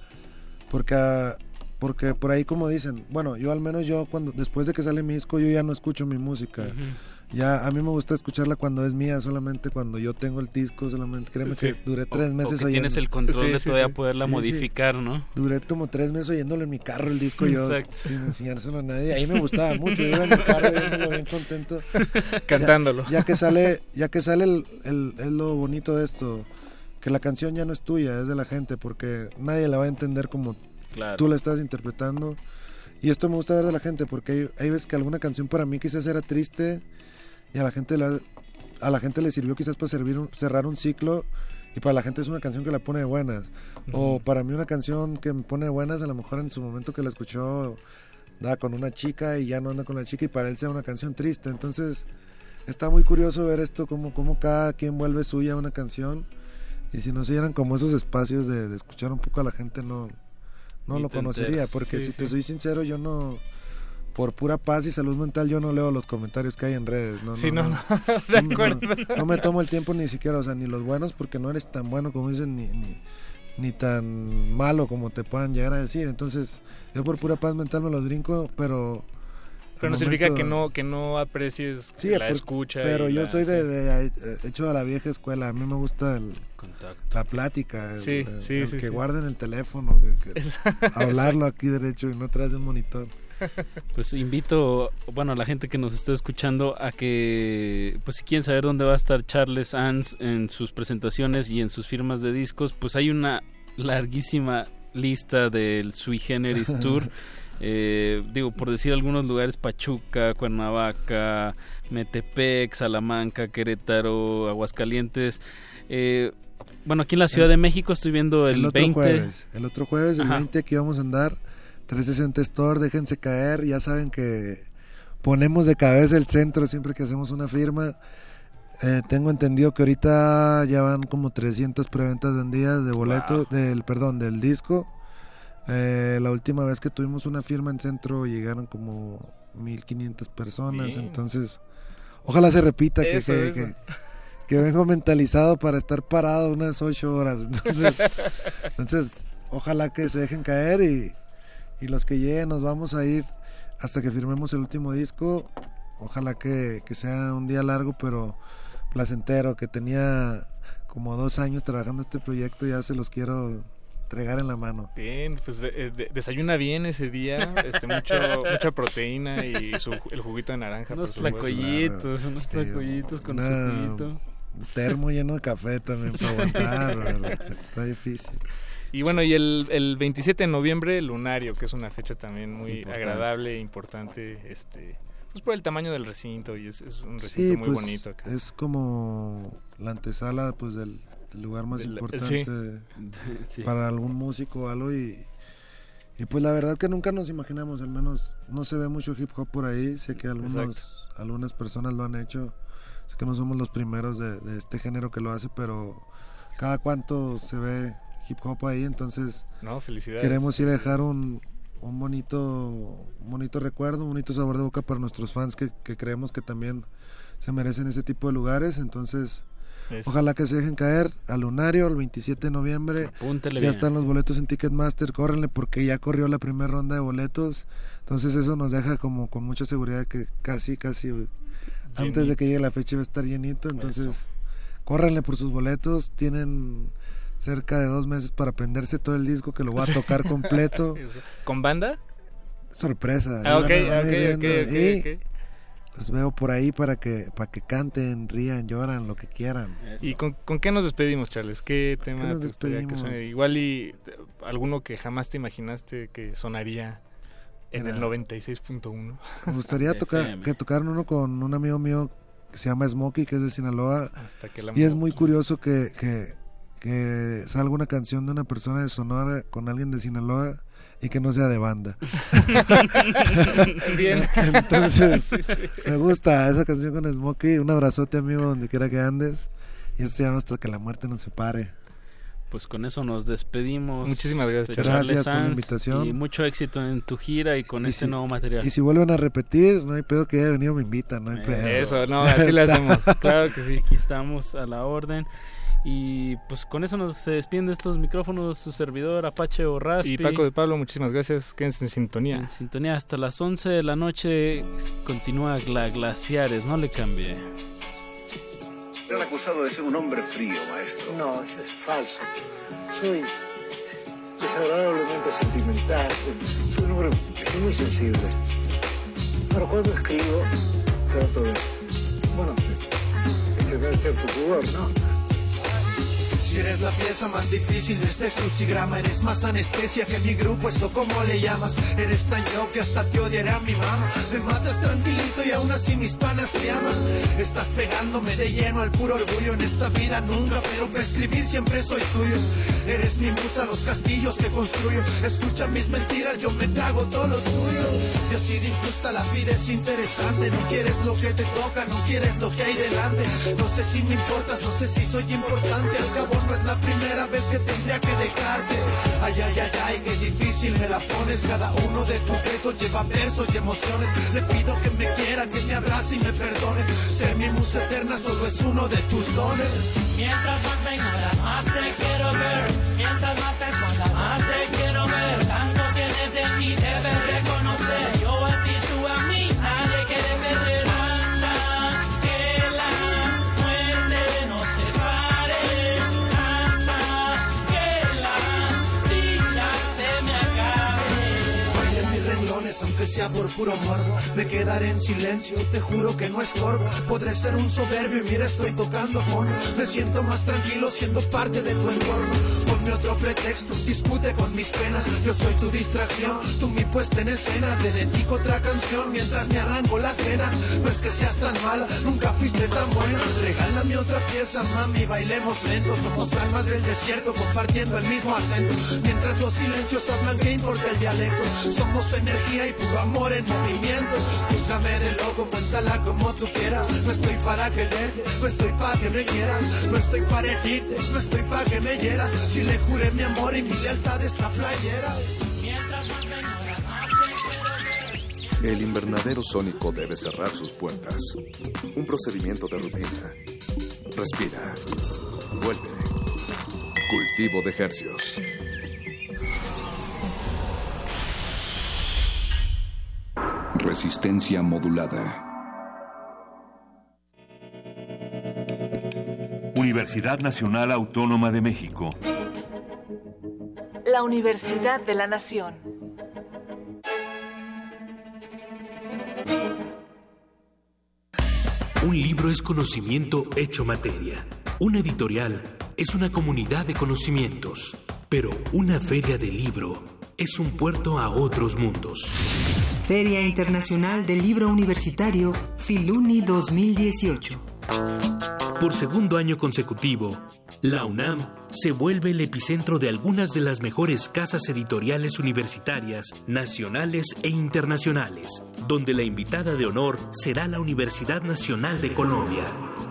porque porque por ahí como dicen, bueno, yo al menos yo cuando después de que sale mi disco yo ya no escucho mi música. Uh-huh. Ya, a mí me gusta escucharla cuando es mía, solamente cuando yo tengo el disco, solamente, créeme sí. que duré tres o, meses o que oyendo. tienes el control sí, de sí, todavía sí. poderla sí, modificar, sí. ¿no? Duré como tres meses oyéndolo en mi carro el disco yo, Exacto. sin enseñárselo a nadie. Ahí me gustaba mucho, yo iba en mi carro oyéndolo bien contento. Cantándolo. Ya, ya que sale, ya que sale el, el, es lo bonito de esto, que la canción ya no es tuya, es de la gente, porque nadie la va a entender como claro. tú la estás interpretando. Y esto me gusta ver de la gente, porque hay, hay veces que alguna canción para mí quizás era triste y a la gente la, a la gente le sirvió quizás para servir un, cerrar un ciclo y para la gente es una canción que la pone de buenas. Uh-huh. O para mí una canción que me pone de buenas, a lo mejor en su momento que la escuchó andaba con una chica y ya no anda con la chica y para él sea una canción triste. Entonces está muy curioso ver esto, como, como cada quien vuelve suya una canción y si no se dieran como esos espacios de, de escuchar un poco a la gente no... No lo conocería, enteras. porque sí, si sí. te soy sincero, yo no, por pura paz y salud mental, yo no leo los comentarios que hay en redes. No, sí, no, no, no, no, de acuerdo. No, no me tomo el tiempo ni siquiera, o sea, ni los buenos, porque no eres tan bueno como dicen, ni, ni, ni tan malo como te puedan llegar a decir. Entonces, yo por pura paz mental me los brinco, pero... Pero no significa momento, que no que no aprecies sí, la por, escucha. Pero y yo la, soy de, sí. de, de hecho de la vieja escuela. A mí me gusta el contacto, la plática, el, sí, el, sí, el sí, que sí. guarden el teléfono, que, que hablarlo aquí derecho y no atrás de un monitor. Pues invito, bueno, a la gente que nos esté escuchando a que, pues si quieren saber dónde va a estar Charles Ans en sus presentaciones y en sus firmas de discos, pues hay una larguísima lista del Sui Generis Tour. Eh, digo, por decir algunos lugares: Pachuca, Cuernavaca, Metepec, Salamanca, Querétaro, Aguascalientes. Eh, bueno, aquí en la Ciudad de México estoy viendo el, el otro veinte. Jueves, el otro jueves, el Ajá. veinte, aquí vamos a andar. trescientos sesenta Store, déjense caer. Ya saben que ponemos de cabeza el centro siempre que hacemos una firma. Eh, tengo entendido que ahorita ya van como trescientas preventas vendidas de boletos, wow. del perdón, del disco. Eh, la última vez que tuvimos una firma en centro llegaron como mil quinientas personas. Bien. Entonces ojalá se repita, eso, que, que, que, que vengo mentalizado para estar parado unas ocho horas. Entonces, entonces ojalá que se dejen caer y, y los que lleguen nos vamos a ir hasta que firmemos el último disco. Ojalá que, que sea un día largo pero placentero, que tenía como dos años trabajando este proyecto, ya se los quiero entregar en la mano. Bien, pues de, de, desayuna bien ese día, este mucho mucha proteína y su, el juguito de naranja. Unos tlacoyitos, claro, unos tlacoyitos con una, su juguito. Un termo lleno de café también para aguantar, está difícil. Y bueno, y el, el veintisiete de noviembre, Lunario, que es una fecha también muy importante. Agradable e importante, este, pues por el tamaño del recinto, y es, es un recinto sí, muy pues, bonito acá. Es como la antesala pues del, del lugar más de la, importante sí. Sí. para algún músico o algo, y, y pues la verdad que nunca nos imaginamos, al menos no se ve mucho hip hop por ahí, sé que algunos, algunas personas lo han hecho, sé que no somos los primeros de, de este género que lo hace, pero cada cuánto se ve hip hop ahí, entonces no, felicidades. Queremos ir a dejar un, un bonito un bonito recuerdo, un bonito sabor de boca para nuestros fans que, que creemos que también se merecen ese tipo de lugares, entonces Eso. Ojalá que se dejen caer al Lunario el veintisiete de noviembre. Apúntele ya bien. Están los boletos en Ticketmaster, córrenle porque ya corrió la primera ronda de boletos, entonces eso nos deja como con mucha seguridad que casi casi llenito. Antes de que llegue la fecha va a estar llenito, entonces eso. Córrenle por sus boletos, tienen cerca de dos meses para aprenderse todo el disco que lo voy a tocar completo. ¿Con banda? Sorpresa. Ah, ok, ok, ok, y okay. Los veo por ahí para que para que canten, rían, lloran, lo que quieran. Eso. ¿Y con, con qué nos despedimos, Charles? ¿Qué tema ¿Qué nos te gustaría que suene? Igual y alguno que jamás te imaginaste que sonaría en Mira, el noventa y seis punto uno. Me gustaría tocar que tocaran uno con un amigo mío que se llama Smokey, que es de Sinaloa. Hasta que la y es muy curioso que, que, que salga una canción de una persona de Sonora con alguien de Sinaloa y que no sea de banda. Bien. Entonces, sí, sí. me gusta esa canción con Smokey. Un abrazote, amigo, donde quiera que andes. Y eso se llama Hasta que la muerte nos separe. Pues con eso nos despedimos. Muchísimas gracias. Gracias por la invitación. Y mucho éxito en tu gira y con y este si, nuevo material. Y si vuelven a repetir, no hay pedo que haya venido, me invitan, no hay pedo. Eso, no, así lo hacemos. Claro que sí, aquí estamos a la orden. Y pues con eso nos se despiden de estos micrófonos su servidor Apache o Raspi. Y Paco de Pablo, muchísimas gracias. Quédense en sintonía. En sintonía hasta las once de la noche. Continúa Gla Glaciares, no le cambie. Me han acusado de ser un hombre frío, maestro. No, eso es falso. Soy desagradablemente sentimental. Soy un hombre muy sensible. Pero cuando escribo, trato de, bueno, de tener cierto pudor, ¿no? Si eres la pieza más difícil de este crucigrama, eres más anestesia que mi grupo, eso como le llamas. Eres tan yo que hasta te odiará mi mamá. Me matas tranquilito y aún así mis panas te aman. Estás pegándome de lleno al puro orgullo. En esta vida nunca, pero para escribir siempre soy tuyo. Eres mi musa, los castillos que construyo. Escucha mis mentiras, yo me trago todo lo tuyo. Y así de injusta la vida es interesante. No quieres lo que te toca, no quieres lo que hay delante. No sé si me importas, no sé si soy importante. Al cabo no es la primera vez que tendría que dejarte. Ay, ay, ay, ay, qué difícil me la pones. Cada uno de tus besos lleva versos y emociones. Le pido que me quiera, que me abrace y me perdone. Ser mi musa eterna solo es uno de tus dones. Mientras más me ignoras, más te quiero ver. Mientras más te escondas, más te quiero ver. Tanto tienes de mí, debes reconocer. Yo a ti, tú a mí, nadie quiere perder. Hasta que la muerte nos separe. Hasta que la vida se me acabe. Baile mis renglones, aunque sea por puro morbo. Me quedaré en silencio, te juro que no estorbo. Podré ser un soberbio y mira, estoy tocando fondo. Me siento más tranquilo siendo parte de tu entorno. Ponme otro pretexto, discute con mis penas. Yo soy tu distracción, tú mi puesta en escena. Te dedico otra canción mientras me arranco las venas. No es que seas tan mala, nunca fuiste tan buena. Regálame otra pieza, mami, bailemos lento. Somos almas del desierto compartiendo el mismo acento. Mientras los silencios hablan, ¿qué importa el dialecto? Somos energía y puro amor en movimiento. Júzgame de loco, cuéntala como tú quieras. No estoy para quererte, no estoy para que me quieras. No estoy para herirte, no estoy para que me hieras. Si le juré mi amor y mi lealtad a esta playera. El invernadero sónico debe cerrar sus puertas. Un procedimiento de rutina. Respira. Vuelve. Cultivo de hercios. Resistencia modulada. Universidad Nacional Autónoma de México. La Universidad de la Nación. Un libro es conocimiento hecho materia. Una editorial es una comunidad de conocimientos. Pero una feria de libro es un puerto a otros mundos. Feria Internacional del Libro Universitario Filuni dos mil dieciocho. Por segundo año consecutivo, la UNAM se vuelve el epicentro de algunas de las mejores casas editoriales universitarias, nacionales e internacionales, donde la invitada de honor será la Universidad Nacional de Colombia.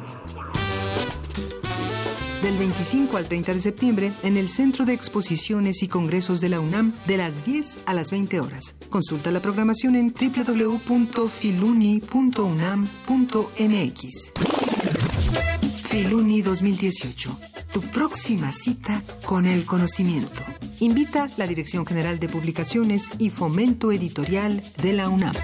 Del veinticinco al treinta de septiembre, en el Centro de Exposiciones y Congresos de la UNAM, de las diez a las veinte horas. Consulta la programación en doble u doble u doble u punto filuni punto unam punto m x. Filuni dos mil dieciocho, tu próxima cita con el conocimiento. Invita la Dirección General de Publicaciones y Fomento Editorial de la UNAM.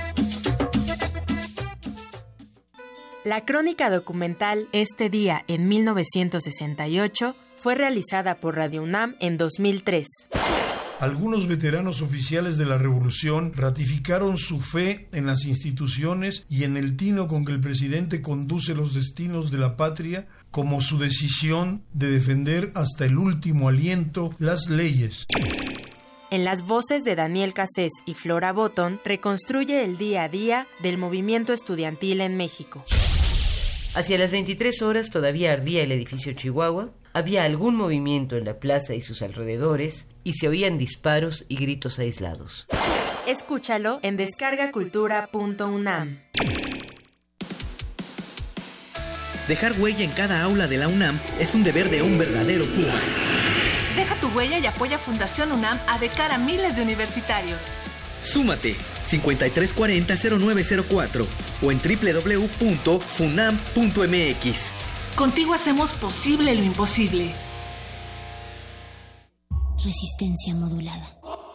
La crónica documental Este día en mil novecientos sesenta y ocho fue realizada por Radio UNAM en dos mil tres. Algunos veteranos oficiales de la Revolución ratificaron su fe en las instituciones y en el tino con que el presidente conduce los destinos de la patria, como su decisión de defender hasta el último aliento las leyes. En las voces de Daniel Cassés y Flora Botton, reconstruye el día a día del movimiento estudiantil en México. Hacia las veintitrés horas todavía ardía el edificio Chihuahua, había algún movimiento en la plaza y sus alrededores, y se oían disparos y gritos aislados. Escúchalo en descarga cultura punto unam. Dejar huella en cada aula de la UNAM es un deber de un verdadero Puma. Deja tu huella y apoya Fundación UNAM a de cara a miles de universitarios. Súmate cincuenta y tres cuarenta cero nueve cero cuatro o en doble u doble u doble u punto funam punto m x. Contigo hacemos posible lo imposible. Resistencia modulada.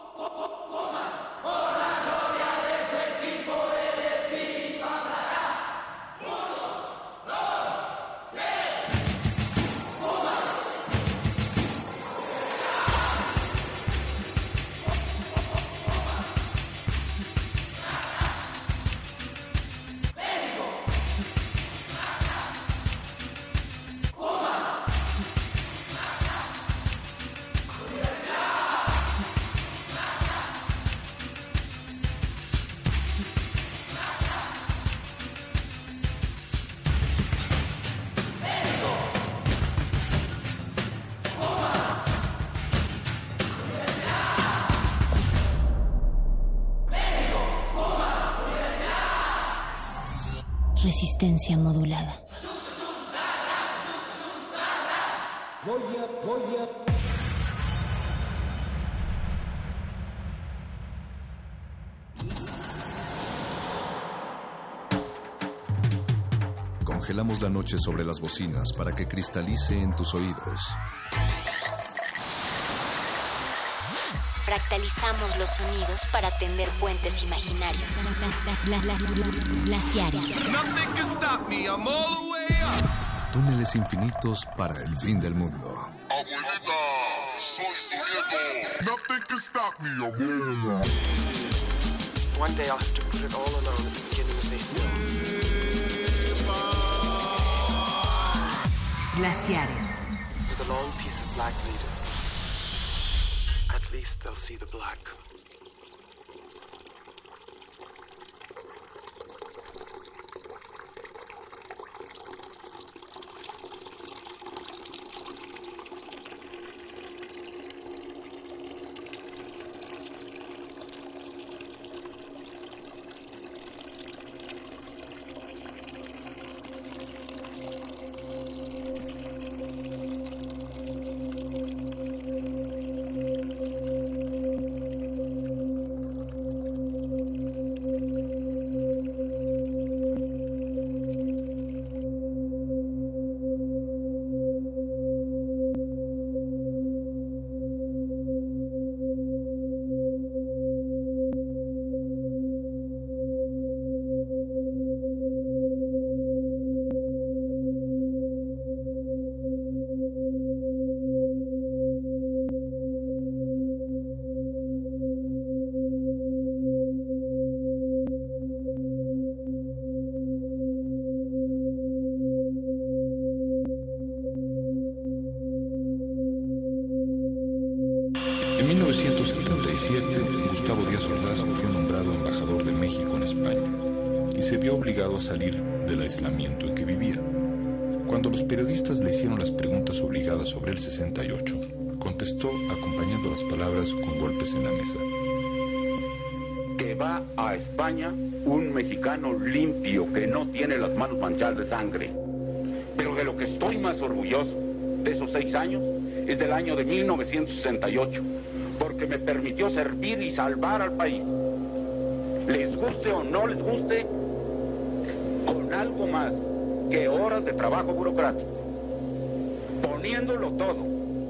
Resistencia modulada. Congelamos la noche sobre las bocinas para que cristalice en tus oídos. Fractalizamos los sonidos para tender puentes imaginarios. Glaciares. Túneles infinitos para el fin del mundo. Abuelita, soy su nieto. Nothing can stop me, abuela. One day I'll have to put it all alone at the beginning of this film. Glaciares. With a long piece of black leader. At least they'll see the black. novecientos setenta y siete, Gustavo Díaz Ordaz fue nombrado embajador de México en España y se vio obligado a salir del aislamiento en que vivía. Cuando los periodistas le hicieron las preguntas obligadas sobre el sesenta y ocho, contestó acompañando las palabras con golpes en la mesa. Que va a España un mexicano limpio que no tiene las manos manchadas de sangre. Pero de lo que estoy más orgulloso de esos seis años es del año de mil novecientos sesenta y ocho, porque me permitió servir y salvar al país. Les guste o no les guste, con algo más que horas de trabajo burocrático, poniéndolo todo: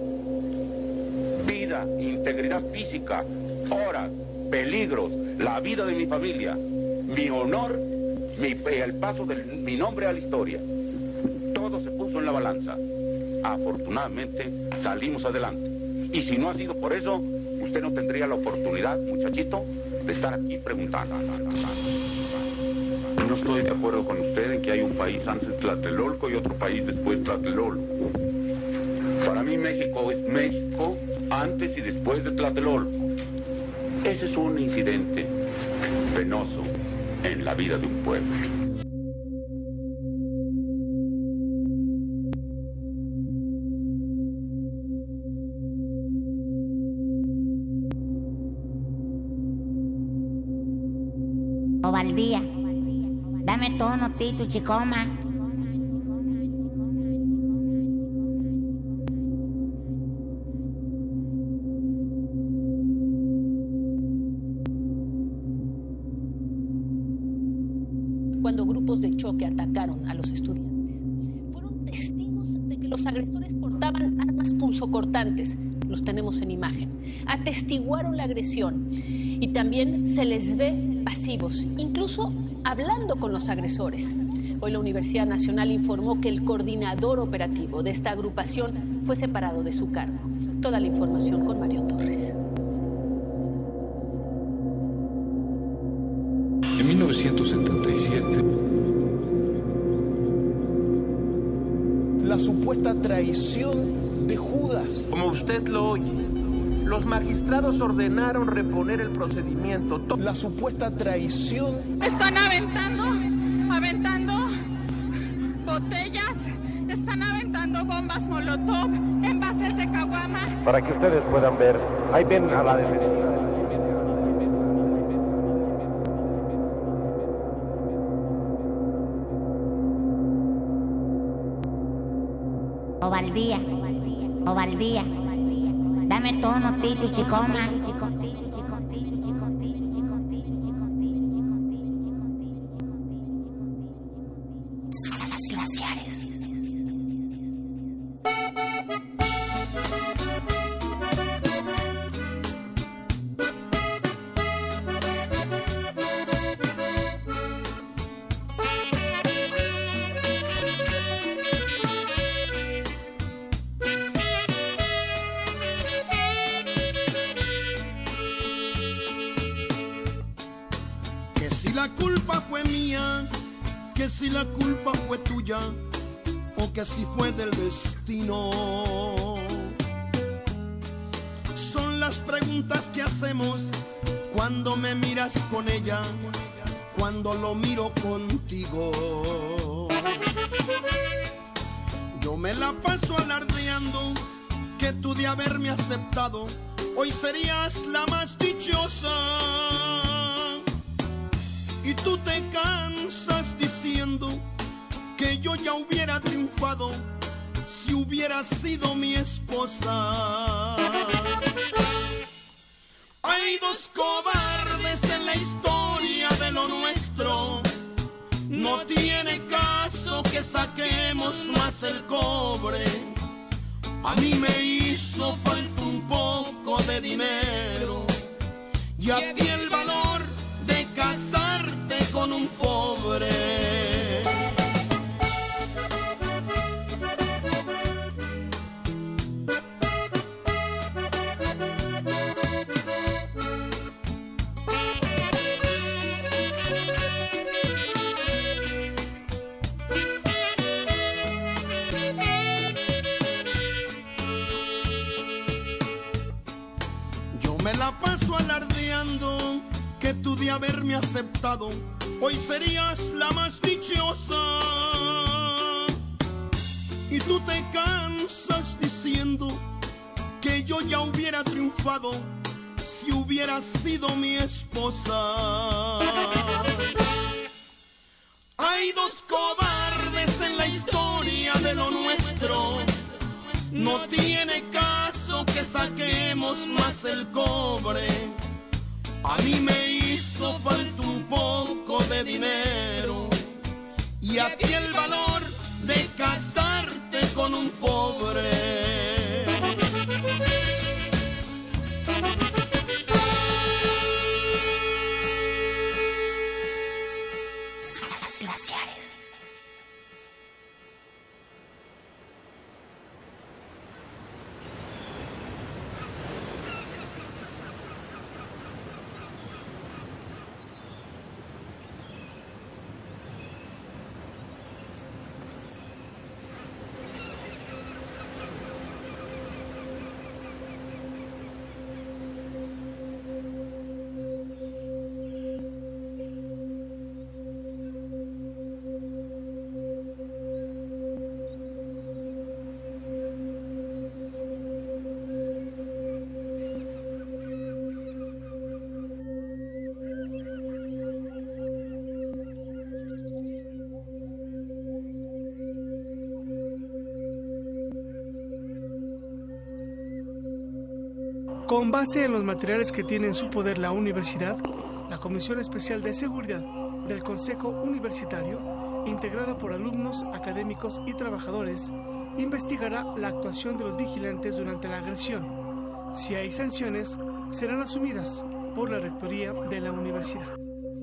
vida, integridad física, horas, peligros, la vida de mi familia, mi honor, mi, el paso de mi nombre a la historia. Todo se puso en la balanza. Afortunadamente salimos adelante. Y si no ha sido por eso, usted no tendría la oportunidad, muchachito, de estar aquí preguntando. No estoy de acuerdo con usted en que hay un país antes de Tlatelolco y otro país después de Tlatelolco. Para mí México es México antes y después de Tlatelolco. Ese es un incidente penoso en la vida de un pueblo. Ovaldía, dame tono, Tito, chicoma. Cuando grupos de choque atacaron a los estudiantes, fueron testigos de que los agresores portaban armas punzocortantes. Los tenemos en imagen. Atestiguaron la agresión y también se les ve pasivos, incluso hablando con los agresores. Hoy la Universidad Nacional informó que el coordinador operativo de esta agrupación fue separado de su cargo. Toda la información con Mario Torres. En mil novecientos setenta y siete, la supuesta traición de Judas. Como usted lo oye, los magistrados ordenaron reponer el procedimiento. La supuesta traición. Están aventando, aventando botellas, están aventando bombas molotov, envases de caguama. Para que ustedes puedan ver, ahí ven a la defensiva. Ovaldía, Ovaldía, dame tono, Tito, chicoma. Glaciares. La culpa fue mía, que si la culpa fue tuya, o que si fue del destino. Son las preguntas que hacemos cuando me miras con ella, cuando lo miro contigo. Yo me la paso alardeando que tú de haberme aceptado, hoy serías la más dichosa. Y tú te cansas diciendo que yo ya hubiera triunfado si hubieras sido mi esposa. Hay dos cobardes en la historia de lo nuestro. No tiene caso que saquemos más el cobre. A mí me hizo falta un poco de dinero y a ti el valor de casarte con un pobre. Yo me tú de haberme aceptado, hoy serías la más dichosa. Y tú te cansas diciendo que yo ya hubiera triunfado si hubieras sido mi esposa. Hay dos cobardes en la historia de lo nuestro. No tiene caso que saquemos más el cobre. A mí me hizo falta un poco de dinero y a ti el valor de casarte con un pobre. Glaciares. Con base en los materiales que tiene en su poder la universidad, la Comisión Especial de Seguridad del Consejo Universitario, integrada por alumnos, académicos y trabajadores, investigará la actuación de los vigilantes durante la agresión. Si hay sanciones, serán asumidas por la Rectoría de la universidad.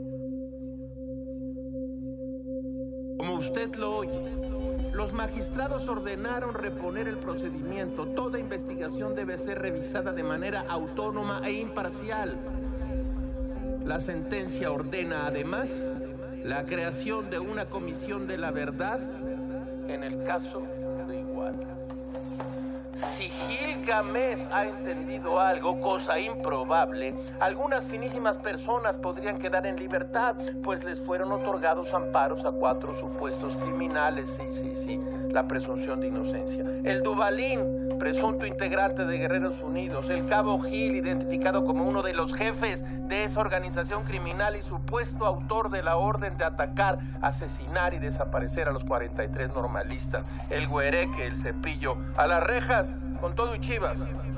Como usted lo oye, los magistrados ordenaron reponer el procedimiento. Toda investigación debe ser revisada de manera autónoma e imparcial. La sentencia ordena además la creación de una comisión de la verdad en el caso de Iguala. Si Gil Gámez ha entendido algo, cosa improbable, algunas finísimas personas podrían quedar en libertad, pues les fueron otorgados amparos a cuatro supuestos criminales. Sí, sí, sí, la presunción de inocencia. El Duvalín, presunto integrante de Guerreros Unidos. El cabo Gil, identificado como uno de los jefes de esa organización criminal y supuesto autor de la orden de atacar, asesinar y desaparecer a los cuarenta y tres normalistas. El Güereque, el Cepillo, a las rejas, con todo y chivas.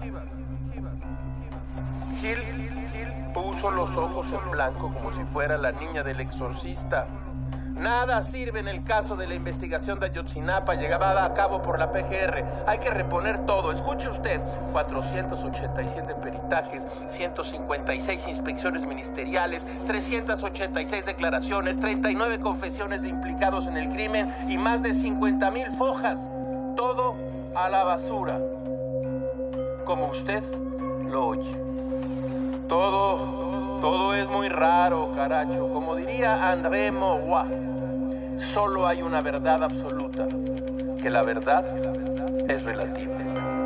Gil, Gil puso los ojos en blanco como si fuera la niña del exorcista. Nada sirve en el caso de la investigación de Ayotzinapa llevada a cabo por la P G R. Hay que reponer todo. Escuche usted, cuatrocientos ochenta y siete peritajes, ciento cincuenta y seis inspecciones ministeriales, trescientas ochenta y seis declaraciones, treinta y nueve confesiones de implicados en el crimen y más de cincuenta mil fojas. Todo a la basura. Como usted lo oye. Todo, todo es muy raro, caracho. Como diría André Maurois, solo hay una verdad absoluta, que la verdad es relativa.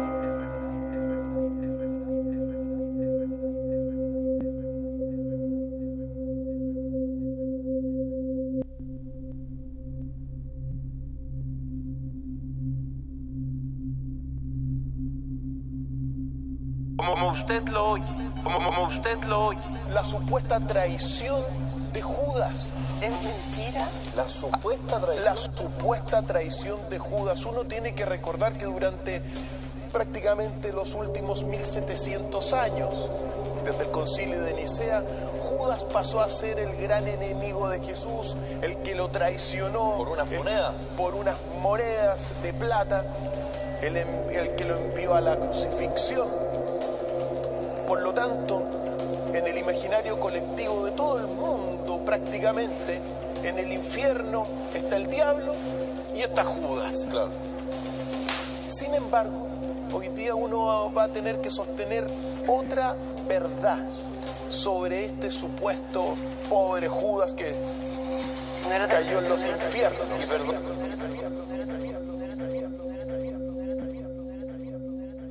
Como usted lo oye, como, como usted lo oye. La supuesta traición de Judas. ¿Es mentira? La supuesta traición. La supuesta traición de Judas. Uno tiene que recordar que durante prácticamente los últimos mil setecientos años, desde el Concilio de Nicea, Judas pasó a ser el gran enemigo de Jesús, el que lo traicionó. Por unas monedas. Por unas monedas de plata, el, el que lo envió a la crucifixión. Por lo tanto, en el imaginario colectivo de todo el mundo, prácticamente, en el infierno está el diablo y está Judas. Claro. Sin embargo, hoy día uno va a tener que sostener otra verdad sobre este supuesto pobre Judas que cayó en los infiernos. Y perdón.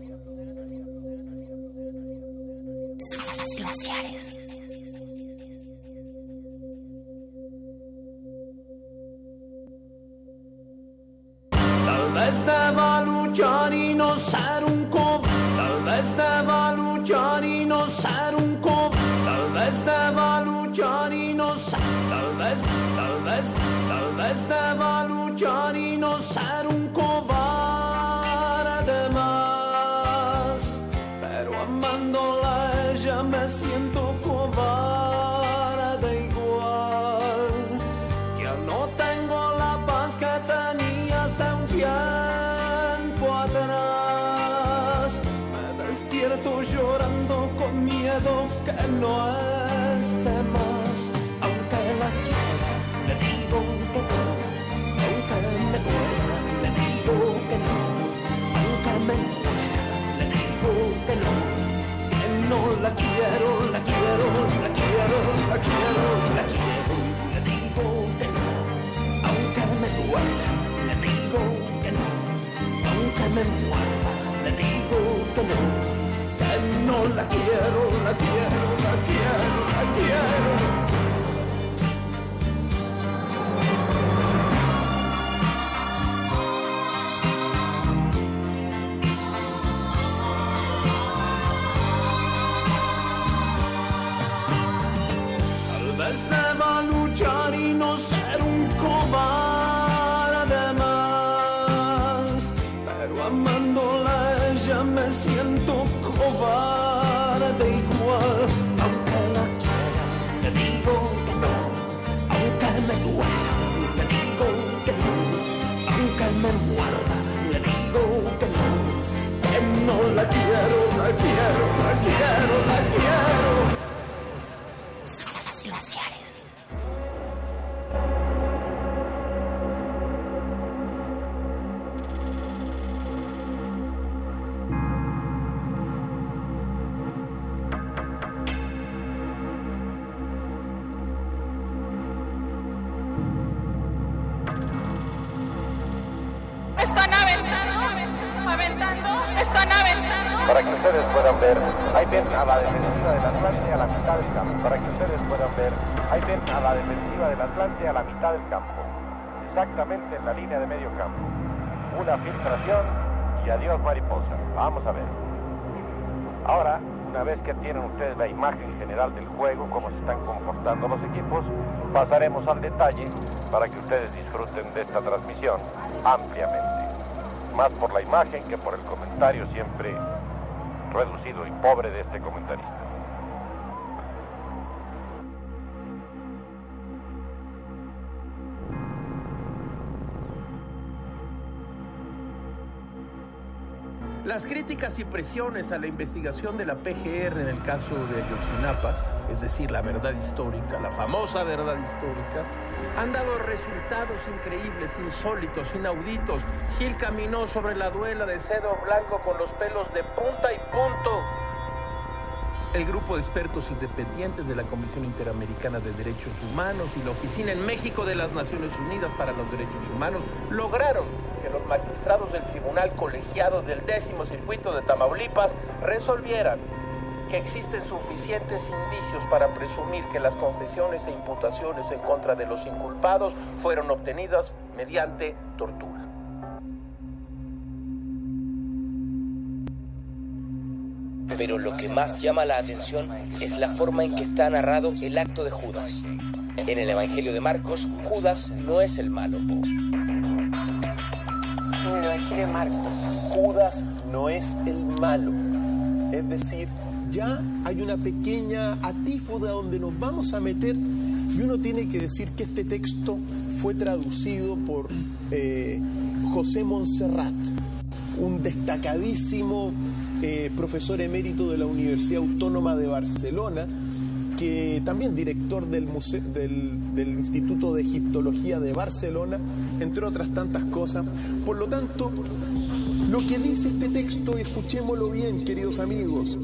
Glaciares. ser un cobarde. Tal vez deba luchar y no ser un cobarde. Tal vez deba luchar y no ser. Tal vez, tal vez, tal vez deba luchar y no ser un cobarde más. Pero amándola a ella me siento cobarde igual. Ya no tengo la paz que tenía hace un tiempo atrás. Me despierto llorando con miedo que no esté más. Aunque la quiera, le digo que no. Aunque me duela, le digo que no. Aunque me duela, le digo que no. Que no la quiero, la quiero, la quiero, la quiero, la quiero. Le digo que no. Aunque me duela, le digo que no. Aunque me muerda, le digo que no. Que no la quiero, la quiero, la quiero, la quiero. Tal vez deba luchar y no ser un cobarde más. Pero amándola a ella me siento cobarde igual. Aunque la quiera, le digo que no. Aunque me duela, le digo que no. Aunque me muerda, le digo que no. Que no la quiero, la quiero, la quiero, la quiero. Las glaciares. Están aventando, aventando, están aventando. Para que ustedes puedan ver, ahí ven a la defensiva del Atlante a la mitad del campo. Para que ustedes puedan ver, ahí ven a la defensiva del Atlante a la mitad del campo. Exactamente en la línea de medio campo. Una filtración y adiós mariposa. Vamos a ver. Ahora, una vez que tienen ustedes la imagen general del juego, cómo se están comportando los equipos, pasaremos al detalle para que ustedes disfruten de esta transmisión ampliamente. Más por la imagen que por el comentario siempre reducido y pobre de este comentarista. Las críticas y presiones a la investigación de la P G R en el caso de Ayotzinapa, es decir, la verdad histórica, la famosa verdad histórica, han dado resultados increíbles, insólitos, inauditos. Gil caminó sobre la duela de cedro blanco con los pelos de punta y punto. El grupo de expertos independientes de la Comisión Interamericana de Derechos Humanos y la Oficina en México de las Naciones Unidas para los Derechos Humanos lograron que los magistrados del Tribunal Colegiado del Décimo Circuito de Tamaulipas resolvieran que existen suficientes indicios para presumir que las confesiones e imputaciones en contra de los inculpados fueron obtenidas mediante tortura. Pero lo que más llama la atención es la forma en que está narrado el acto de Judas. En el Evangelio de Marcos, Judas no es el malo. En el Evangelio de Marcos, Judas no es el malo. Es decir, ya hay una pequeña atífoda donde nos vamos a meter y uno tiene que decir que este texto fue traducido por eh, José Montserrat, un destacadísimo eh, profesor emérito de la Universidad Autónoma de Barcelona, que también director del, museo, del, del Instituto de Egiptología de Barcelona, entre otras tantas cosas. Por lo tanto, lo que dice este texto, escuchémoslo bien, queridos amigos.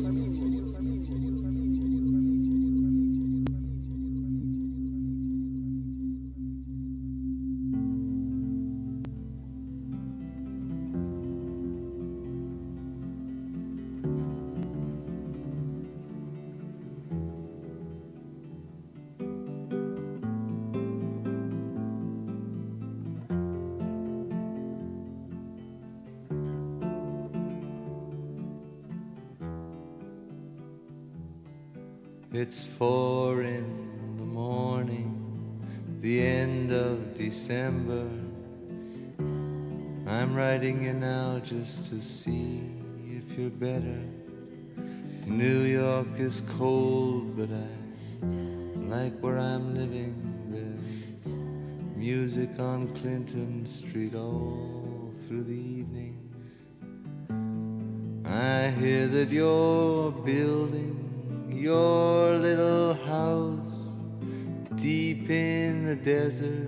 It's four in the morning, the end of December. I'm writing you now just to see if you're better. New York is cold, but I like where I'm living. There's music on Clinton Street all through the evening. I hear that you're building your little house deep in the desert.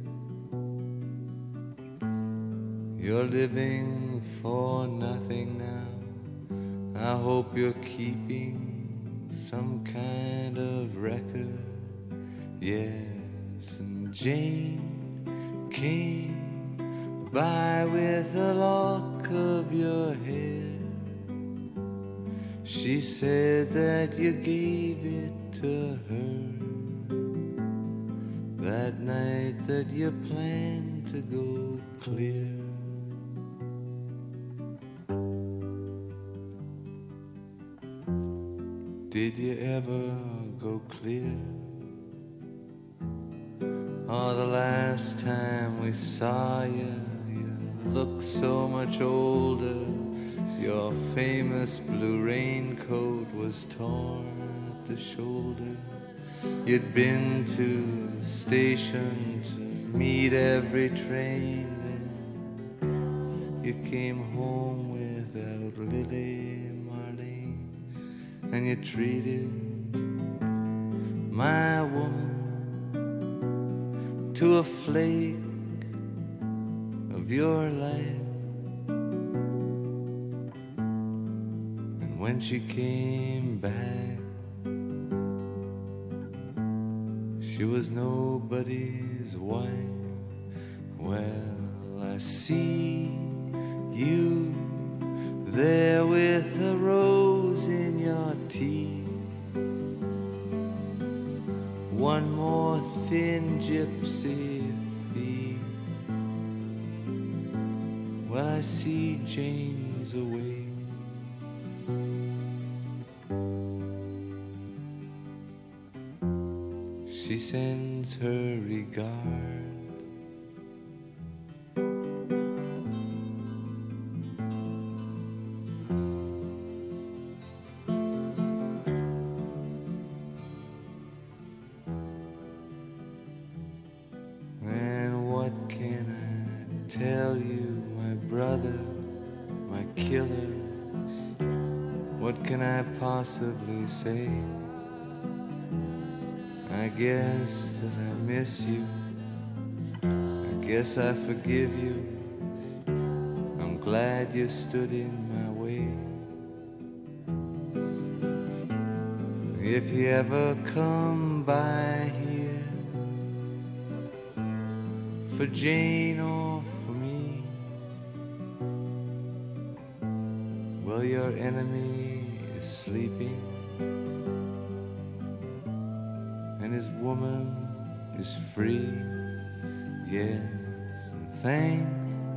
You're living for nothing now. I hope you're keeping some kind of record. Yes, and Jane came by with a lock of your hair. She said that you gave it to her that night that you planned to go clear. Did you ever go clear? Oh, the last time we saw you, you looked so much older. Your famous blue raincoat was torn at the shoulder. You'd been to the station to meet every train. Then you came home without Lily Marlene, and you treated my woman to a flake of your life. And when she came back, she was nobody's wife. Well, I see you there with a rose in your teeth. One more thin gypsy thief. Well, I see Jane's awake. She sends her regards. And what can I tell you, my brother, my killer? What can I possibly say? I guess that I miss you. I guess I forgive you. I'm glad you stood in my way. If you ever come by here for Jane or for me, well, your enemy is sleeping, and his woman is free. Yes, and thanks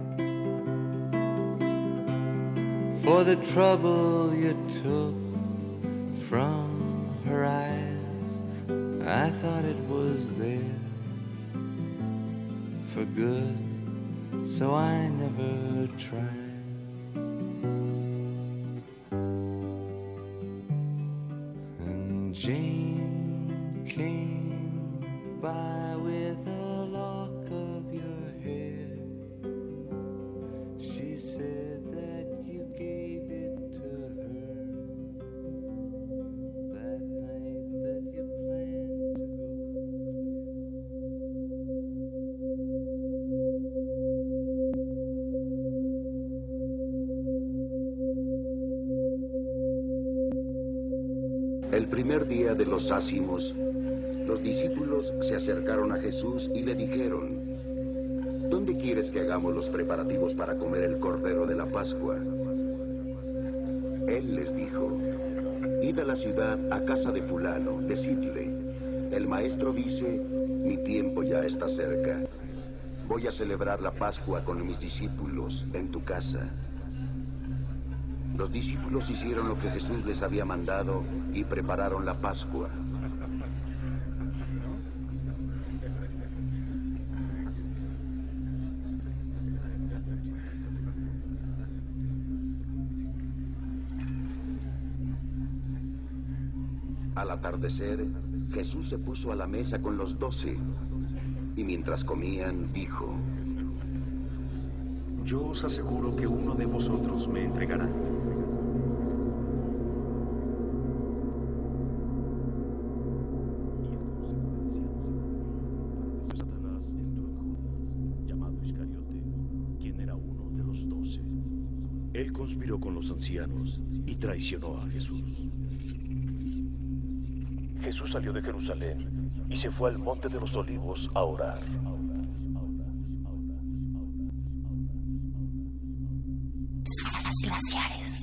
for the trouble you took from her eyes. I thought it was there for good, so I never tried. And Jane came by with a lock of your hair. She said that you gave it to her that night that you planned to El primer día de los ácimos, los discípulos se acercaron a Jesús y le dijeron: ¿Dónde quieres que hagamos los preparativos para comer el cordero de la Pascua? Él les dijo: Id a la ciudad, a casa de fulano, decidle: el maestro dice, mi tiempo ya está cerca. Voy a celebrar la Pascua con mis discípulos en tu casa. Los discípulos hicieron lo que Jesús les había mandado y prepararon la Pascua. Al atardecer, Jesús se puso a la mesa con los doce, y mientras comían, dijo: Yo os aseguro que uno de vosotros me entregará. Satanás entró en Judas, llamado Iscariote, quien era uno de los doce. Él conspiró con los ancianos y traicionó a Jesús. Jesús salió de Jerusalén y se fue al Monte de los Olivos a orar. Glaciares.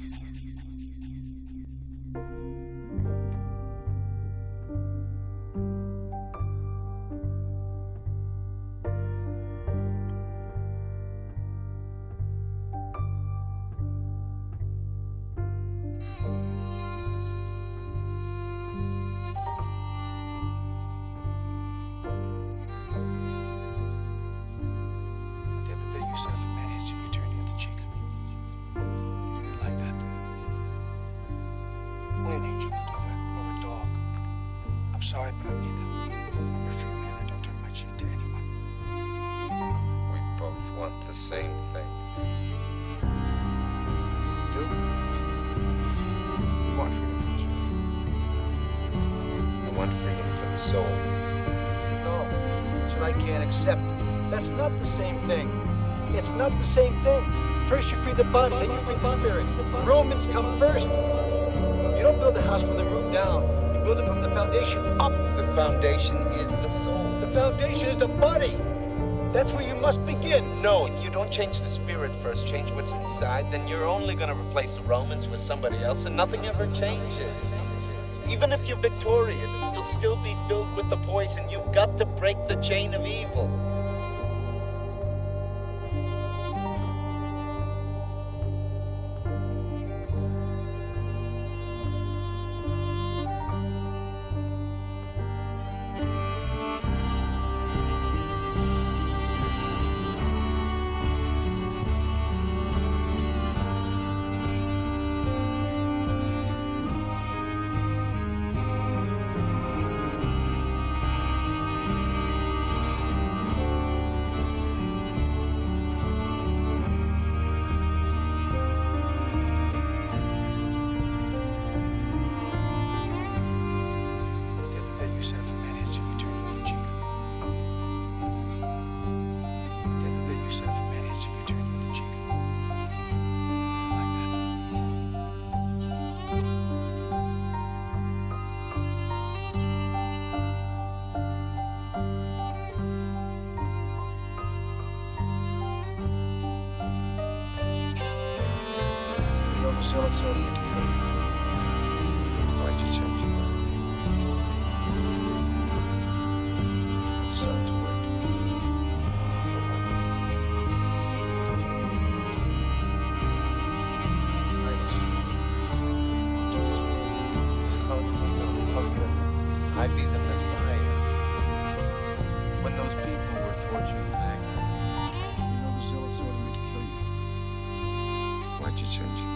Sorry, but I'm neither. I'm a free man. I don't turn my cheek to anyone. We both want the same thing. You do? You want freedom for this world. I want freedom for the soul. No, that's what I can't accept. That's not the same thing. It's not the same thing. First you free the body, then you free the spirit. The Romans come first. You don't build a house from the roof down. Build it from the foundation up. The foundation is the soul. The foundation is the body. That's where you must begin. No, if you don't change the spirit first, change what's inside, then you're only going to replace the Romans with somebody else, and nothing ever changes. Even if you're victorious, you'll still be filled with the poison. You've got to break the chain of evil. Why'd you change your mind? Decided to wait. How do we know? How could I be the Messiah? When those people were torturing Magdalene. You know the zealots ordered me to kill you. Why'd you change your mind?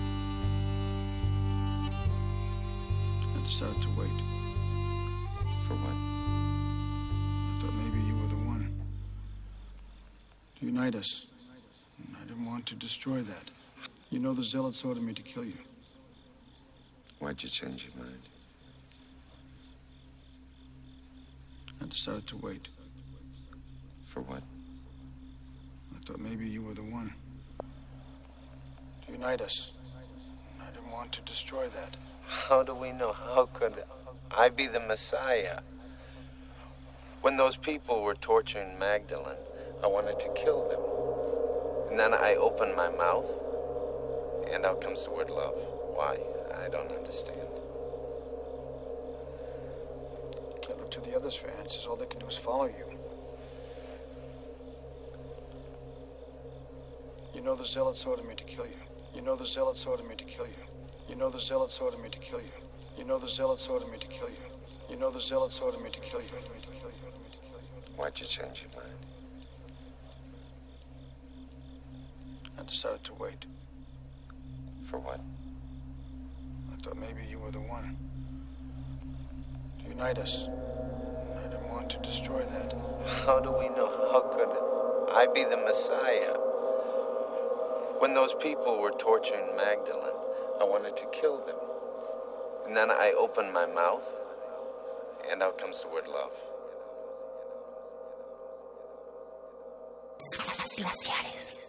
I decided to wait. For what? I thought maybe you were the one to unite us. And I didn't want to destroy that. You know the zealots ordered me to kill you. Why'd you change your mind? I decided to wait. For what? I thought maybe you were the one to unite us. And I didn't want to destroy that. How do we know? How could I be the Messiah? When those people were torturing Magdalene, I wanted to kill them. And then I opened my mouth, and out comes the word love. Why? I don't understand. You can't look to the others for answers. All they can do is follow you. You know the zealots ordered me to kill you. You know the zealots ordered me to kill you. You know the zealots ordered me to kill you. You know the zealots ordered me to kill you. You know the zealots ordered me to kill you. Why'd you change your mind? I decided to wait. For what? I thought maybe you were the one unite us. I didn't want to destroy that. How do we know? How could I be the Messiah? When those people were torturing Magdalene, I wanted to kill them. And then I opened my mouth, and out comes the word love. Glaciares.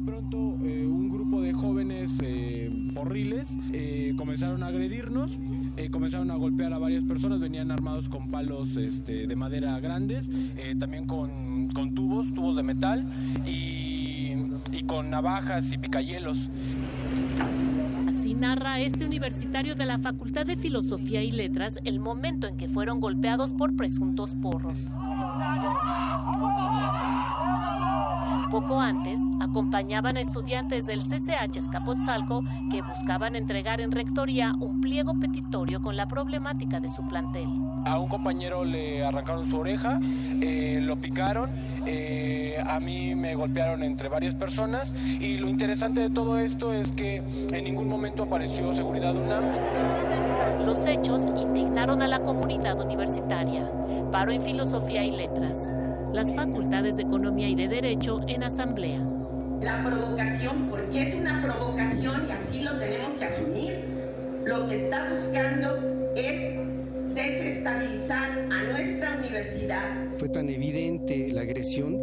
pronto eh, un grupo de jóvenes eh, porriles eh, comenzaron a agredirnos, eh, comenzaron a golpear a varias personas, venían armados con palos este, de madera grandes, eh, también con, con tubos, tubos de metal y, y con navajas y picayelos. Así narra este universitario de la Facultad de Filosofía y Letras el momento en que fueron golpeados por presuntos porros. Poco antes, acompañaban a estudiantes del C C H Azcapotzalco que buscaban entregar en rectoría un pliego petitorio con la problemática de su plantel. A un compañero le arrancaron su oreja, eh, lo picaron, eh, a mí me golpearon entre varias personas y lo interesante de todo esto es que en ningún momento apareció Seguridad UNAM. Los hechos indignaron a la comunidad universitaria. Paro en Filosofía y Letras. Las facultades de Economía y de Derecho en asamblea. La provocación, porque es una provocación y así lo tenemos que asumir, lo que está buscando es desestabilizar a nuestra universidad. Fue tan evidente la agresión.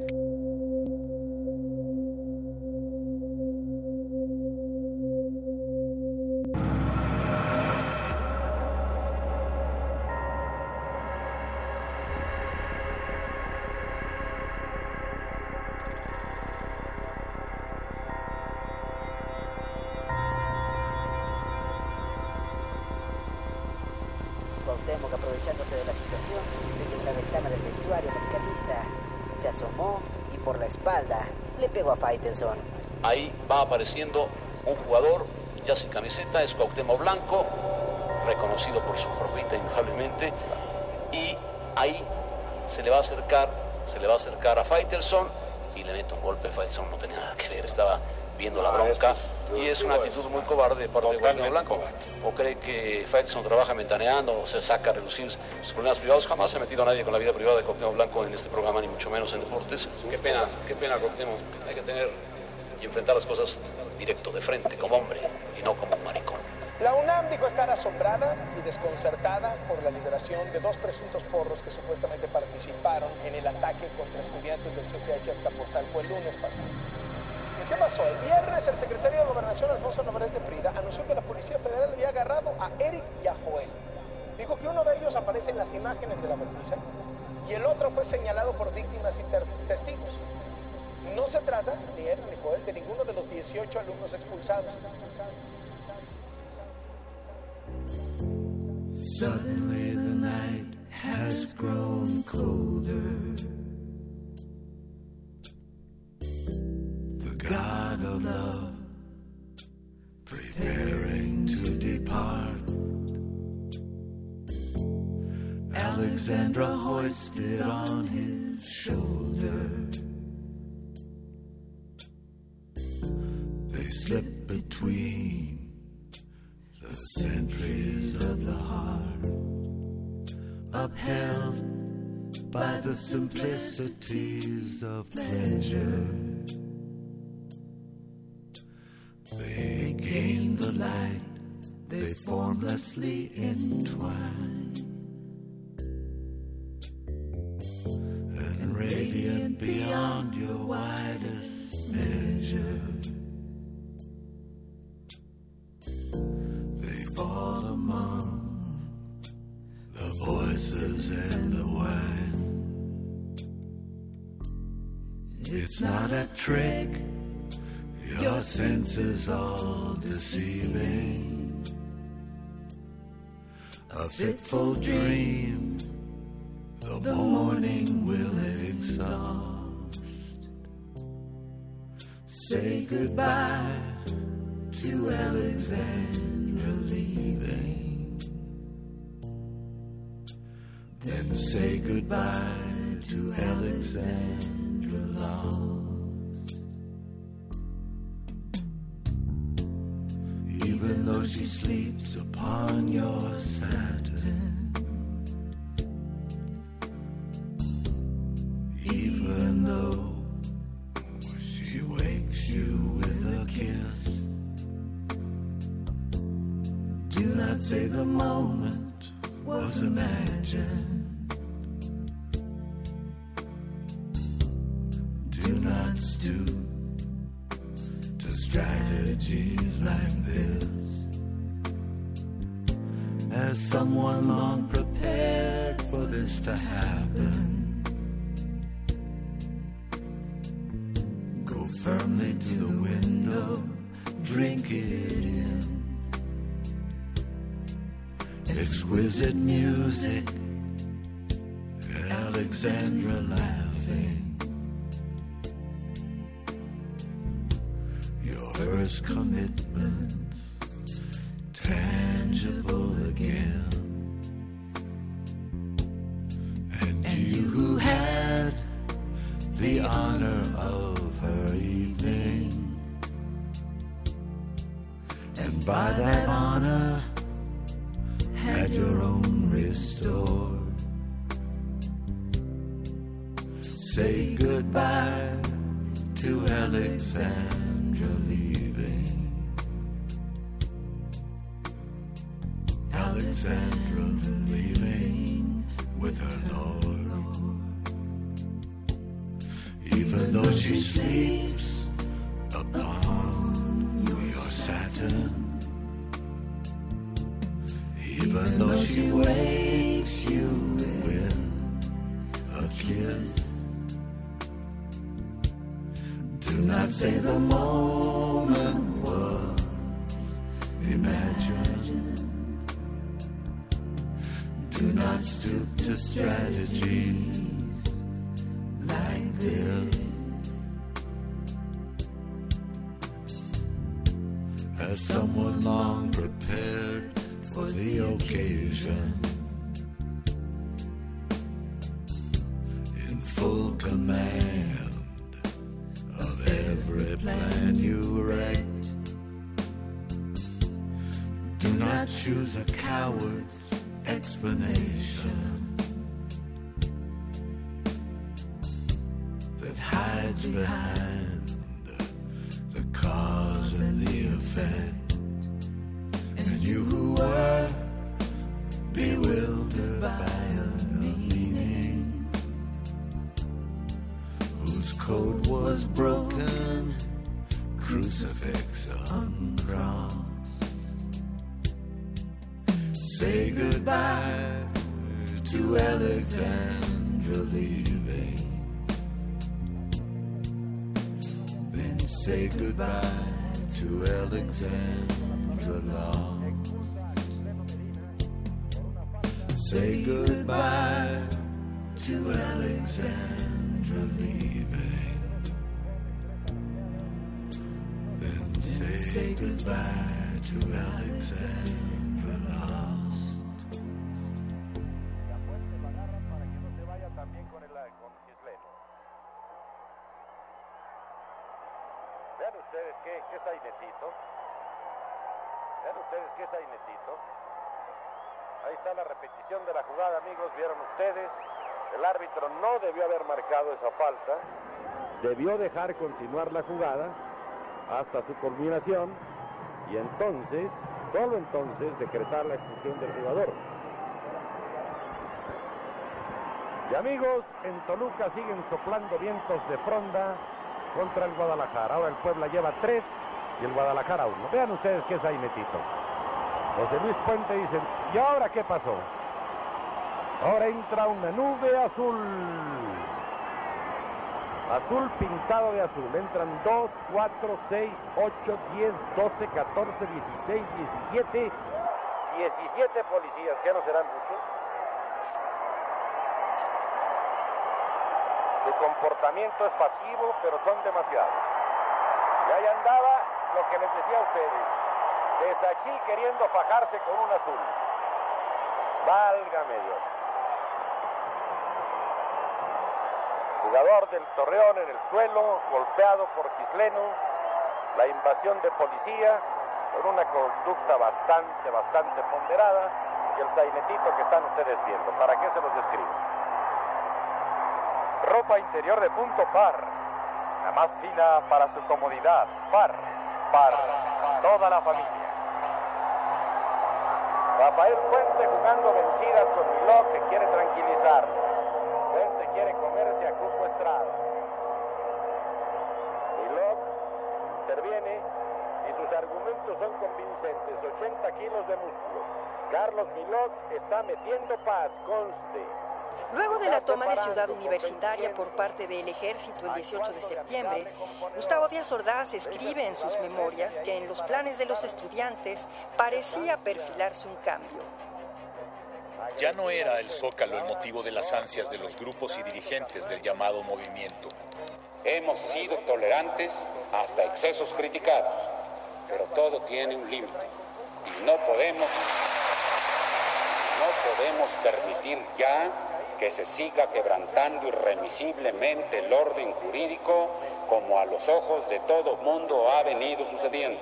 Cuauhtémoc, aprovechándose de la situación, desde una ventana del vestuario americanista, se asomó y por la espalda le pegó a Faitelson. Ahí va apareciendo un jugador, ya sin camiseta, es Cuauhtémoc Blanco, reconocido por su jorbita indudablemente, y ahí se le va a acercar, se le va a acercar a Faitelson y le mete un golpe. Faitelson no tenía nada que ver, estaba viendo la bronca, y es una actitud muy cobarde de parte de Cuauhtémoc Blanco. O cree que Faitelson trabaja ventaneando o se saca a relucir sus problemas privados. Jamás se ha metido a nadie con la vida privada de Cuauhtémoc Blanco en este programa, ni mucho menos en deportes. Qué pena, qué pena, Cuauhtémoc. Hay que tener y enfrentar las cosas directo, de frente, como hombre, y no como un maricón. La UNAM dijo estar asombrada y desconcertada por la liberación de dos presuntos porros que supuestamente participaron en el ataque contra estudiantes del C C H Azcapotzalco el lunes pasado. ¿Qué pasó? El viernes el secretario de Gobernación, Alfonso Navarrete Prida, anunció que la Policía Federal había agarrado a Eric y a Joel. Dijo que uno de ellos aparece en las imágenes de la golpiza y el otro fue señalado por víctimas y testigos. No se trata, ni Eric ni Joel, de ninguno de los dieciocho alumnos expulsados. Suddenly the night has grown colder. The God of love preparing to depart. Alexandra hoisted on his shoulder. They slip between the centuries of the heart, upheld by the simplicities of pleasure. They gain the light, they formlessly entwine, and radiant beyond your widest measure. They fall among the voices and the wine. It's not a trick, your senses all deceiving. A fitful dream, the morning will exhaust. Say goodbye to Alexandra leaving. Then say goodbye to Alexandra lost. Even though she sleeps upon your satin, even though she wakes you with a kiss, do not say the moment was imagined. Do not stoop strategies like this. As someone long prepared for this to happen, go firmly to the window, drink it in. Exquisite music, Alexandra laughing. Your first commitment, tangible again. And you who had the honor of her evening, and by that honor had your own restored. Say goodbye to Alexandra leaving. Alexandra leaving with her Lord. Even though she sleeps upon your Saturn, even though she wakes you with a kiss, do not say the moment was imagined. Do not stoop to strategies like this. As someone long prepared for the occasion, in full command of every plan you wrecked. Do not choose a coward's explanation that hides behind the cause and the effect. And you who were bewildered by a meaning whose code was broken, crucifix uncrossed. Say goodbye to Alexandra leaving. Then say goodbye to Alexandra lost. Say goodbye to Alexandra leaving. Then say, say goodbye to Alexandra lost. Vean ustedes qué, qué sainetito. Vean ustedes qué sainetito. Ahí está la repetición de la jugada, amigos. Vieron ustedes. El árbitro no debió haber marcado esa falta. Debió dejar continuar la jugada hasta su culminación. Y entonces, solo entonces, decretar la expulsión del jugador. Y amigos, en Toluca siguen soplando vientos de fronda contra el Guadalajara. Ahora el Puebla lleva tres y el Guadalajara uno. Vean ustedes qué sainetito. José Luis Puente dice, ¿y ahora qué pasó? Ahora entra una nube azul. Azul pintado de azul. Entran dos, cuatro, seis, ocho, diez, doce, catorce, dieciséis, diecisiete. diecisiete policías, ¿qué no serán muchos? Su comportamiento es pasivo, pero son demasiados. Y ahí andaba lo que les decía a ustedes. Desachí queriendo fajarse con un azul. Válgame Dios. Jugador del Torreón en el suelo, golpeado por Gisleno. La invasión de policía, con una conducta bastante, bastante ponderada. Y el sainetito que están ustedes viendo. ¿Para qué se los describo? Ropa interior de punto par, la más fina para su comodidad, par, par, toda la familia. Rafael Puente jugando vencidas con Milok, que quiere tranquilizarlo. Puente quiere comerse a Cuco Estrada. Milok interviene y sus argumentos son convincentes. ochenta kilos de músculo. Carlos Milok está metiendo paz, conste. Luego de la toma de Ciudad Universitaria por parte del ejército el dieciocho de septiembre, Gustavo Díaz Ordaz escribe en sus memorias que en los planes de los estudiantes parecía perfilarse un cambio. Ya no era el Zócalo el motivo de las ansias de los grupos y dirigentes del llamado movimiento. Hemos sido tolerantes hasta excesos criticados, pero todo tiene un límite y no podemos, no podemos permitir ya que se siga quebrantando irremisiblemente el orden jurídico como a los ojos de todo mundo ha venido sucediendo.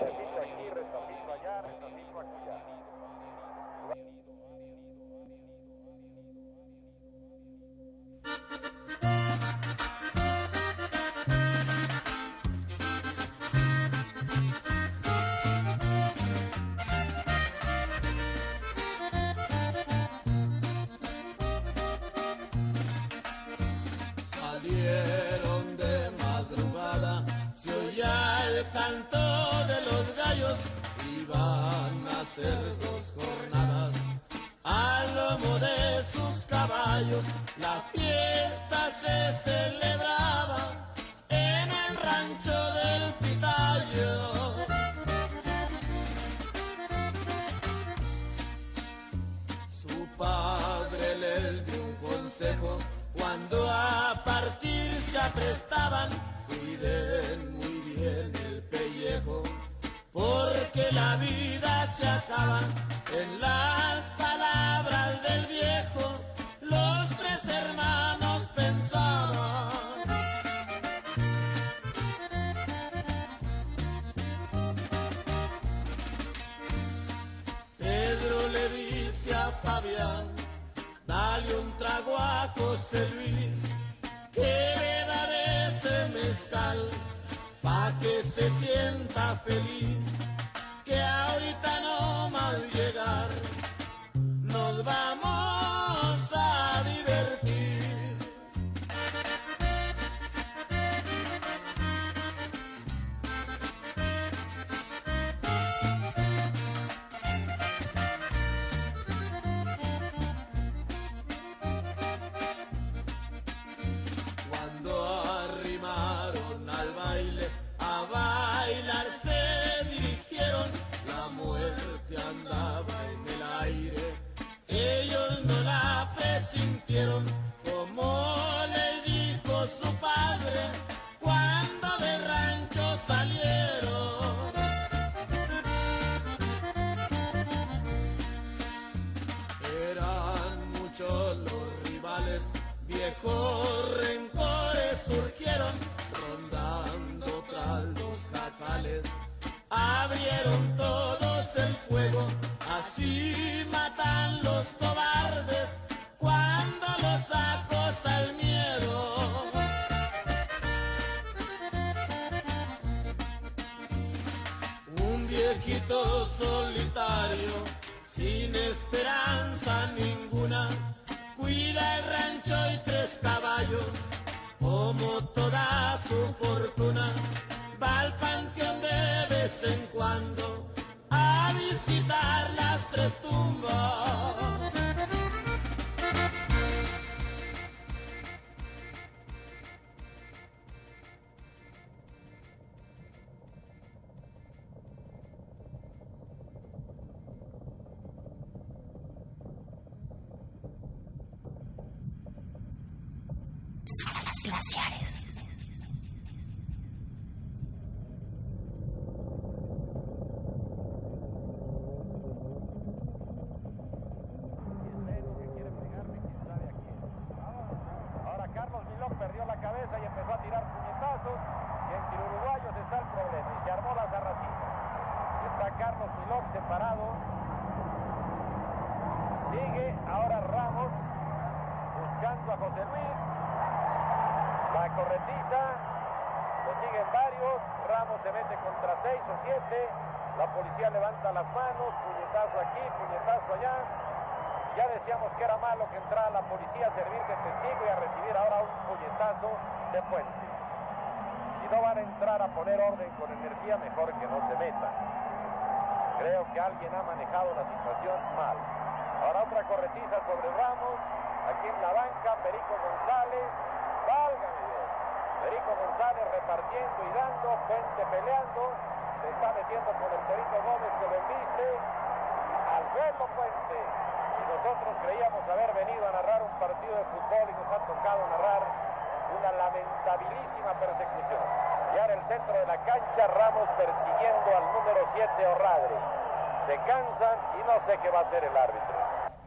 Salieron de madrugada, se oía el canto de los gallos, iban a hacer dos jornadas, al lomo de sus caballos, la fiesta se celebraba en el rancho del Pitayo. Su padre les dio un consejo, cuando a partir se aprestaban, cuiden muy bien el pellejo, porque la vida se acaba. En las palabras del viejo, los tres hermanos pensaban. Pedro le dice a Fabián, dale un trago a José Luis, que beba de ese mezcal, pa' que se sienta feliz, que ahorita no más llegar, nos vamos a divertir. Cuando arrimaron al baile, a bailar se dirigieron, la muerte andaba en el aire, ellos no la presintieron, como le dijo su padre cuando del rancho salieron. Eran muchos los rivales, viejos rencores surgieron, rondando tras los jacales, abrieron todos el fuego, así matan los cobardes cuando los acosa el miedo. Un viejito solitario, sin esperanza ninguna, cuida el rancho y tres caballos, como toda su fortuna, va al panteón de vez en cuando a visitar las tres tumbas. Glaciares. Ahora Carlos Milok perdió la cabeza y empezó a tirar puñetazos, y entre uruguayos está el problema y se armó la zarracita. Está Carlos Milok separado, sigue ahora Ramos buscando a José Luis, la corretiza, lo siguen varios, Ramos se mete contra seis o siete, la policía levanta las manos, puñetazo aquí, puñetazo allá. Ya decíamos que era malo que entrara la policía a servir de testigo y a recibir ahora un puñetazo de Puente. Si si no van a entrar a poner orden con energía, mejor que no se metan. Creo que alguien ha manejado la situación mal. Ahora otra corretiza sobre Ramos. Aquí en la banca, Perico González. ¡Válgame Dios! Perico González repartiendo y dando. Puente peleando. Se está metiendo con el Torito Gómez que lo embiste. Al suelo Puente. Y nosotros creíamos haber venido a narrar un partido de fútbol y nos ha tocado narrar una lamentabilísima persecución. Y ahora el centro de la cancha, Ramos persiguiendo al número siete, Orradre. Se cansan y no sé qué va a hacer el árbitro.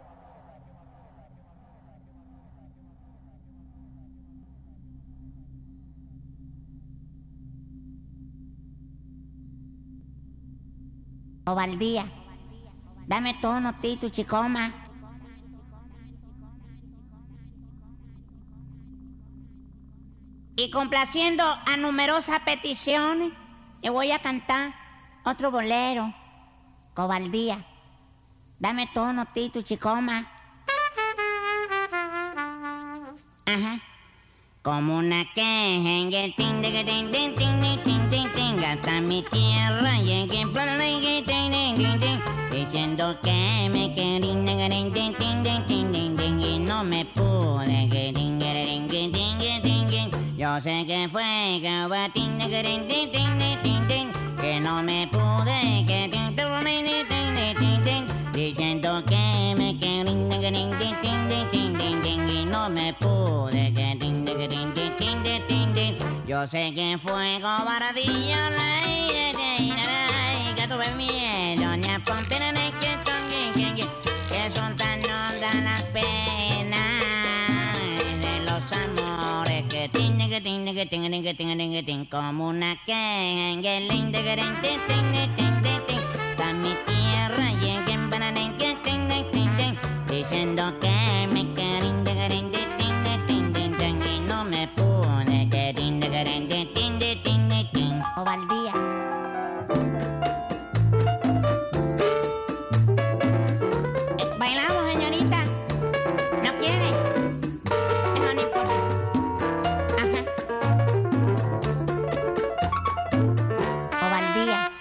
Ovaldía, dame tono, Tito Chicoma. Y complaciendo a numerosas peticiones, le voy a cantar otro bolero. Cobardía, dame tono, Tito Chicoma. Ajá. Como una queja en el tin de que tin tin tin tin tin tin hasta mi tierra llegué por la que tin tin tin diciendo que me querían tin tin tin tin tin tin y no me pude que tin tin tin tin tin. Yo sé que fue que va tin tin tin tin tin tin que no me pude que tin tin tin tin tin diciendo que me querían tin tin tin tin tin y no me pude que tin. Yo sé que fue cobardía, que tuve miedo, ni a ponte que son tan hondas las penas de los amores que tiene, que tiene, que tiene, que tiene, que tiene, como una que en el linde que está mi tierra y en que en que diciendo que me querían y no me pude que Ovaldía. Eh, bailamos, señorita. ¿No quiere? Eso no importa. Ajá. Ovaldía.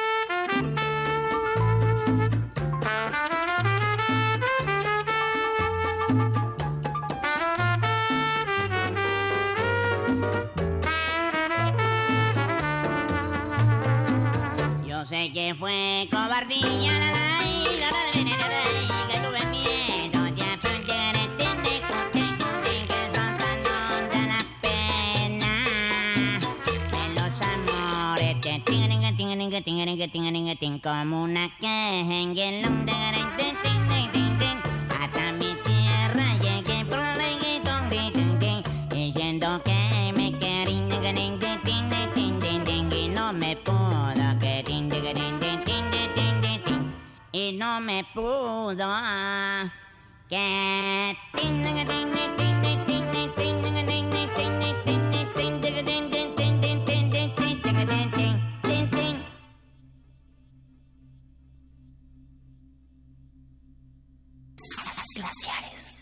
Yo sé que fue cobardía, la, la, la, la, la, la, la, que tuve miedo, ya porque le tiene que son tan hondas las penas de los amores que tienen, que tienen, que tienen, que tienen, que tienen, como una queja en el hombre, hasta mi tierra llegué por la diciendo que me querían, y no me pudo que y no me pudo que glaciares.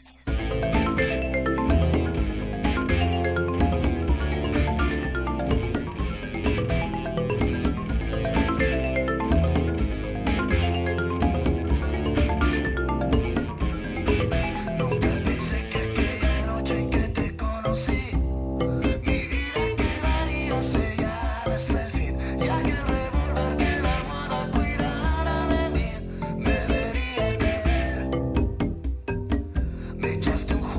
Me echaste un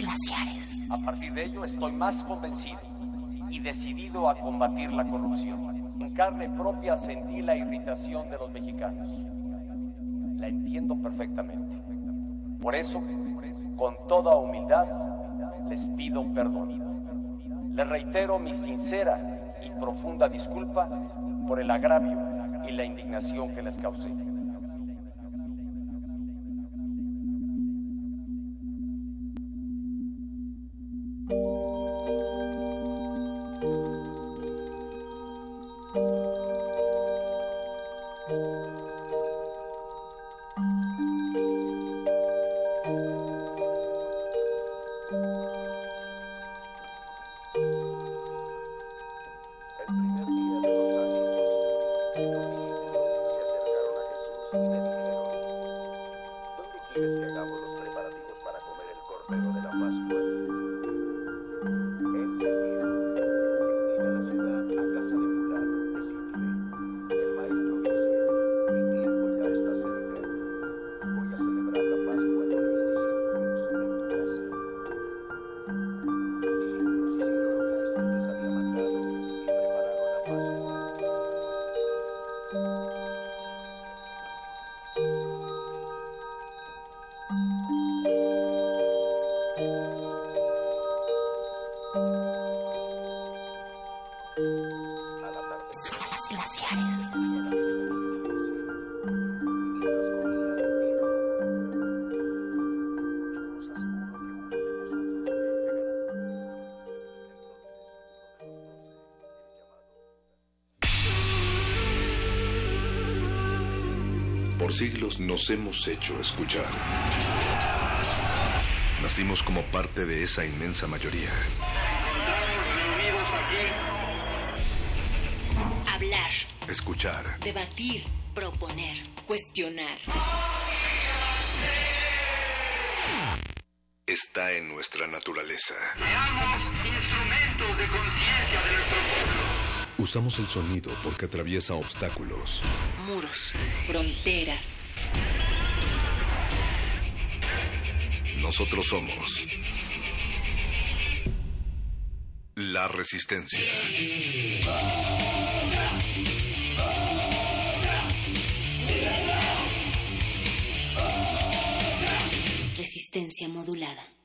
glaciares. A partir de ello estoy más convencido y decidido a combatir la corrupción. En carne propia sentí la irritación de los mexicanos. La entiendo perfectamente. Por eso, con toda humildad, les pido perdón. Les reitero mi sincera y profunda disculpa por el agravio y la indignación que les causé. Por siglos nos hemos hecho escuchar. Nacimos como parte de esa inmensa mayoría. Hablar. Escuchar. Debatir. Proponer. Cuestionar. Está en nuestra naturaleza. Seamos instrumentos de conciencia de nuestro pueblo. Usamos el sonido porque atraviesa obstáculos. Muros, fronteras. Nosotros somos la Resistencia. Resistencia modulada.